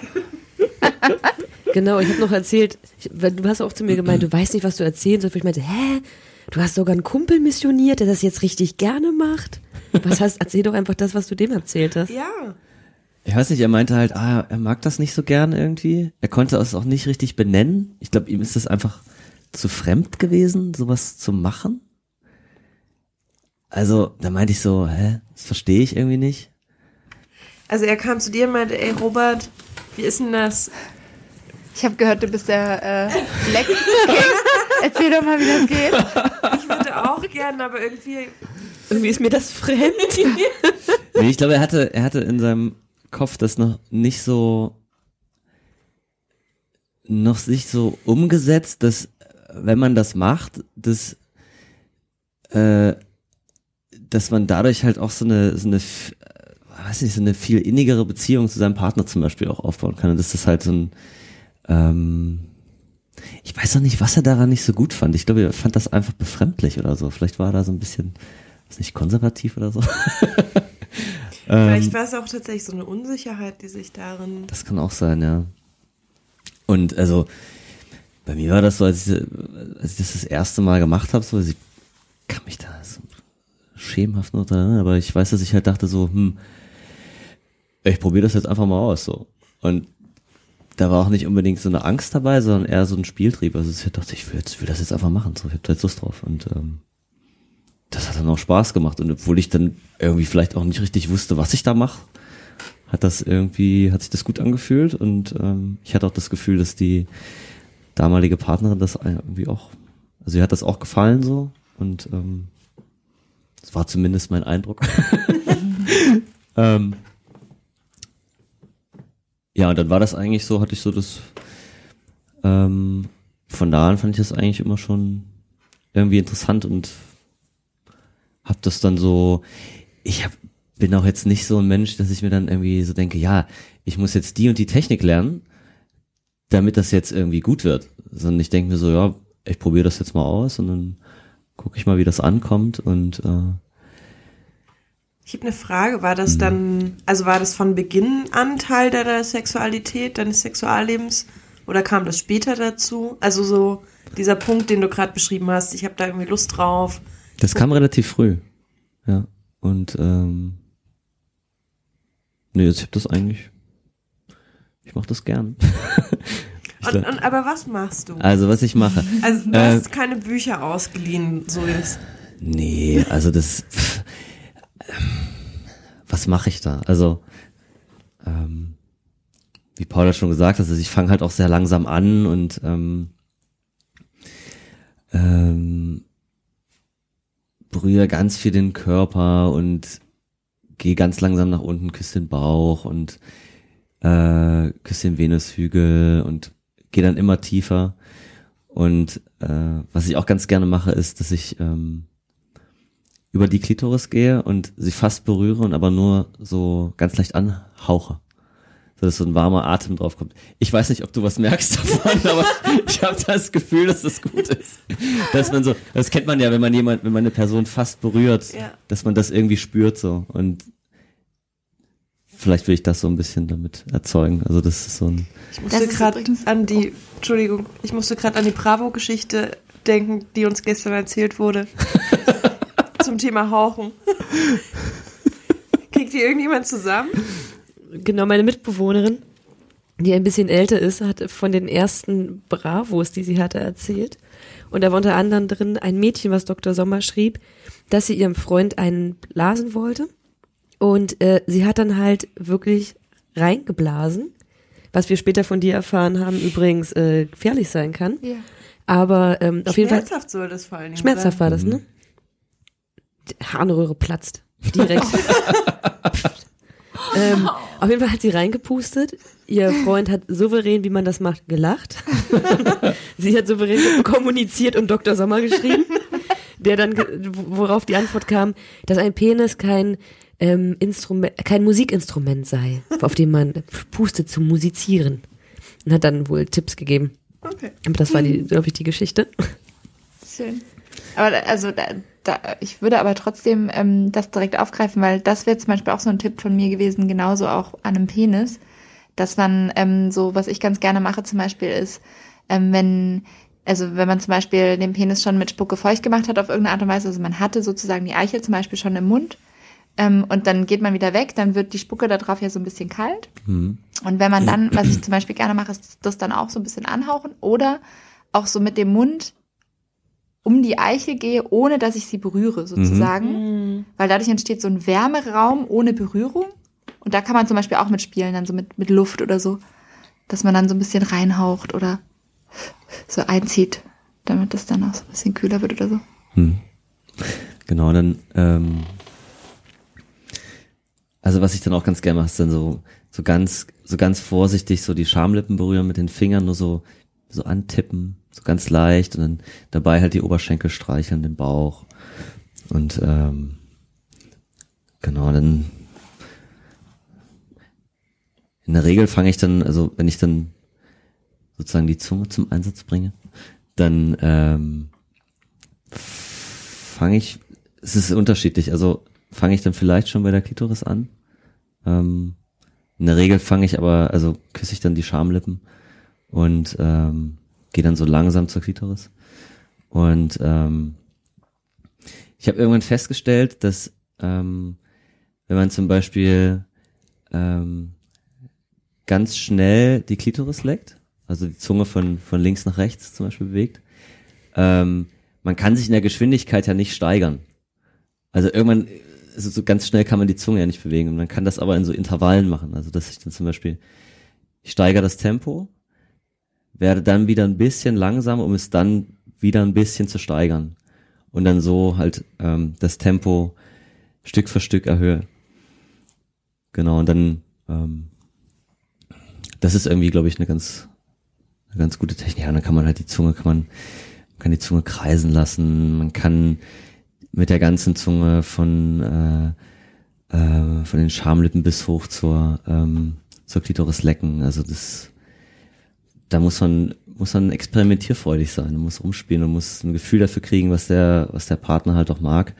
Genau, ich habe noch erzählt, ich, du hast auch zu mir gemeint, du weißt nicht, was du erzählen sollst. Ich meinte, hä, du hast sogar einen Kumpel missioniert, der das jetzt richtig gerne macht. Was heißt, erzähl doch einfach das, was du dem erzählt hast. Ja. Ich weiß nicht, er meinte halt, ah, er mag das nicht so gern irgendwie. Er konnte es auch nicht richtig benennen. Ich glaube, ihm ist das einfach zu fremd gewesen, sowas zu machen. Also, da meinte ich so, hä, das verstehe ich irgendwie nicht. Also er kam zu dir und meinte, ey Robert, wie ist denn das? Ich habe gehört, du bist der äh, Black King. Erzähl doch mal, wie das geht. Ich würde auch gerne, aber irgendwie... Irgendwie ist mir das fremd. Nee, ich glaube, er hatte, er hatte in seinem Kopf das noch nicht so, noch nicht so umgesetzt, dass, wenn man das macht, dass, äh, dass man dadurch halt auch so eine, so eine, weiß nicht, so eine viel innigere Beziehung zu seinem Partner zum Beispiel auch aufbauen kann. Und dass das halt so ein, ähm, ich weiß auch nicht, was er daran nicht so gut fand. Ich glaube, er fand das einfach befremdlich oder so. Vielleicht war er da so ein bisschen, ist nicht konservativ oder so. Vielleicht war es auch tatsächlich so eine Unsicherheit, die sich darin... Das kann auch sein, ja. Und also, bei mir war das so, als ich, als ich das das erste Mal gemacht habe, so, also ich kann mich da so schemenhaft noch dran, aber ich weiß, dass ich halt dachte so, hm, ich probiere das jetzt einfach mal aus, so. Und da war auch nicht unbedingt so eine Angst dabei, sondern eher so ein Spieltrieb. Also ich dachte, ich will, jetzt, will das jetzt einfach machen, so, ich hab da jetzt Lust drauf. Und ähm, das hat dann auch Spaß gemacht. Und obwohl ich dann irgendwie vielleicht auch nicht richtig wusste, was ich da mache, hat das irgendwie, hat sich das gut angefühlt. Und ähm, ich hatte auch das Gefühl, dass die damalige Partnerin das irgendwie auch, also ihr hat das auch gefallen so. Und ähm, das war zumindest mein Eindruck. ähm, ja, und dann war das eigentlich so, hatte ich so das, ähm, von da an fand ich das eigentlich immer schon irgendwie interessant und hab das dann so, ich hab, bin auch jetzt nicht so ein Mensch, dass ich mir dann irgendwie so denke, ja, ich muss jetzt die und die Technik lernen, damit das jetzt irgendwie gut wird. Sondern ich denke mir so, ja, ich probiere das jetzt mal aus und dann gucke ich mal, wie das ankommt und äh, ich habe eine Frage, war das dann, also war das von Beginn an Teil deiner Sexualität, deines Sexuallebens oder kam das später dazu? Also so dieser Punkt, den du gerade beschrieben hast, ich habe da irgendwie Lust drauf. Das kam relativ früh, ja. Und ähm, nee, ich habe das eigentlich, ich mache das gern. und, und, aber was machst du? Also was ich mache. Also du äh, hast keine Bücher ausgeliehen, so jetzt. Nee, also das, pff, was mache ich da? Also ähm, wie Paula schon gesagt hat, also ich fange halt auch sehr langsam an und ähm, ähm, berühre ganz viel den Körper und gehe ganz langsam nach unten, küsse den Bauch und äh, küsse den Venushügel und gehe dann immer tiefer. Und äh, was ich auch ganz gerne mache, ist, dass ich ähm, über die Klitoris gehe und sie fast berühre und aber nur so ganz leicht anhauche, sodass so ein warmer Atem drauf kommt. Ich weiß nicht, ob du was merkst davon, aber ich habe das Gefühl, dass das gut ist. Dass man so, das kennt man ja, wenn man jemand, wenn man eine Person fast berührt, ja. dass man das irgendwie spürt so. Und vielleicht will ich das so ein bisschen damit erzeugen. Also das ist so ein. Ich musste gerade an die, Entschuldigung, ich musste gerade an die Bravo-Geschichte denken, die uns gestern erzählt wurde. Zum Thema Hauchen. Kriegt die irgendjemand zusammen? Genau, meine Mitbewohnerin, die ein bisschen älter ist, hat von den ersten Bravos, die sie hatte, erzählt. Und da war unter anderem drin ein Mädchen, was Doktor Sommer schrieb, dass sie ihrem Freund einen blasen wollte. Und äh, sie hat dann halt wirklich reingeblasen, was wir später von dir erfahren haben, übrigens äh, gefährlich sein kann. Ja. Aber ähm, auf jeden Fall. Schmerzhaft soll das vor allen Dingen Schmerzhaft sein. War das, ne? Die Harnröhre platzt. Direkt. ähm, auf jeden Fall hat sie reingepustet. Ihr Freund hat souverän, wie man das macht, gelacht. Sie hat souverän kommuniziert und Doktor Sommer geschrieben, der dann, worauf die Antwort kam, dass ein Penis kein ähm, Instrument, kein Musikinstrument sei, auf dem man pustet zum Musizieren. Und hat dann wohl Tipps gegeben. Okay. Aber das war die, glaube ich, die Geschichte. Schön. Aber also da, da, ich würde aber trotzdem ähm, das direkt aufgreifen, weil das wäre zum Beispiel auch so ein Tipp von mir gewesen, genauso auch an einem Penis, dass man ähm, so, was ich ganz gerne mache zum Beispiel ist, ähm, wenn, also wenn man zum Beispiel den Penis schon mit Spucke feucht gemacht hat auf irgendeine Art und Weise, also man hatte sozusagen die Eichel zum Beispiel schon im Mund, ähm, und dann geht man wieder weg, dann wird die Spucke da drauf ja so ein bisschen kalt. Mhm. Und wenn man dann, was ich zum Beispiel gerne mache, ist das dann auch so ein bisschen anhauchen oder auch so mit dem Mund um die Eichel gehe, ohne dass ich sie berühre sozusagen, mhm. weil dadurch entsteht so ein Wärmeraum ohne Berührung und da kann man zum Beispiel auch mitspielen, dann so mit, mit Luft oder so, dass man dann so ein bisschen reinhaucht oder so einzieht, damit das dann auch so ein bisschen kühler wird oder so. Mhm. Genau, dann ähm, also was ich dann auch ganz gerne mache, ist dann so so ganz so ganz vorsichtig so die Schamlippen berühren mit den Fingern, nur so so antippen, so ganz leicht und dann dabei halt die Oberschenkel streicheln, den Bauch und ähm, genau, dann in der Regel fange ich dann, also wenn ich dann sozusagen die Zunge zum Einsatz bringe, dann ähm, fange ich, es ist unterschiedlich, also fange ich dann vielleicht schon bei der Klitoris an, ähm, in der Regel fange ich aber, also küsse ich dann die Schamlippen und ähm, gehe dann so langsam zur Klitoris. Und ähm, ich habe irgendwann festgestellt, dass ähm, wenn man zum Beispiel ähm, ganz schnell die Klitoris leckt, also die Zunge von von links nach rechts zum Beispiel bewegt, ähm, man kann sich in der Geschwindigkeit ja nicht steigern. Also irgendwann, also so ganz schnell kann man die Zunge ja nicht bewegen und man kann das aber in so Intervallen machen. Also dass ich dann zum Beispiel, ich steigere das Tempo, werde dann wieder ein bisschen langsamer, um es dann wieder ein bisschen zu steigern. Und dann so halt ähm, das Tempo Stück für Stück erhöhe. Genau, und dann ähm, das ist irgendwie, glaube ich, eine ganz eine ganz gute Technik. Ja, und dann kann man halt die Zunge, kann man, man kann die Zunge kreisen lassen, man kann mit der ganzen Zunge von äh, äh, von den Schamlippen bis hoch zur ähm, zur Klitoris lecken. Also das da muss man, muss man experimentierfreudig sein, man muss rumspielen, man muss ein Gefühl dafür kriegen, was der, was der Partner halt auch mag.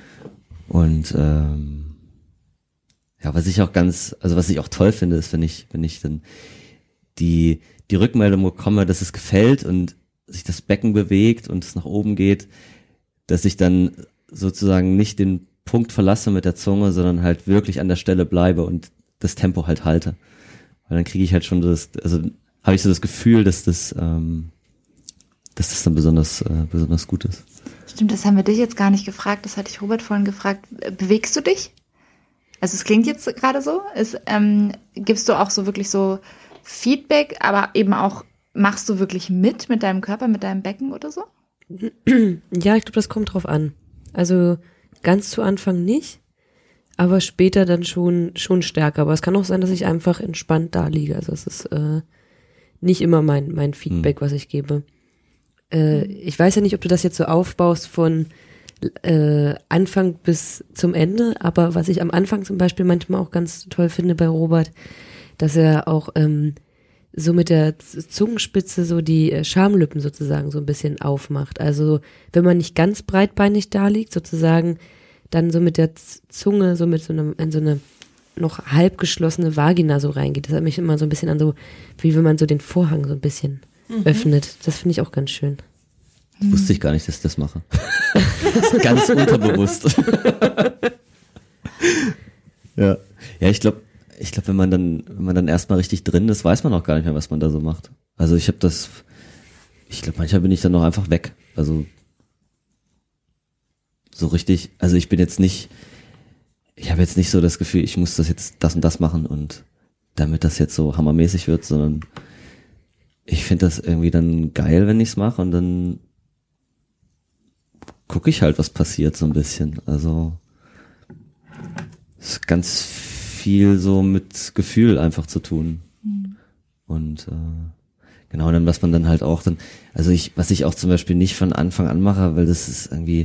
Und ähm, ja, was ich auch ganz, also was ich auch toll finde, ist, wenn ich, wenn ich dann die, die Rückmeldung bekomme, dass es gefällt und sich das Becken bewegt und es nach oben geht, dass ich dann sozusagen nicht den Punkt verlasse mit der Zunge, sondern halt wirklich an der Stelle bleibe und das Tempo halt halte. Weil dann kriege ich halt schon das, also habe ich so das Gefühl, dass das, ähm, dass das dann besonders, äh, besonders gut ist. Stimmt, das haben wir dich jetzt gar nicht gefragt. Das hatte ich Robert vorhin gefragt. Bewegst du dich? Also es klingt jetzt gerade so. Ist, ähm, gibst du auch so wirklich so Feedback, aber eben auch machst du wirklich mit mit deinem Körper, mit deinem Becken oder so? Ja, ich glaube, das kommt drauf an. Also ganz zu Anfang nicht, aber später dann schon schon stärker. Aber es kann auch sein, dass ich einfach entspannt da liege. Also es ist äh, nicht immer mein, mein Feedback, was ich gebe. Äh, ich weiß ja nicht, ob du das jetzt so aufbaust von äh, Anfang bis zum Ende, aber was ich am Anfang zum Beispiel manchmal auch ganz toll finde bei Robert, dass er auch ähm, so mit der Zungenspitze so die äh, Schamlippen sozusagen so ein bisschen aufmacht. Also wenn man nicht ganz breitbeinig da liegt, sozusagen dann so mit der Z- Zunge so mit so einem, in so eine noch halb geschlossene Vagina so reingeht. Das hat mich immer so ein bisschen an so, wie wenn man so den Vorhang so ein bisschen mhm. öffnet. Das finde ich auch ganz schön. Das wusste ich gar nicht, dass ich das mache. Ganz unterbewusst. ja. Ja, ich glaube, ich glaube, wenn man dann, wenn man dann erstmal richtig drin ist, weiß man auch gar nicht mehr, was man da so macht. Also ich habe das, ich glaube, manchmal bin ich dann noch einfach weg. Also so richtig, also ich bin jetzt nicht, ich habe jetzt nicht so das Gefühl, ich muss das jetzt das und das machen und damit das jetzt so hammermäßig wird, sondern ich finde das irgendwie dann geil, wenn ich es mache und dann gucke ich halt, was passiert so ein bisschen. Also es ist ganz viel so mit Gefühl einfach zu tun. Mhm. Und äh, genau, und dann was man dann halt auch dann, also ich, was ich auch zum Beispiel nicht von Anfang an mache, weil das ist irgendwie,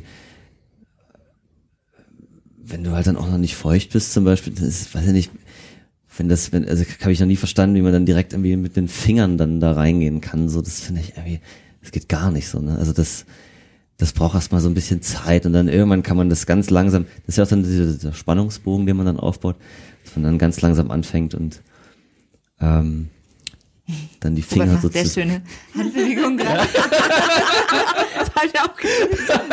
wenn du halt dann auch noch nicht feucht bist zum Beispiel, das ist, weiß ich nicht, wenn das, wenn, also habe ich noch nie verstanden, wie man dann direkt irgendwie mit den Fingern dann da reingehen kann, so, das finde ich irgendwie, das geht gar nicht so, ne, also das, das braucht erstmal so ein bisschen Zeit und dann irgendwann kann man das ganz langsam, das ist ja auch dann dieser, dieser Spannungsbogen, den man dann aufbaut, dass man dann ganz langsam anfängt und ähm, dann die Finger Robert so macht sehr zu... schöne Handbewegung gerade. Das habe ich auch gesehen.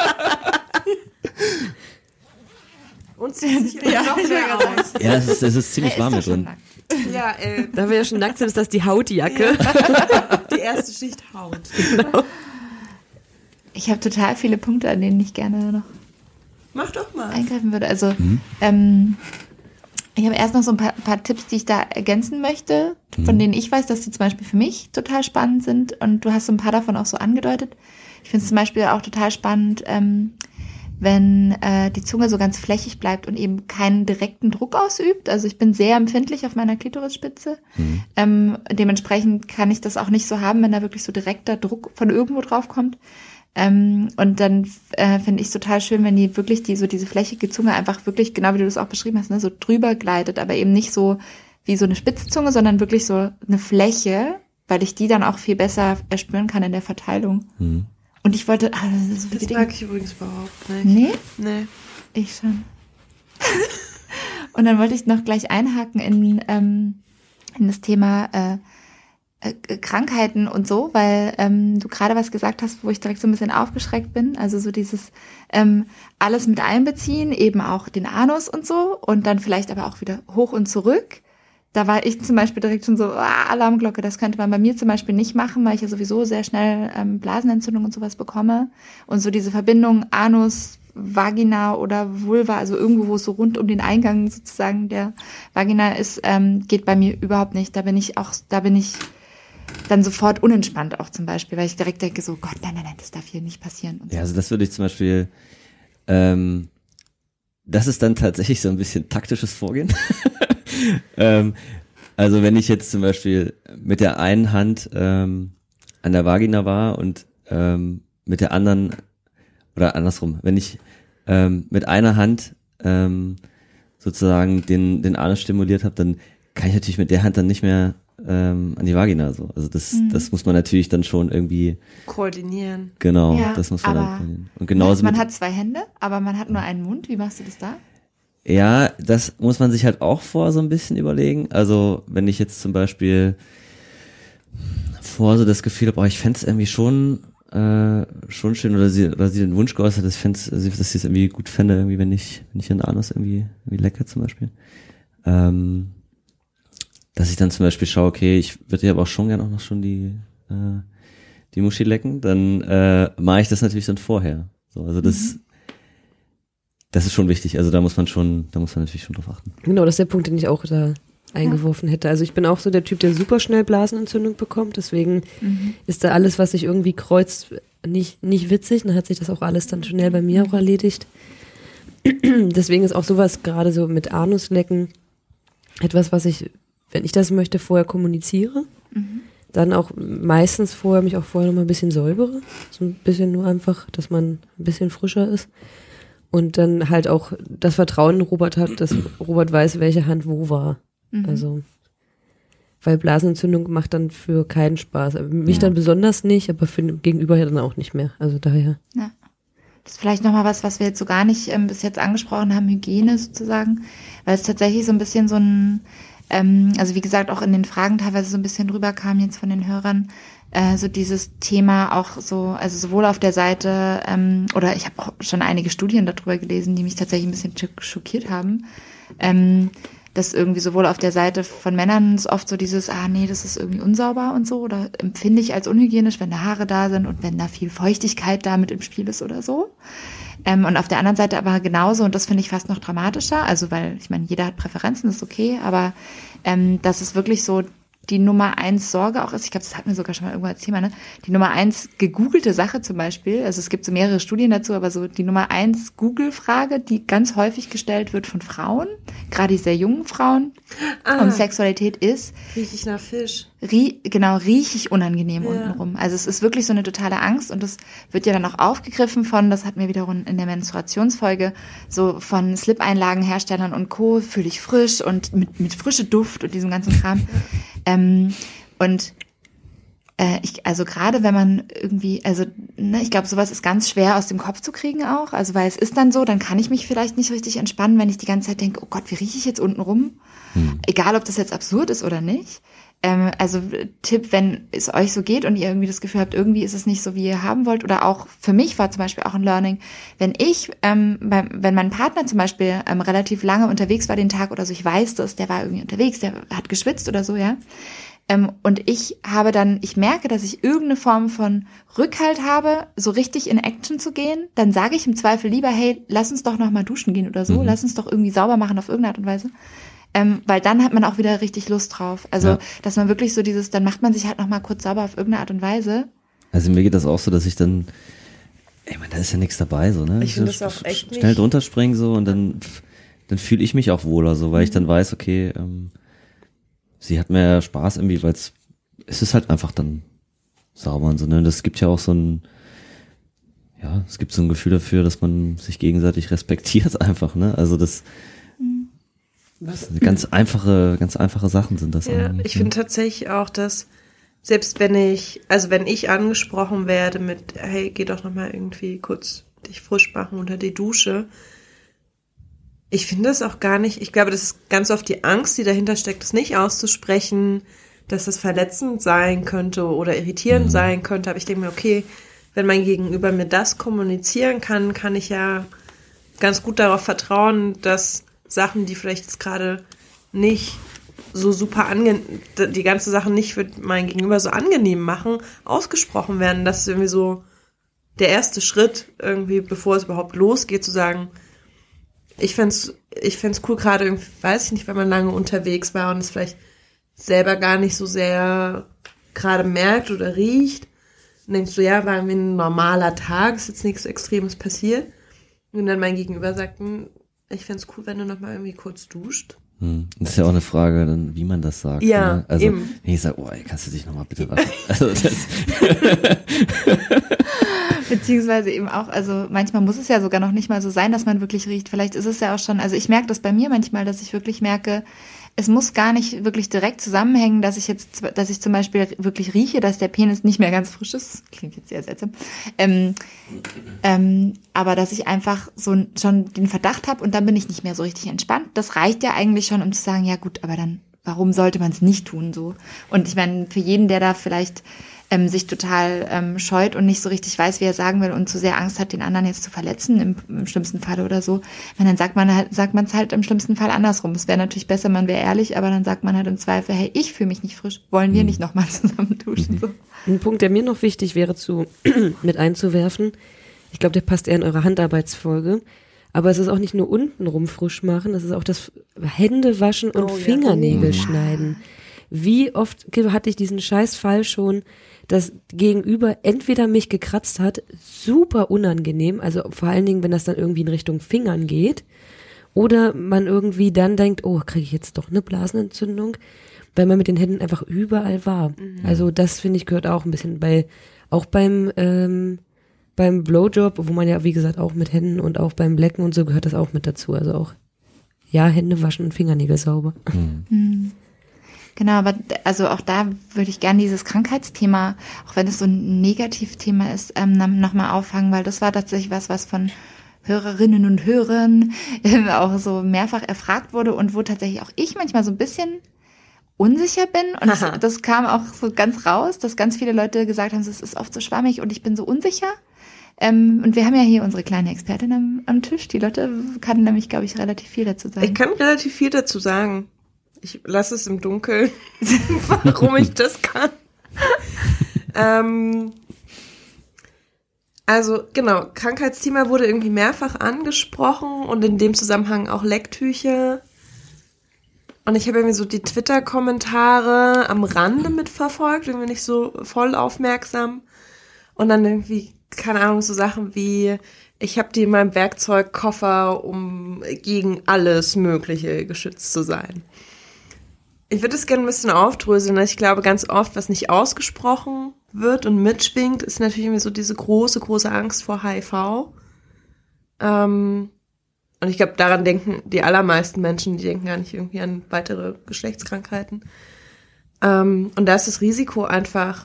Und zieht sich immer Ja, noch mehr aus. Ja, es ist, es ist ziemlich warm hier drin. Ja, äh, Da wir ja schon nackt sind, ist das die Hautjacke. die erste Schicht Haut. Genau. Ich habe total viele Punkte, an denen ich gerne noch Mach doch mal. eingreifen würde. Also Mhm. ähm, ich habe erst noch so ein paar, paar Tipps, die ich da ergänzen möchte, von Mhm. denen ich weiß, dass die zum Beispiel für mich total spannend sind. Und du hast so ein paar davon auch so angedeutet. Ich finde es zum Beispiel auch total spannend, ähm, wenn äh, die Zunge so ganz flächig bleibt und eben keinen direkten Druck ausübt. Also ich bin sehr empfindlich auf meiner Klitorisspitze. Mhm. Ähm, dementsprechend kann ich das auch nicht so haben, wenn da wirklich so direkter Druck von irgendwo drauf kommt. Ähm, und dann äh, finde ich es total schön, wenn die wirklich die so diese flächige Zunge einfach wirklich, genau wie du das auch beschrieben hast, ne, so drüber gleitet, aber eben nicht so wie so eine Spitzzunge, sondern wirklich so eine Fläche, weil ich die dann auch viel besser erspüren kann in der Verteilung. Mhm. Und ich wollte, ah, das ist so Das viele mag Dinge. ich übrigens überhaupt nicht. Nee? Nee. Ich schon. Und dann wollte ich noch gleich einhaken in, ähm, in das Thema äh, äh, Krankheiten und so, weil ähm, du gerade was gesagt hast, wo ich direkt so ein bisschen aufgeschreckt bin. Also so dieses ähm, alles mit einbeziehen, eben auch den Anus und so und dann vielleicht aber auch wieder hoch und zurück. Da war ich zum Beispiel direkt schon so, ah, Alarmglocke, das könnte man bei mir zum Beispiel nicht machen, weil ich ja sowieso sehr schnell ähm, Blasenentzündung und sowas bekomme. Und so diese Verbindung Anus, Vagina oder Vulva, also irgendwo, wo es so rund um den Eingang sozusagen der Vagina ist, ähm, geht bei mir überhaupt nicht. Da bin ich auch, da bin ich dann sofort unentspannt auch zum Beispiel, weil ich direkt denke so, Gott, nein, nein, nein, das darf hier nicht passieren. Und so. Ja, also das würde ich zum Beispiel, ähm, das ist dann tatsächlich so ein bisschen taktisches Vorgehen. ähm, also wenn ich jetzt zum Beispiel mit der einen Hand ähm, an der Vagina war und ähm, mit der anderen, oder andersrum, wenn ich ähm, mit einer Hand ähm, sozusagen den, den Anus stimuliert habe, dann kann ich natürlich mit der Hand dann nicht mehr ähm, an die Vagina so. Also das, mhm. das muss man natürlich dann schon irgendwie koordinieren. Genau, Ja, das muss man aber dann koordinieren. Und genauso man mit, hat zwei Hände, aber man hat nur einen Mund. Wie machst du das da? ja, das muss man sich halt auch vor so ein bisschen überlegen. Also wenn ich jetzt zum Beispiel vor so das Gefühl habe, oh, ich fände es irgendwie schon äh, schon schön, oder sie oder sie den Wunsch geäußert, dass, dass sie es irgendwie gut fände, irgendwie, wenn ich wenn ich den Anus irgendwie, irgendwie lecke zum Beispiel. Ähm, dass ich dann zum Beispiel schaue, okay, ich würde ja aber auch schon gerne auch noch schon die äh, die Muschi lecken, dann äh, mache ich das natürlich dann vorher. So, also das mhm. das ist schon wichtig. Also da muss man schon, da muss man natürlich schon drauf achten. Genau, das ist der Punkt, den ich auch da eingeworfen hätte. Also ich bin auch so der Typ, der super schnell Blasenentzündung bekommt. Deswegen mhm. ist da alles, was sich irgendwie kreuzt, nicht nicht witzig. Dann hat sich das auch alles dann schnell bei mir auch erledigt. Deswegen ist auch sowas gerade so mit Anuslecken etwas, was ich, wenn ich das möchte, vorher kommuniziere. Mhm. Dann auch meistens vorher, mich auch vorher noch mal ein bisschen säubere. So ein bisschen nur einfach, dass man ein bisschen frischer ist. Und dann halt auch das Vertrauen in Robert hat, dass Robert weiß, welche Hand wo war. Mhm. Also, weil Blasenentzündung macht dann für keinen Spaß. Mich ja. dann besonders nicht, aber für den Gegenüber ja dann auch nicht mehr. Also daher. Ja. Das ist vielleicht nochmal was, was wir jetzt so gar nicht ähm, bis jetzt angesprochen haben, Hygiene sozusagen. Weil es tatsächlich so ein bisschen so ein, ähm, also wie gesagt, auch in den Fragen teilweise so ein bisschen rüberkam jetzt von den Hörern, äh, so dieses Thema auch so, also sowohl auf der Seite, ähm, oder ich habe auch schon einige Studien darüber gelesen, die mich tatsächlich ein bisschen schockiert haben, ähm, dass irgendwie sowohl auf der Seite von Männern ist oft so dieses, ah nee, das ist irgendwie unsauber und so, oder empfinde ich als unhygienisch, wenn da Haare da sind und wenn da viel Feuchtigkeit da mit im Spiel ist oder so. Ähm, und auf der anderen Seite aber genauso, und das finde ich fast noch dramatischer, also weil, ich meine, jeder hat Präferenzen, das ist okay, aber ähm, dass es wirklich so die Nummer eins Sorge auch ist, ich glaube, das hatten wir sogar schon mal irgendwo als Thema, ne? Die Nummer eins gegoogelte Sache zum Beispiel, also es gibt so mehrere Studien dazu, aber so die Nummer eins Google-Frage, die ganz häufig gestellt wird von Frauen, gerade die sehr jungen Frauen, ah, um Sexualität ist, riech ich nach Fisch. Rie, genau, riech ich unangenehm ja. untenrum. Also es ist wirklich so eine totale Angst, und das wird ja dann auch aufgegriffen von, das hatten wir wiederum in der Menstruationsfolge, so von Slip-Einlagenherstellern und Co., fühle ich frisch und mit, mit frische Duft und diesem ganzen Kram. Ähm, und äh, ich, also gerade wenn man irgendwie, also ne, ich glaube, sowas ist ganz schwer aus dem Kopf zu kriegen auch, also weil es ist dann so, dann kann ich mich vielleicht nicht richtig entspannen, wenn ich die ganze Zeit denke, oh Gott, wie rieche ich jetzt unten rum? Hm. Egal, ob das jetzt absurd ist oder nicht. Ähm, also Tipp, wenn es euch so geht und ihr irgendwie das Gefühl habt, irgendwie ist es nicht so, wie ihr haben wollt, oder auch für mich war zum Beispiel auch ein Learning, wenn ich, ähm, beim, wenn mein Partner zum Beispiel ähm, relativ lange unterwegs war den Tag oder so, ich weiß das, der war irgendwie unterwegs, der hat geschwitzt oder so, ja, ähm, und ich habe dann, ich merke, dass ich irgendeine Form von Rückhalt habe, so richtig in Action zu gehen, dann sage ich im Zweifel lieber, hey, lass uns doch nochmal duschen gehen oder so, mhm. lass uns doch irgendwie sauber machen auf irgendeine Art und Weise. Ähm, weil dann hat man auch wieder richtig Lust drauf. Also, ja. dass man wirklich so dieses, dann macht man sich halt noch mal kurz sauber auf irgendeine Art und Weise. Also mir geht das auch so, dass ich dann, ey man, da ist ja nichts dabei, so, ne? Ich finde das auch echt schnell nicht. drunter springen so, und dann, dann fühle ich mich auch wohler, so, weil mhm. ich dann weiß, okay, ähm, sie hat mehr Spaß irgendwie, weil es, es ist halt einfach dann sauber und so, ne? Das gibt ja auch so ein, ja, es gibt so ein Gefühl dafür, dass man sich gegenseitig respektiert einfach, ne? Also das, Was? Ganz einfache, ganz einfache Sachen sind das. Ja, ich finde tatsächlich auch, dass selbst wenn ich, also wenn ich angesprochen werde mit, hey, geh doch nochmal irgendwie kurz dich frisch machen unter die Dusche, ich finde das auch gar nicht, ich glaube, das ist ganz oft die Angst, die dahinter steckt, das nicht auszusprechen, dass das verletzend sein könnte oder irritierend mhm. sein könnte, aber ich denke mir, okay, wenn mein Gegenüber mir das kommunizieren kann, kann ich ja ganz gut darauf vertrauen, dass Sachen, die vielleicht jetzt gerade nicht so super angenehm, die ganze Sache nicht für mein Gegenüber so angenehm machen, ausgesprochen werden. Das ist irgendwie so der erste Schritt, irgendwie, bevor es überhaupt losgeht, zu sagen, ich fänd's, ich fänd's cool, gerade, weiß ich nicht, wenn man lange unterwegs war und es vielleicht selber gar nicht so sehr gerade merkt oder riecht. Und denkst du, ja, war irgendwie ein normaler Tag, ist jetzt nichts Extremes passiert. Und dann mein Gegenüber sagt, ich fänd's cool, wenn du noch mal irgendwie kurz duscht. Hm. Das ist ja auch eine Frage, dann, wie man das sagt. Ja, ne? Also, eben. wenn ich sage, oh, ey, kannst du dich noch mal bitte waschen? Also, das Beziehungsweise eben auch, also manchmal muss es ja sogar noch nicht mal so sein, dass man wirklich riecht. Vielleicht ist es ja auch schon, also ich merke das bei mir manchmal, dass ich wirklich merke, es muss gar nicht wirklich direkt zusammenhängen, dass ich jetzt, dass ich zum Beispiel wirklich rieche, dass der Penis nicht mehr ganz frisch ist. Klingt jetzt sehr seltsam. Ähm, ähm, aber dass ich einfach so schon den Verdacht habe und dann bin ich nicht mehr so richtig entspannt. Das reicht ja eigentlich schon, um zu sagen, ja gut, aber dann, warum sollte man es nicht tun so? Und ich meine, für jeden, der da vielleicht ähm, sich total ähm, scheut und nicht so richtig weiß, wie er sagen will und zu sehr Angst hat, den anderen jetzt zu verletzen, im, im schlimmsten Fall oder so, wenn dann sagt man halt, sagt man es halt im schlimmsten Fall andersrum. Es wäre natürlich besser, man wäre ehrlich, aber dann sagt man halt im Zweifel, hey, ich fühle mich nicht frisch, wollen wir nicht nochmal zusammen duschen? So. Ein Punkt, der mir noch wichtig wäre zu mit einzuwerfen, ich glaube, der passt eher in eure Handarbeitsfolge, aber es ist auch nicht nur untenrum frisch machen, es ist auch das Hände waschen und oh, Fingernägel ja. schneiden. Wie oft hatte ich diesen Scheißfall schon, dass Gegenüber entweder mich gekratzt hat, super unangenehm, also vor allen Dingen, wenn das dann irgendwie in Richtung Fingern geht, oder man irgendwie dann denkt, oh, kriege ich jetzt doch eine Blasenentzündung? weil man mit den Händen einfach überall war. Mhm. Also das, finde ich, gehört auch ein bisschen bei, auch beim, ähm, beim Blowjob, wo man ja, wie gesagt, auch mit Händen und auch beim Lecken und so gehört das auch mit dazu. Also auch, ja, Hände waschen und Fingernägel sauber. Mhm. Mhm. Genau, aber also auch da würde ich gerne dieses Krankheitsthema, auch wenn es so ein Negativthema ist, ähm, nochmal auffangen, weil das war tatsächlich was, was von Hörerinnen und Hörern äh, auch so mehrfach erfragt wurde und wo tatsächlich auch ich manchmal so ein bisschen unsicher bin. Und das, das kam auch so ganz raus, dass ganz viele Leute gesagt haben, es ist oft so schwammig und ich bin so unsicher. Ähm, und wir haben ja hier unsere kleine Expertin am, am Tisch. Die Lotte kann nämlich, glaube ich, relativ viel dazu sagen. Ich kann relativ viel dazu sagen. Ich lasse es im Dunkeln, warum ich das kann. ähm, also genau, Krankheitsthema wurde irgendwie mehrfach angesprochen und in dem Zusammenhang auch Lecktücher. Und ich habe irgendwie so die Twitter-Kommentare am Rande mitverfolgt, irgendwie nicht so voll aufmerksam. Und dann irgendwie, keine Ahnung, so Sachen wie, ich habe die in meinem Werkzeugkoffer, um gegen alles Mögliche geschützt zu sein. Ich würde es gerne ein bisschen aufdröseln. Ich glaube, ganz oft, was nicht ausgesprochen wird und mitschwingt, ist natürlich irgendwie so diese große, große Angst vor H I V. Ähm, und ich glaube, daran denken die allermeisten Menschen, die denken gar nicht irgendwie an weitere Geschlechtskrankheiten. Ähm, und da ist das Risiko einfach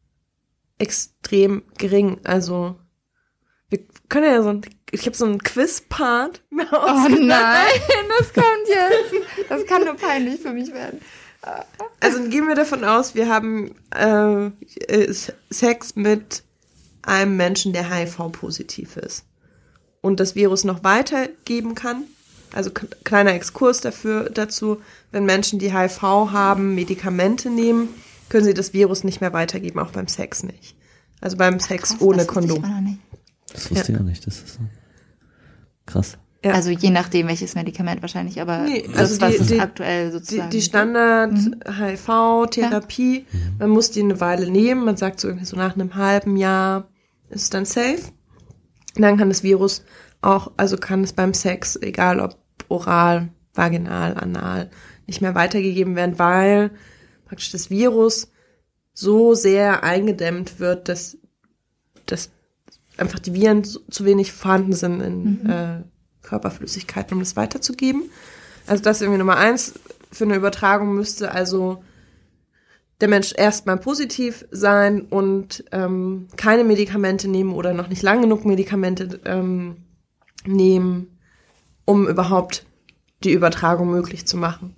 extrem gering. Also wir können ja so ein, ich habe so einen Quiz-Part. Oh nein, das kommt jetzt. Das kann nur peinlich für mich werden. Also gehen wir davon aus, wir haben äh, Sex mit einem Menschen, der H I V-positiv ist und das Virus noch weitergeben kann. Also k- kleiner Exkurs dafür dazu, wenn Menschen, die H I V haben, Medikamente nehmen, können sie das Virus nicht mehr weitergeben, auch beim Sex nicht. Also beim Sex Krass, ohne das wusste ich Kondom. auch noch nicht. Das wusste ich auch nicht, das ist so krass. Ja. Also je nachdem, welches Medikament wahrscheinlich, aber Nee, das, also was die- es die- aktuell Die, sozusagen die Standard-H I V-Therapie, Mhm. man muss die eine Weile nehmen, man sagt so irgendwie so nach einem halben Jahr ist es dann safe. Und dann kann das Virus auch, also kann es beim Sex, egal ob oral, vaginal, anal, nicht mehr weitergegeben werden, weil praktisch das Virus so sehr eingedämmt wird, dass, dass einfach die Viren so, zu wenig vorhanden sind in Mhm. äh, Körperflüssigkeiten, um das weiterzugeben. Also das ist irgendwie Nummer eins. Für eine Übertragung müsste also der Mensch erstmal positiv sein und ähm, keine Medikamente nehmen oder noch nicht lang genug Medikamente ähm, nehmen, um überhaupt die Übertragung möglich zu machen.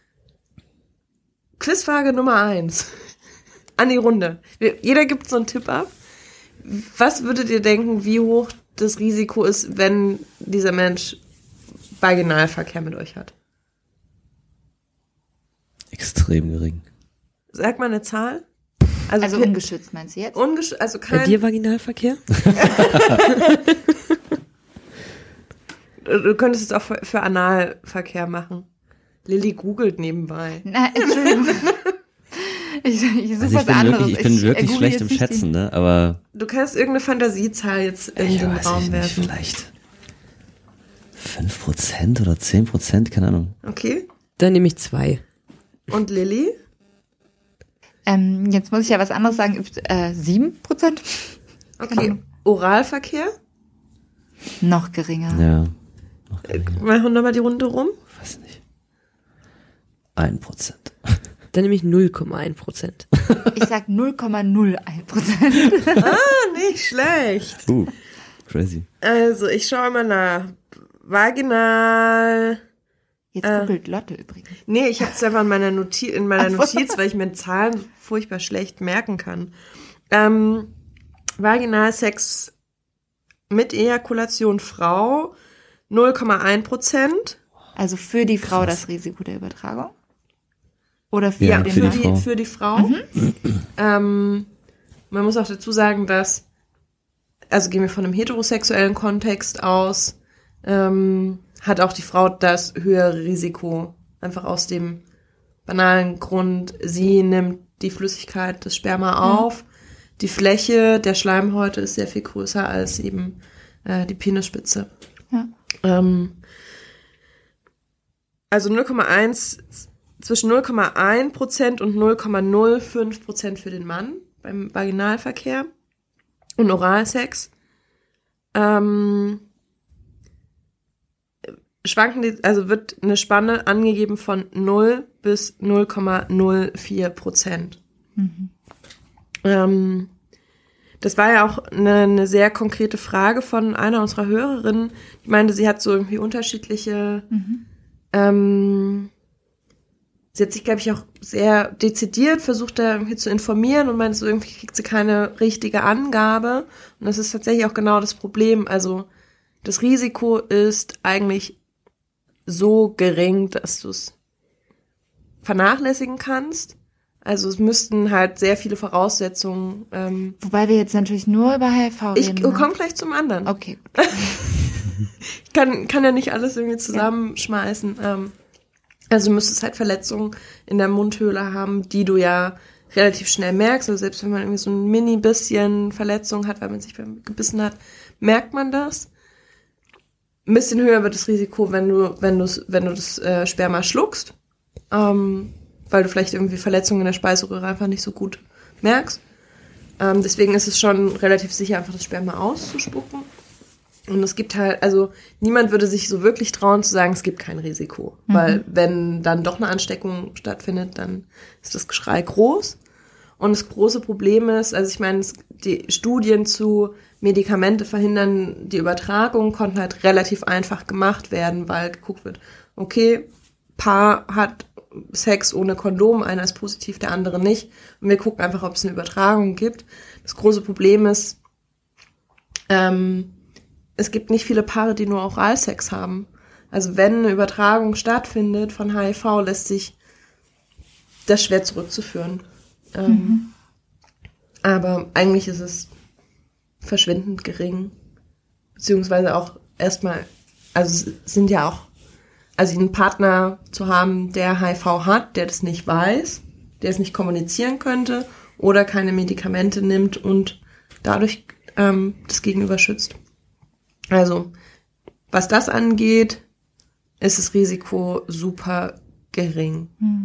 Quizfrage Nummer eins. An die Runde. Wir, jeder gibt so einen Tipp ab. Was würdet ihr denken, wie hoch das Risiko ist, wenn dieser Mensch Vaginalverkehr mit euch hat? Extrem gering. Sag mal eine Zahl. Also wir- ungeschützt, meinst du jetzt? ungesch- also Bei kein, dir Vaginalverkehr? du könntest es auch für, für Analverkehr machen. Lilly googelt nebenbei. Na, Entschuldigung. ich, ich suche Also ich was bin anderes. wirklich, ich bin wirklich google schlecht jetzt im nicht Schätzen, ne? Aber Du kannst irgendeine Fantasiezahl jetzt in ich den weiß Raum ich nicht, werfen. vielleicht fünf Prozent oder zehn Prozent, keine Ahnung. Okay. Dann nehme ich zwei. Und Lilly? Ähm, jetzt muss ich ja was anderes sagen. Äh, sieben Prozent? Okay. Oralverkehr? Noch geringer. Ja, Machen wir nochmal die Runde rum. weiß nicht. Ein Prozent. Dann nehme ich null Komma eins Prozent. Ich sag null Komma null eins Prozent. Ah, nicht schlecht. Uh, crazy. Also, ich schaue mal nach. Vaginal. Jetzt Äh. googelt Lotte übrigens. Nee, ich habe es einfach in meiner, Noti in meiner Ach so. Notiz, weil ich mir Zahlen furchtbar schlecht merken kann. Ähm, Vaginalsex mit Ejakulation Frau null Komma eins Prozent. Also für die Frau Krass. das Risiko der Übertragung? Oder für Ja, den für Für die Mann? die, Frau. für die Frau. Ähm, man muss auch dazu sagen, dass, also gehen wir von einem heterosexuellen Kontext aus, ähm, hat auch die Frau das höhere Risiko. Einfach aus dem banalen Grund, sie nimmt die Flüssigkeit des Sperma auf. Die Fläche der Schleimhäute ist sehr viel größer als eben äh, die Penisspitze. Ja. Ähm, also null Komma eins zwischen null Komma eins Prozent und null Komma null fünf Prozent für den Mann beim Vaginalverkehr und Oralsex. Ähm, schwanken die, also wird eine Spanne angegeben von null bis null Komma null vier Prozent. Mhm. Ähm, das war ja auch eine, eine sehr konkrete Frage von einer unserer Hörerinnen, die meinte, sie hat so irgendwie unterschiedliche, mhm. ähm, sie hat sich, glaube ich, auch sehr dezidiert versucht, da irgendwie zu informieren und meinte, so irgendwie kriegt sie keine richtige Angabe. Und das ist tatsächlich auch genau das Problem. Also das Risiko ist eigentlich so gering, dass du es vernachlässigen kannst. Also es müssten halt sehr viele Voraussetzungen. Ähm, Wobei wir jetzt natürlich nur über H I V reden. Ich komme gleich zum anderen. Okay. ich kann, kann ja nicht alles irgendwie zusammenschmeißen. Ja. Ähm, also du müsstest halt Verletzungen in der Mundhöhle haben, die du ja relativ schnell merkst. Also selbst wenn man irgendwie so ein mini bisschen Verletzung hat, weil man sich gebissen hat, merkt man das. Ein bisschen höher wird das Risiko, wenn du, wenn du, wenn du das äh, Sperma schluckst. Ähm, weil du vielleicht irgendwie Verletzungen in der Speiseröhre einfach nicht so gut merkst. Ähm, deswegen ist es schon relativ sicher, einfach das Sperma auszuspucken. Und es gibt halt, also niemand würde sich so wirklich trauen zu sagen, es gibt kein Risiko. Mhm. Weil wenn dann doch eine Ansteckung stattfindet, dann ist das Geschrei groß. Und das große Problem ist, also ich meine, die Studien zu Medikamente verhindern die Übertragung konnten halt relativ einfach gemacht werden, weil geguckt wird, okay, Paar hat Sex ohne Kondom, einer ist positiv, der andere nicht. Und wir gucken einfach, ob es eine Übertragung gibt. Das große Problem ist, ähm, es gibt nicht viele Paare, die nur Oralsex haben. Also wenn eine Übertragung stattfindet von H I V, lässt sich das schwer zurückzuführen. Ähm, mhm. Aber eigentlich ist es verschwindend gering. Beziehungsweise auch erstmal, also es sind ja auch, also einen Partner zu haben, der H I V hat, der das nicht weiß, der es nicht kommunizieren könnte oder keine Medikamente nimmt und dadurch ähm, das Gegenüber schützt. Also, was das angeht, ist das Risiko super gering.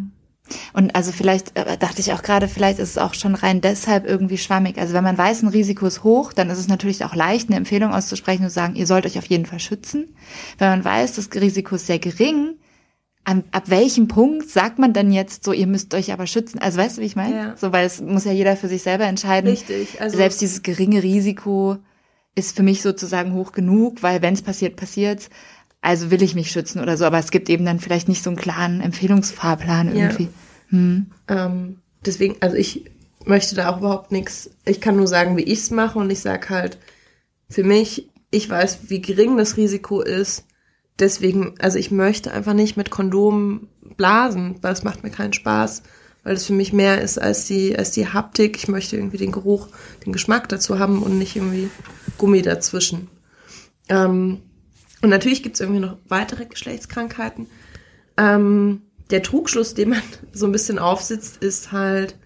Und also vielleicht äh, dachte ich auch gerade, vielleicht ist es auch schon rein deshalb irgendwie schwammig. Also wenn man weiß, ein Risiko ist hoch, dann ist es natürlich auch leicht, eine Empfehlung auszusprechen und zu sagen, ihr sollt euch auf jeden Fall schützen. Wenn man weiß, das Risiko ist sehr gering, an, ab welchem Punkt sagt man dann jetzt so, ihr müsst euch aber schützen? Also weißt du, wie ich meine? Ja. So, weil es muss ja jeder für sich selber entscheiden. Richtig. Also selbst dieses geringe Risiko ist für mich sozusagen hoch genug, weil wenn es passiert, passiert's. Also will ich mich schützen oder so. Aber es gibt eben dann vielleicht nicht so einen klaren Empfehlungsfahrplan irgendwie. Ja. Hm. Ähm, deswegen, also ich möchte da auch überhaupt nichts, ich kann nur sagen, wie ich es mache und ich sag halt, für mich, ich weiß, wie gering das Risiko ist, deswegen, also ich möchte einfach nicht mit Kondom blasen, weil es macht mir keinen Spaß, weil es für mich mehr ist als die, als die Haptik, ich möchte irgendwie den Geruch, den Geschmack dazu haben und nicht irgendwie Gummi dazwischen. Ähm, und natürlich gibt es irgendwie noch weitere Geschlechtskrankheiten, ähm, der Trugschluss, den man so ein bisschen aufsitzt, ist halt,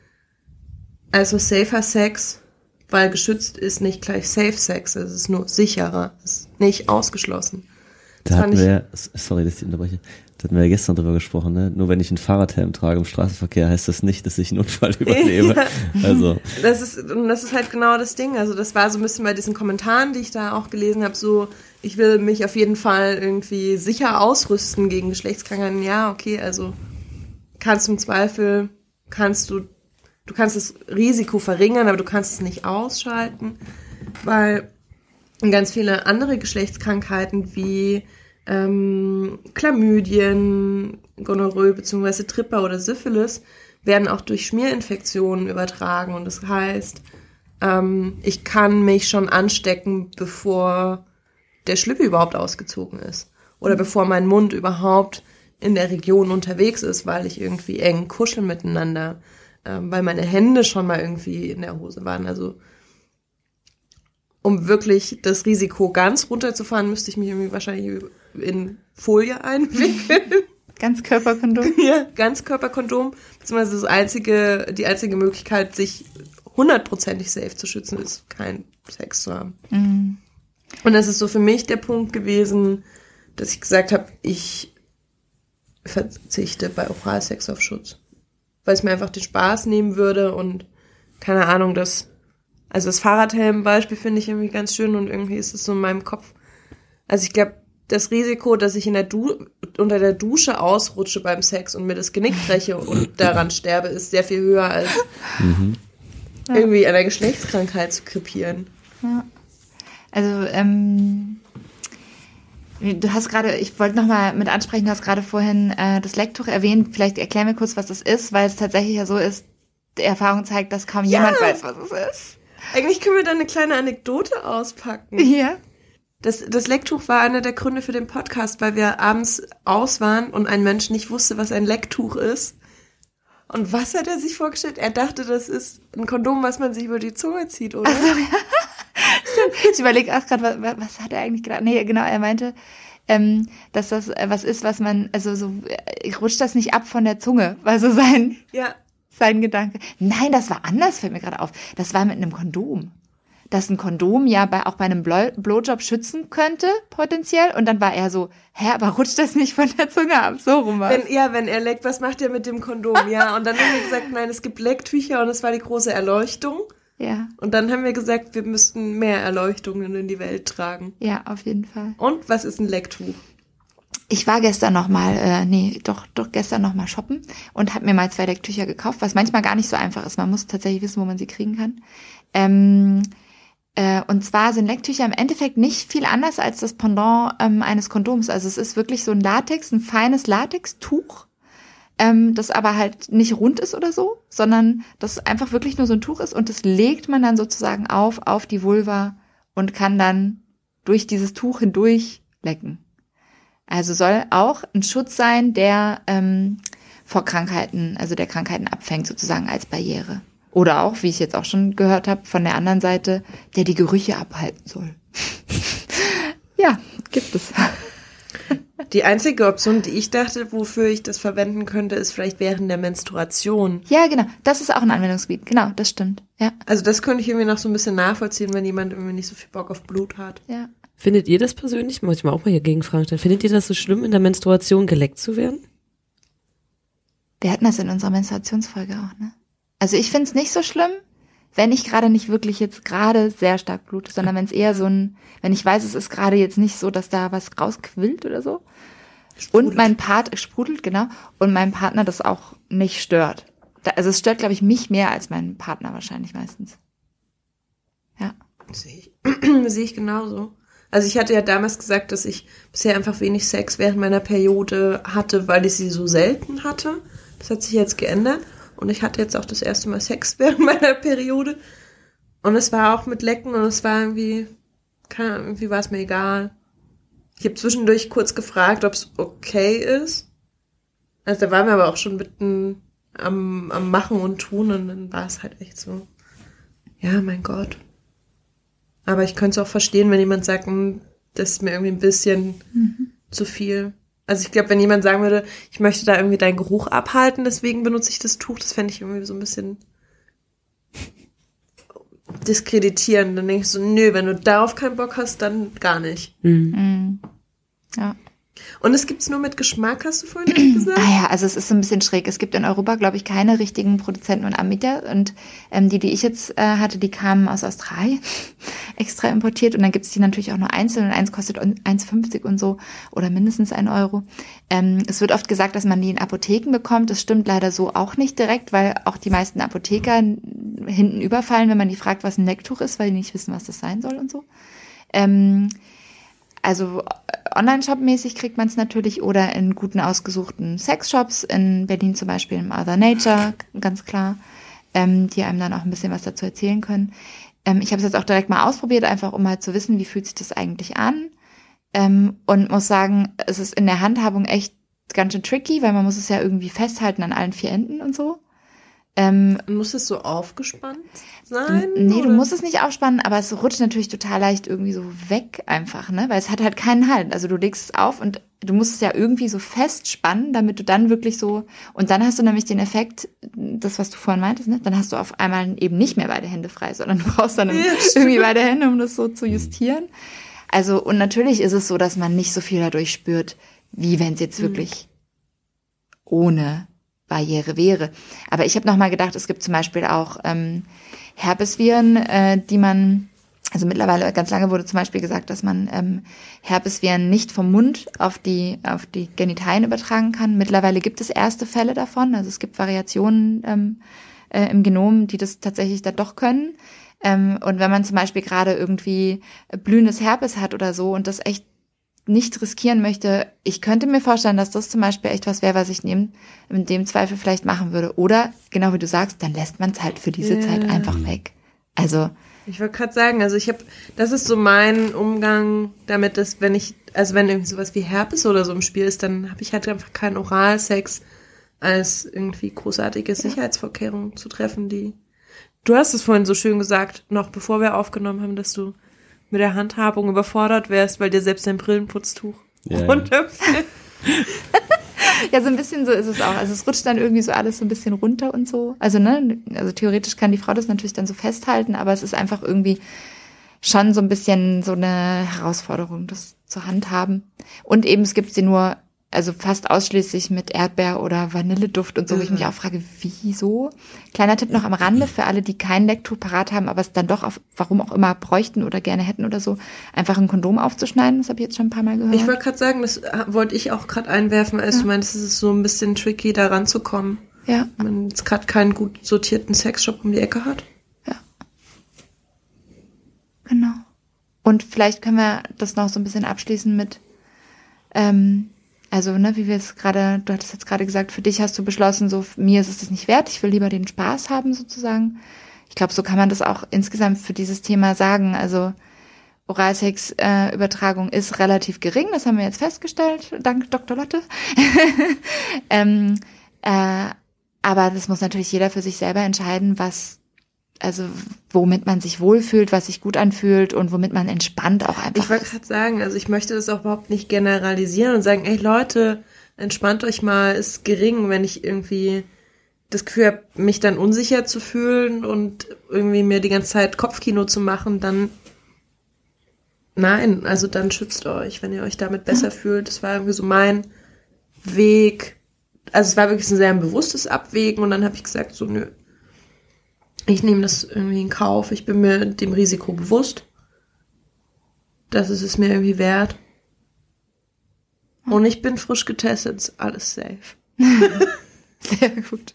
also safer Sex, weil geschützt ist nicht gleich safe Sex, es ist nur sicherer, es ist nicht ausgeschlossen. Da hatten wir, sorry, dass ich unterbreche, da hatten wir ja gestern drüber gesprochen, ne? Nur wenn ich einen Fahrradhelm trage im Straßenverkehr, heißt das nicht, dass ich einen Unfall überlebe. Ja. Also. Das ist, und das ist halt genau das Ding, also das war so ein bisschen bei diesen Kommentaren, die ich da auch gelesen habe, so, ich will mich auf jeden Fall irgendwie sicher ausrüsten gegen Geschlechtskrankheiten. Ja, okay, also kannst du im Zweifel, kannst du, du kannst das Risiko verringern, aber du kannst es nicht ausschalten, weil ganz viele andere Geschlechtskrankheiten wie ähm, Chlamydien, Gonorrhoe bzw. Tripper oder Syphilis werden auch durch Schmierinfektionen übertragen und das heißt, ähm, ich kann mich schon anstecken, bevor der Schlüppi überhaupt ausgezogen ist oder bevor mein Mund überhaupt in der Region unterwegs ist, weil ich irgendwie eng kuschel miteinander, ähm, weil meine Hände schon mal irgendwie in der Hose waren. Also um wirklich das Risiko ganz runterzufahren, müsste ich mich irgendwie wahrscheinlich in Folie einwickeln. Ganzkörperkondom? Ja, Ganzkörperkondom. Beziehungsweise das einzige, die einzige Möglichkeit, sich hundertprozentig safe zu schützen, ist, keinen Sex zu haben. Mhm. Und das ist so für mich der Punkt gewesen, dass ich gesagt habe, ich verzichte bei Oralsex auf Schutz. Weil es mir einfach den Spaß nehmen würde und keine Ahnung, das, also das Fahrradhelm-Beispiel finde ich irgendwie ganz schön und irgendwie ist es so in meinem Kopf. Also ich glaube, das Risiko, dass ich in der du- unter der Dusche ausrutsche beim Sex und mir das Genick breche und daran sterbe, ist sehr viel höher als Mhm. irgendwie an einer Geschlechtskrankheit zu krepieren. Ja. Also, ähm, du hast gerade, ich wollte nochmal mit ansprechen, du hast gerade vorhin äh, das Lecktuch erwähnt. Vielleicht erklär mir kurz, was das ist, weil es tatsächlich ja so ist, die Erfahrung zeigt, dass kaum Ja. jemand weiß, was es ist. Eigentlich können wir da eine kleine Anekdote auspacken. Ja. Das, das Lecktuch war einer der Gründe für den Podcast, weil wir abends aus waren und ein Mensch nicht wusste, was ein Lecktuch ist. Und was hat er sich vorgestellt? Er dachte, das ist ein Kondom, was man sich über die Zunge zieht, oder? Also, ja. Ich überlege auch gerade, was, was hat er eigentlich gedacht? Nee, genau, er meinte, ähm, dass das äh, was ist, was man, also so, äh, rutscht das nicht ab von der Zunge, war so sein, Ja. sein Gedanke. Nein, das war anders, fällt mir gerade auf. Das war mit einem Kondom. Dass ein Kondom ja bei, auch bei einem Blow- Blowjob schützen könnte, potenziell. Und dann war er so, hä, aber rutscht das nicht von der Zunge ab? So rum war's. Wenn, ja, wenn er leckt, was macht er mit dem Kondom? Ja, und dann haben wir gesagt, nein, es gibt Lecktücher und es war die große Erleuchtung. Ja, Und dann haben wir gesagt, wir müssten mehr Erleuchtungen in die Welt tragen. ja, auf jeden Fall. Und was ist ein Lecktuch? Ich war gestern noch mal, äh, nee, doch, doch gestern noch mal shoppen und habe mir mal zwei Lecktücher gekauft, was manchmal gar nicht so einfach ist. Man muss tatsächlich wissen, wo man sie kriegen kann. Ähm, äh, und zwar sind Lecktücher im Endeffekt nicht viel anders als das Pendant ähm, eines Kondoms. Also es ist wirklich so ein Latex, ein feines Latextuch, ähm, das aber halt nicht rund ist oder so, sondern das einfach wirklich nur so ein Tuch ist und das legt man dann sozusagen auf, auf die Vulva und kann dann durch dieses Tuch hindurch lecken. Also soll auch ein Schutz sein, der ähm, vor Krankheiten, also der Krankheiten abfängt sozusagen als Barriere. Oder auch, wie ich jetzt auch schon gehört habe, von der anderen Seite, der die Gerüche abhalten soll. Ja, gibt es. Die einzige Option, die ich dachte, wofür ich das verwenden könnte, ist vielleicht während der Menstruation. Ja, genau. Das ist auch ein Anwendungsgebiet. Genau, das stimmt. Ja, Also das könnte ich irgendwie noch so ein bisschen nachvollziehen, wenn jemand irgendwie nicht so viel Bock auf Blut hat. ja. Findet ihr das persönlich, muss ich mal auch mal hier gegenfragen stellen, findet ihr das so schlimm, in der Menstruation geleckt zu werden? Wir hatten das in unserer Menstruationsfolge auch, ne? Also ich find's nicht so schlimm, wenn ich gerade nicht wirklich jetzt gerade sehr stark blute, sondern wenn es eher so ein, wenn ich weiß, es ist gerade jetzt nicht so, dass da was rausquillt oder so. Und mein Part sprudelt, genau, und mein Partner das auch nicht stört. Da, also es stört, glaube ich, mich mehr als meinen Partner wahrscheinlich meistens. Ja. Sehe ich, sehe ich genauso. Also ich hatte ja damals gesagt, dass ich bisher einfach wenig Sex während meiner Periode hatte, weil ich sie so selten hatte. Das hat sich jetzt geändert. Und ich hatte jetzt auch das erste Mal Sex während meiner Periode. Und es war auch mit Lecken und es war irgendwie, keine Ahnung, irgendwie war es mir egal. Ich habe zwischendurch kurz gefragt, ob es okay ist. Also da waren wir aber auch schon mitten am, am Machen und Tun und dann war es halt echt so, ja, mein Gott. Aber ich könnte es auch verstehen, wenn jemand sagt, hm, das ist mir irgendwie ein bisschen mhm. zu viel. Also ich glaube, wenn jemand sagen würde, ich möchte da irgendwie deinen Geruch abhalten, deswegen benutze ich das Tuch, das fände ich irgendwie so ein bisschen diskreditierend. Dann denke ich so, nö, wenn du darauf keinen Bock hast, dann gar nicht. Mhm. Mhm. Ja. Und es gibt's nur mit Geschmack, hast du vorhin gesagt? Ah ja, also es ist so ein bisschen schräg. Es gibt in Europa, glaube ich, keine richtigen Produzenten und Anbieter. Und ähm, die, die ich jetzt äh, hatte, die kamen aus Australien, extra importiert. Und dann gibt's die natürlich auch nur einzeln. Und eins kostet eins fünfzig und so oder mindestens ein Euro. Ähm, es wird oft gesagt, dass man die in Apotheken bekommt. Das stimmt leider so auch nicht direkt, weil auch die meisten Apotheker hinten überfallen, wenn man die fragt, was ein Lecktuch ist, weil die nicht wissen, was das sein soll und so. Ähm, Also Online-Shop-mäßig kriegt man es natürlich oder in guten ausgesuchten Sexshops, in Berlin zum Beispiel im Other Nature, ganz klar, ähm, die einem dann auch ein bisschen was dazu erzählen können. Ähm, ich habe es jetzt auch direkt mal ausprobiert, einfach um mal zu wissen, wie fühlt sich das eigentlich an, ähm, und muss sagen, es ist in der Handhabung echt ganz schön tricky, weil man muss es ja irgendwie festhalten an allen vier Enden und so. Ähm, Muss es so aufgespannt sein? Nee, oder? du musst es nicht aufspannen, aber es rutscht natürlich total leicht irgendwie so weg einfach, ne? Weil es hat halt keinen Halt. Also du legst es auf und du musst es ja irgendwie so festspannen, damit du dann wirklich so, und dann hast du nämlich den Effekt, das, was du vorhin meintest, ne? Dann hast du auf einmal eben nicht mehr beide Hände frei, sondern du brauchst dann Ja, irgendwie beide Hände, um das so zu justieren. Also, und natürlich ist es so, dass man nicht so viel dadurch spürt, wie wenn es jetzt wirklich ohne Barriere wäre. Aber ich habe nochmal gedacht, es gibt zum Beispiel auch ähm, Herpesviren, äh, die man, also mittlerweile ganz lange wurde zum Beispiel gesagt, dass man ähm, Herpesviren nicht vom Mund auf die auf die Genitalien übertragen kann. Mittlerweile gibt es erste Fälle davon, also es gibt Variationen ähm, äh, im Genom, die das tatsächlich dann doch können. Ähm, und wenn man zum Beispiel gerade irgendwie blühendes Herpes hat oder so und das echt nicht riskieren möchte, ich könnte mir vorstellen, dass das zum Beispiel echt was wäre, was ich neben, in dem Zweifel vielleicht machen würde. Oder, genau wie du sagst, dann lässt man es halt für diese yeah. Zeit einfach weg. Also ich wollte gerade sagen, also ich habe, das ist so mein Umgang damit, dass wenn ich, also wenn irgendwie sowas wie Herpes oder so im Spiel ist, dann habe ich halt einfach keinen Oralsex als irgendwie großartige Sicherheitsvorkehrungen zu treffen, die, du hast es vorhin so schön gesagt, noch bevor wir aufgenommen haben, dass du mit der Handhabung überfordert wärst, weil dir selbst dein Brillenputztuch ja, runterfällt. Ja, so ein bisschen so ist es auch. Also es rutscht dann irgendwie so alles so ein bisschen runter und so. Also ne, also theoretisch kann die Frau das natürlich dann so festhalten, aber es ist einfach irgendwie schon so ein bisschen so eine Herausforderung, das zu handhaben. Und eben, es gibt sie nur, also fast ausschließlich mit Erdbeer- oder Vanilleduft und so, wo ich mich auch frage, wieso? Kleiner Tipp noch am Rande für alle, die kein Lecktuch parat haben, aber es dann doch auf, warum auch immer, bräuchten oder gerne hätten oder so, einfach ein Kondom aufzuschneiden. Das habe ich jetzt schon ein paar Mal gehört. Ich wollte gerade sagen, das wollte ich auch gerade einwerfen, als ja. du meinst, es ist so ein bisschen tricky, da ranzukommen. Ja. Wenn man jetzt gerade keinen gut sortierten Sexshop um die Ecke hat. Ja. Genau. Und vielleicht können wir das noch so ein bisschen abschließen mit, ähm, also, ne, wie wir es gerade, du hattest jetzt gerade gesagt, für dich hast du beschlossen, so, mir ist es das nicht wert, ich will lieber den Spaß haben, sozusagen. Ich glaube, so kann man das auch insgesamt für dieses Thema sagen. Also, Oralsex-Übertragung äh, ist relativ gering, das haben wir jetzt festgestellt, dank Doktor Lotte. ähm, äh, aber das muss natürlich jeder für sich selber entscheiden, was, also womit man sich wohlfühlt, was sich gut anfühlt und womit man entspannt auch einfach. Ich wollte gerade sagen, also ich möchte das auch überhaupt nicht generalisieren und sagen, ey Leute, entspannt euch mal, ist gering, wenn ich irgendwie das Gefühl habe, mich dann unsicher zu fühlen und irgendwie mir die ganze Zeit Kopfkino zu machen, dann nein, also dann schützt euch, wenn ihr euch damit besser mhm. fühlt. Das war irgendwie so mein Weg. Also es war wirklich ein sehr bewusstes Abwägen und dann habe ich gesagt, so nö. Ich nehme das irgendwie in Kauf. Ich bin mir dem Risiko bewusst. Das ist es mir irgendwie wert. Und ich bin frisch getestet. Ist alles safe. Sehr gut.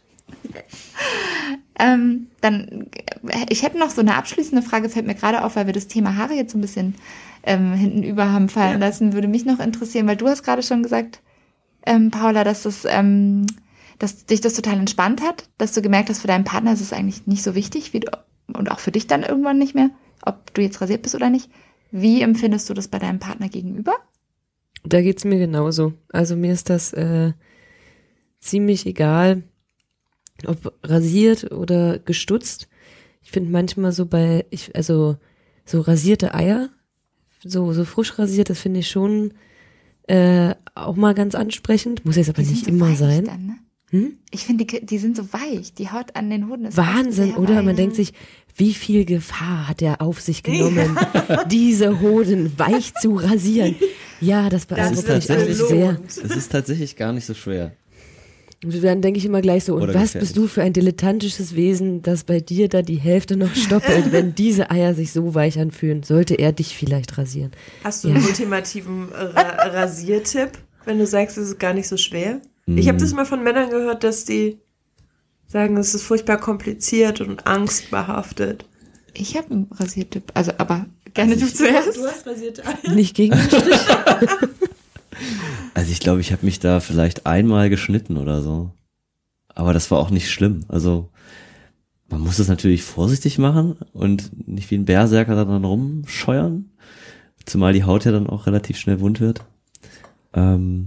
ähm, dann, ich hätte noch so eine abschließende Frage, fällt mir gerade auf, weil wir das Thema Haare jetzt so ein bisschen ähm, hinten über haben fallen ja. lassen. Würde mich noch interessieren, weil du hast gerade schon gesagt, ähm, Paula, dass das... Ähm, dass dich das total entspannt hat, dass du gemerkt hast, für deinen Partner ist es eigentlich nicht so wichtig wie du, und auch für dich dann irgendwann nicht mehr, ob du jetzt rasiert bist oder nicht. Wie empfindest du das bei deinem Partner gegenüber? Da geht's mir genauso. Also mir ist das äh, ziemlich egal, ob rasiert oder gestutzt. Ich finde manchmal so bei, ich also so rasierte Eier, so so frisch rasiert, das finde ich schon äh, auch mal ganz ansprechend. Muss jetzt aber die nicht so immer sein. Dann, ne? Hm? Ich finde, die, die sind so weich. Die Haut an den Hoden ist Wahnsinn, oder? weich. Man denkt sich, wie viel Gefahr hat er auf sich genommen, diese Hoden weich zu rasieren. Ja, das beeindruckt mich alles sehr. Es ist tatsächlich gar nicht so schwer. Und dann denke ich immer gleich so, und Oder was gefährlich. bist du für ein dilettantisches Wesen, dass bei dir da die Hälfte noch stoppelt, wenn diese Eier sich so weich anfühlen? Sollte er dich vielleicht rasieren? Hast du Ja. einen ultimativen Ra- Rasiertipp, wenn du sagst, es ist gar nicht so schwer? Ich habe das mal von Männern gehört, dass die sagen, es ist furchtbar kompliziert und angstbehaftet. Ich habe einen Rasiertipp. Also, aber gerne du zuerst. Du hast rasierte Eier. Nicht gegen den Strich? Also ich glaube, ich habe mich da vielleicht einmal geschnitten oder so. Aber das war auch nicht schlimm. Also man muss es natürlich vorsichtig machen und nicht wie ein Berserker da dann rumscheuern. Zumal die Haut ja dann auch relativ schnell wund wird. Ähm,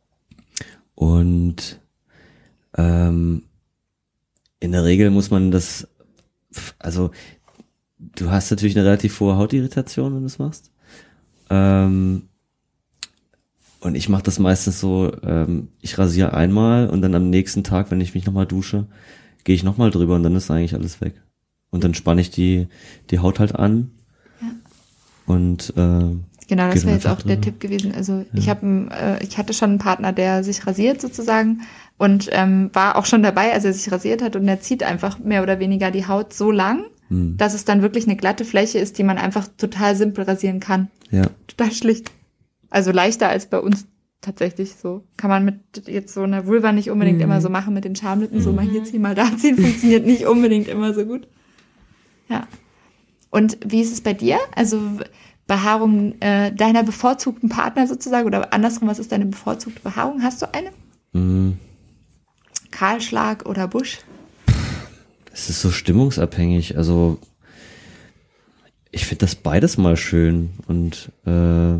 und ähm, in der Regel muss man das, also du hast natürlich eine relativ hohe Hautirritation, wenn du es machst. Ähm, und ich mache das meistens so, ähm, ich rasiere einmal und dann am nächsten Tag, wenn ich mich nochmal dusche, gehe ich nochmal drüber und dann ist eigentlich alles weg. Und dann spanne ich die die Haut halt an. Ja. und äh, Genau, das geht wäre jetzt einfach auch der drüber. Tipp gewesen. Also ich habe, äh, ich hatte schon einen Partner, der sich rasiert sozusagen und ähm, war auch schon dabei, als er sich rasiert hat und er zieht einfach mehr oder weniger die Haut so lang, Hm. dass es dann wirklich eine glatte Fläche ist, die man einfach total simpel rasieren kann. Ja. Total schlicht. Also leichter als bei uns tatsächlich so. Kann man mit jetzt so einer Vulva nicht unbedingt Mhm. immer so machen mit den Schamlippen, so mal hier ziehen, mal da ziehen, funktioniert nicht unbedingt immer so gut. Ja. Und wie ist es bei dir? Also Behaarung äh, deiner bevorzugten Partner sozusagen oder andersrum, was ist deine bevorzugte Behaarung? Hast du eine? Mhm. Kahlschlag oder Busch? Es ist so stimmungsabhängig. Also ich finde das beides mal schön und äh,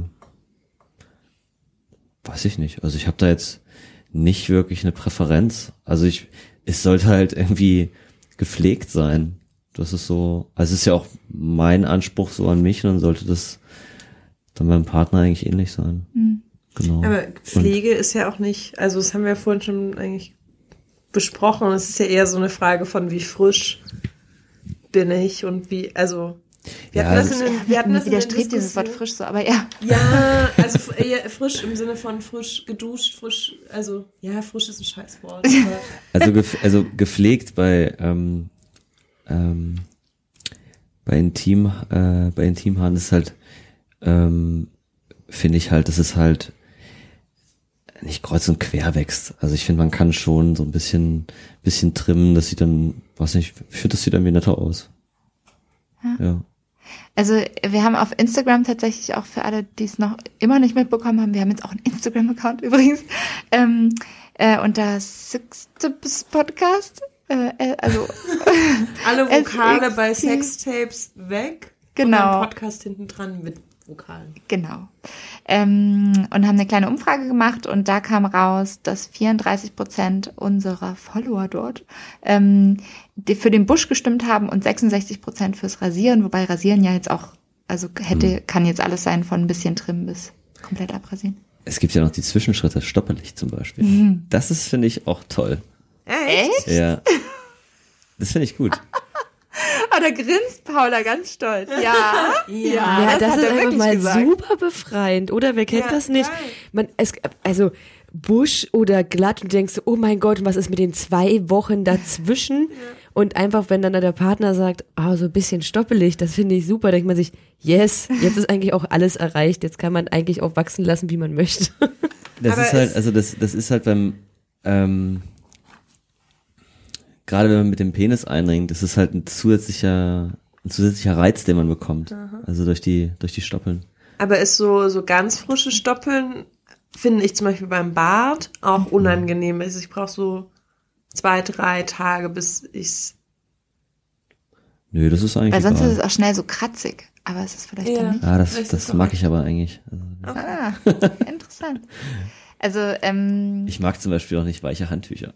weiß ich nicht. Also ich habe da jetzt nicht wirklich eine Präferenz. Also ich, es sollte halt irgendwie gepflegt sein. Das ist so, also es ist ja auch mein Anspruch so an mich und dann sollte das dann beim Partner eigentlich ähnlich sein. Mhm. Genau. Aber Pflege ist ja auch nicht, also das haben wir vorhin schon eigentlich besprochen. Es ist ja eher so eine Frage von, wie frisch bin ich und wie, also wir Ja, hatten das das- in den, wir hatten Mir das in den widerstrebt dieses Wort Diskussionen- frisch so, aber ja. Ja, also f- eher frisch im Sinne von frisch geduscht, frisch, also ja, frisch ist ein Scheißwort. Aber Also, gef also gepflegt bei ähm, ähm, bei Intim äh, bei Intimhaaren ist halt ähm, finde ich halt, dass es halt nicht kreuz und quer wächst. Also ich finde, man kann schon so ein bisschen bisschen trimmen, das sieht dann, weiß nicht, ich finde, das sieht irgendwie netter aus. Ja. Ja. Also wir haben auf Instagram tatsächlich auch für alle, die es noch immer nicht mitbekommen haben, wir haben jetzt auch einen Instagram-Account übrigens, ähm, äh, unter Sixtipps Podcast, äh, äh, also alle Vokale S X T. bei Sextapes weg. Genau. Und dann Podcast hinten dran mit Vokalen. Genau. Ähm, und haben eine kleine Umfrage gemacht und da kam raus, dass vierunddreißig Prozent unserer Follower dort ähm, die für den Busch gestimmt haben und sechsundsechzig Prozent fürs Rasieren, wobei Rasieren ja jetzt auch, also hätte, Hm. kann jetzt alles sein von ein bisschen trimmen bis komplett abrasieren. Es gibt ja noch die Zwischenschritte, Stoppelicht zum Beispiel. Mhm. Das ist, finde ich, auch toll. Echt? Ja. Das finde ich gut. Ah, da grinst Paula ganz stolz. Ja, ja, Ja, das, hat ist er einfach wirklich mal gesagt. super befreiend, oder? Wer kennt Ja, das nicht? geil. Man, es, also Busch oder glatt und du denkst so, oh mein Gott, was ist mit den zwei Wochen dazwischen? Und einfach, wenn dann der Partner sagt, ah, so ein bisschen stoppelig, das finde ich super, denkt man sich, yes, jetzt ist eigentlich auch alles erreicht, jetzt kann man eigentlich auch wachsen lassen, wie man möchte. Das Aber ist halt, es- also das, das ist halt beim, ähm, gerade wenn man mit dem Penis einringt, das ist halt ein zusätzlicher, ein zusätzlicher Reiz, den man bekommt. Also durch die, durch die Stoppeln. Aber ist so, so ganz frische Stoppeln, finde ich zum Beispiel beim Bart auch unangenehm. Also ich brauche so zwei, drei Tage, bis ich's. Nö, das ist eigentlich Weil sonst egal. ist es auch schnell so kratzig. Aber es ist vielleicht Ja. dann nicht. Ah, das, Vielleicht ist das es mag auch- ich aber eigentlich. Also, Ah, interessant. Also, ähm, ich mag zum Beispiel auch nicht weiche Handtücher.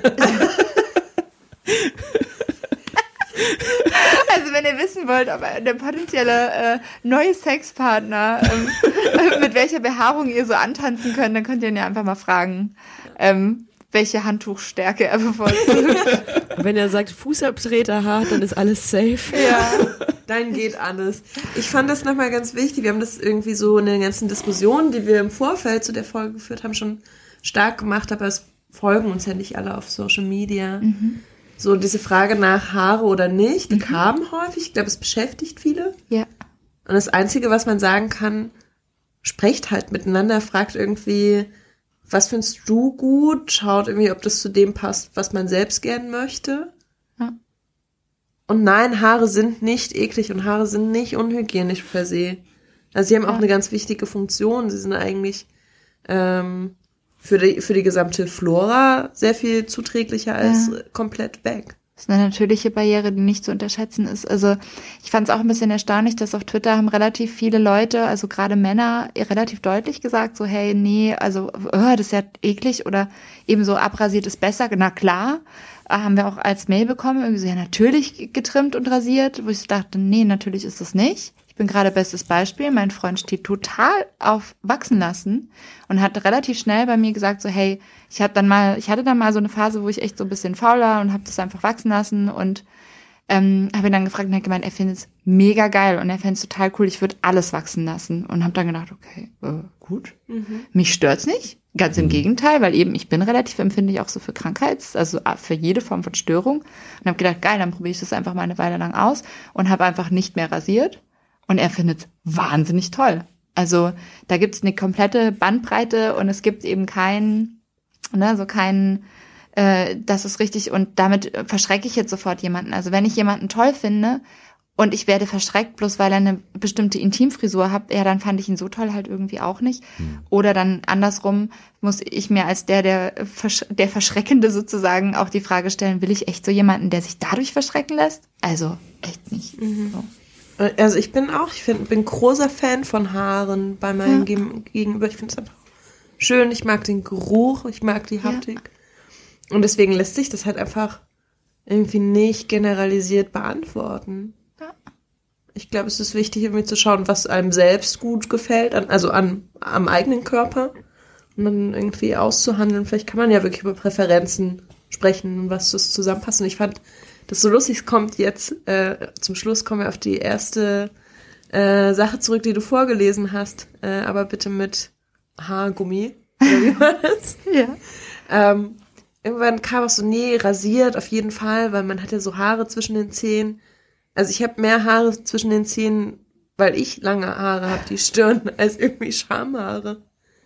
also wenn ihr wissen wollt, ob der potenzielle äh, neue Sexpartner, ähm, mit welcher Behaarung ihr so antanzen könnt, dann könnt ihr ihn ja einfach mal fragen, ähm, welche Handtuchstärke er bevorzugt. Und wenn er sagt, Fußabtreter hart, dann ist alles safe. Ja. Dann geht alles. Ich fand das nochmal ganz wichtig. Wir haben das irgendwie so in den ganzen Diskussionen, die wir im Vorfeld zu der Folge geführt haben, schon stark gemacht, aber es folgen uns ja nicht alle auf Social Media. So diese Frage nach Haare oder nicht, die kam häufig. Ich glaube, es beschäftigt viele. Ja. Und das Einzige, was man sagen kann, sprecht halt miteinander, fragt irgendwie, was findest du gut? Schaut irgendwie, ob das zu dem passt, was man selbst gern möchte. Ja. Und nein, Haare sind nicht eklig und Haare sind nicht unhygienisch per se. Also sie haben auch Ja. eine ganz wichtige Funktion. Sie sind eigentlich ähm, für die, für die gesamte Flora sehr viel zuträglicher als Ja. komplett weg. Das ist eine natürliche Barriere, die nicht zu unterschätzen ist. Also ich fand es auch ein bisschen erstaunlich, dass auf Twitter haben relativ viele Leute, also gerade Männer, relativ deutlich gesagt, so hey, nee, also oh, das ist ja eklig oder eben so abrasiert ist besser. Na klar, äh, haben wir auch als Mail bekommen, irgendwie so, ja natürlich getrimmt und rasiert, wo ich so dachte, nee, natürlich ist das nicht. Ich bin gerade bestes Beispiel, mein Freund steht total auf wachsen lassen und hat relativ schnell bei mir gesagt so, hey, ich habe dann mal, ich hatte dann mal so eine Phase, wo ich echt so ein bisschen faul war und habe das einfach wachsen lassen und ähm, habe ihn dann gefragt und er hat gemeint, er findet es mega geil und er fände es total cool, ich würde alles wachsen lassen. Und habe dann gedacht, okay, äh, gut. Mhm. Mich stört's nicht. Ganz im Gegenteil, weil eben ich bin relativ empfindlich auch so für Krankheits-, also für jede Form von Störung. Und habe gedacht, geil, dann probiere ich das einfach mal eine Weile lang aus und habe einfach nicht mehr rasiert. Und er findet es wahnsinnig toll. Also da gibt's eine komplette Bandbreite und es gibt eben keinen, ne, so keinen, äh, das ist richtig und damit verschrecke ich jetzt sofort jemanden. Also wenn ich jemanden toll finde und ich werde verschreckt, bloß weil er eine bestimmte Intimfrisur hat, ja, dann fand ich ihn so toll halt irgendwie auch nicht. Hm. Oder dann andersrum muss ich mir als der, der, Versch- der Verschreckende sozusagen auch die Frage stellen, will ich echt so jemanden, der sich dadurch verschrecken lässt? Also echt nicht. Mhm. So. Also ich bin auch, ich find, bin großer Fan von Haaren bei meinem ja. Gem- Gegenüber. Ich finde es einfach schön, ich mag den Geruch, ich mag die Haptik. Ja. Und deswegen lässt sich das halt einfach irgendwie nicht generalisiert beantworten. Ja. Ich glaube, es ist wichtig, irgendwie zu schauen, was einem selbst gut gefällt, an, also an, am eigenen Körper. Und dann irgendwie auszuhandeln. Vielleicht kann man ja wirklich über Präferenzen sprechen und was das zusammenpasst. Und ich fand das so lustig, es kommt jetzt, äh, zum Schluss kommen wir auf die erste äh, Sache zurück, die du vorgelesen hast, äh, aber bitte mit Haargummi. Oder wie war das? Ja. Ähm, irgendwann kam auch so, nee, rasiert auf jeden Fall, weil man hat ja so Haare zwischen den Zähnen. Also ich habe mehr Haare zwischen den Zähnen, weil ich lange Haare habe, die Stirn, als irgendwie Schamhaare.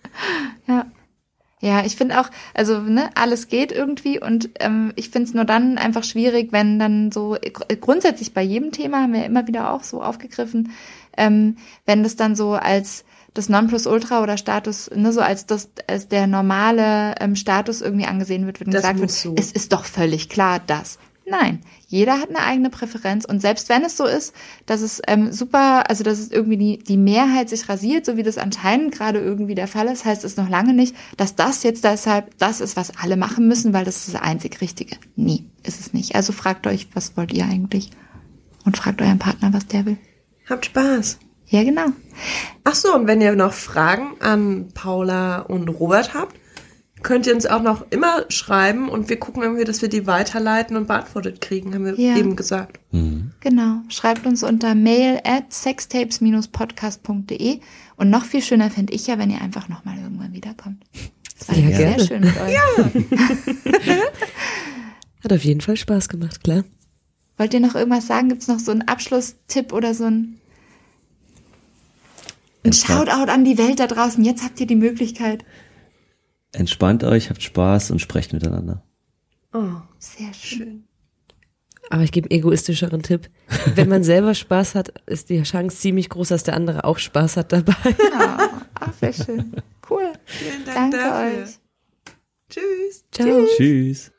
Ja. Ja, ich finde auch, also ne, alles geht irgendwie und ähm, ich finde es nur dann einfach schwierig, wenn dann so, grundsätzlich bei jedem Thema haben wir immer wieder auch so aufgegriffen, ähm, wenn das dann so als das Nonplusultra oder Status, ne, so als das als der normale ähm, Status irgendwie angesehen wird, wenn gesagt wird, so. Es ist doch völlig klar, dass. Nein, jeder hat eine eigene Präferenz und selbst wenn es so ist, dass es ähm, super, also dass es irgendwie die, die Mehrheit sich rasiert, so wie das anscheinend gerade irgendwie der Fall ist, heißt es noch lange nicht, dass das jetzt deshalb das ist, was alle machen müssen, weil das ist das einzig Richtige. Nee, ist es nicht. Also fragt euch, was wollt ihr eigentlich? Und fragt euren Partner, was der will. Habt Spaß. Ja, genau. Ach so, und wenn ihr noch Fragen an Paula und Robert habt, könnt ihr uns auch noch immer schreiben und wir gucken irgendwie, dass wir die weiterleiten und beantwortet kriegen, haben wir ja. eben gesagt. Mhm. Genau. Schreibt uns unter mail at sextapes podcast punkt de und noch viel schöner fände ich ja, wenn ihr einfach nochmal irgendwann wiederkommt. Das war ja, sehr schön mit euch. Ja. Hat auf jeden Fall Spaß gemacht, klar. Wollt ihr noch irgendwas sagen? Gibt es noch so einen Abschlusstipp oder so ein, ein Shoutout an die Welt da draußen? Jetzt habt ihr die Möglichkeit. Entspannt euch, habt Spaß und sprecht miteinander. Oh, sehr schön. Aber ich gebe einen egoistischeren Tipp. Wenn man selber Spaß hat, ist die Chance ziemlich groß, dass der andere auch Spaß hat dabei. Oh, ach, sehr schön. Cool. Vielen Dank Danke dafür. euch. Tschüss. Ciao. Tschüss.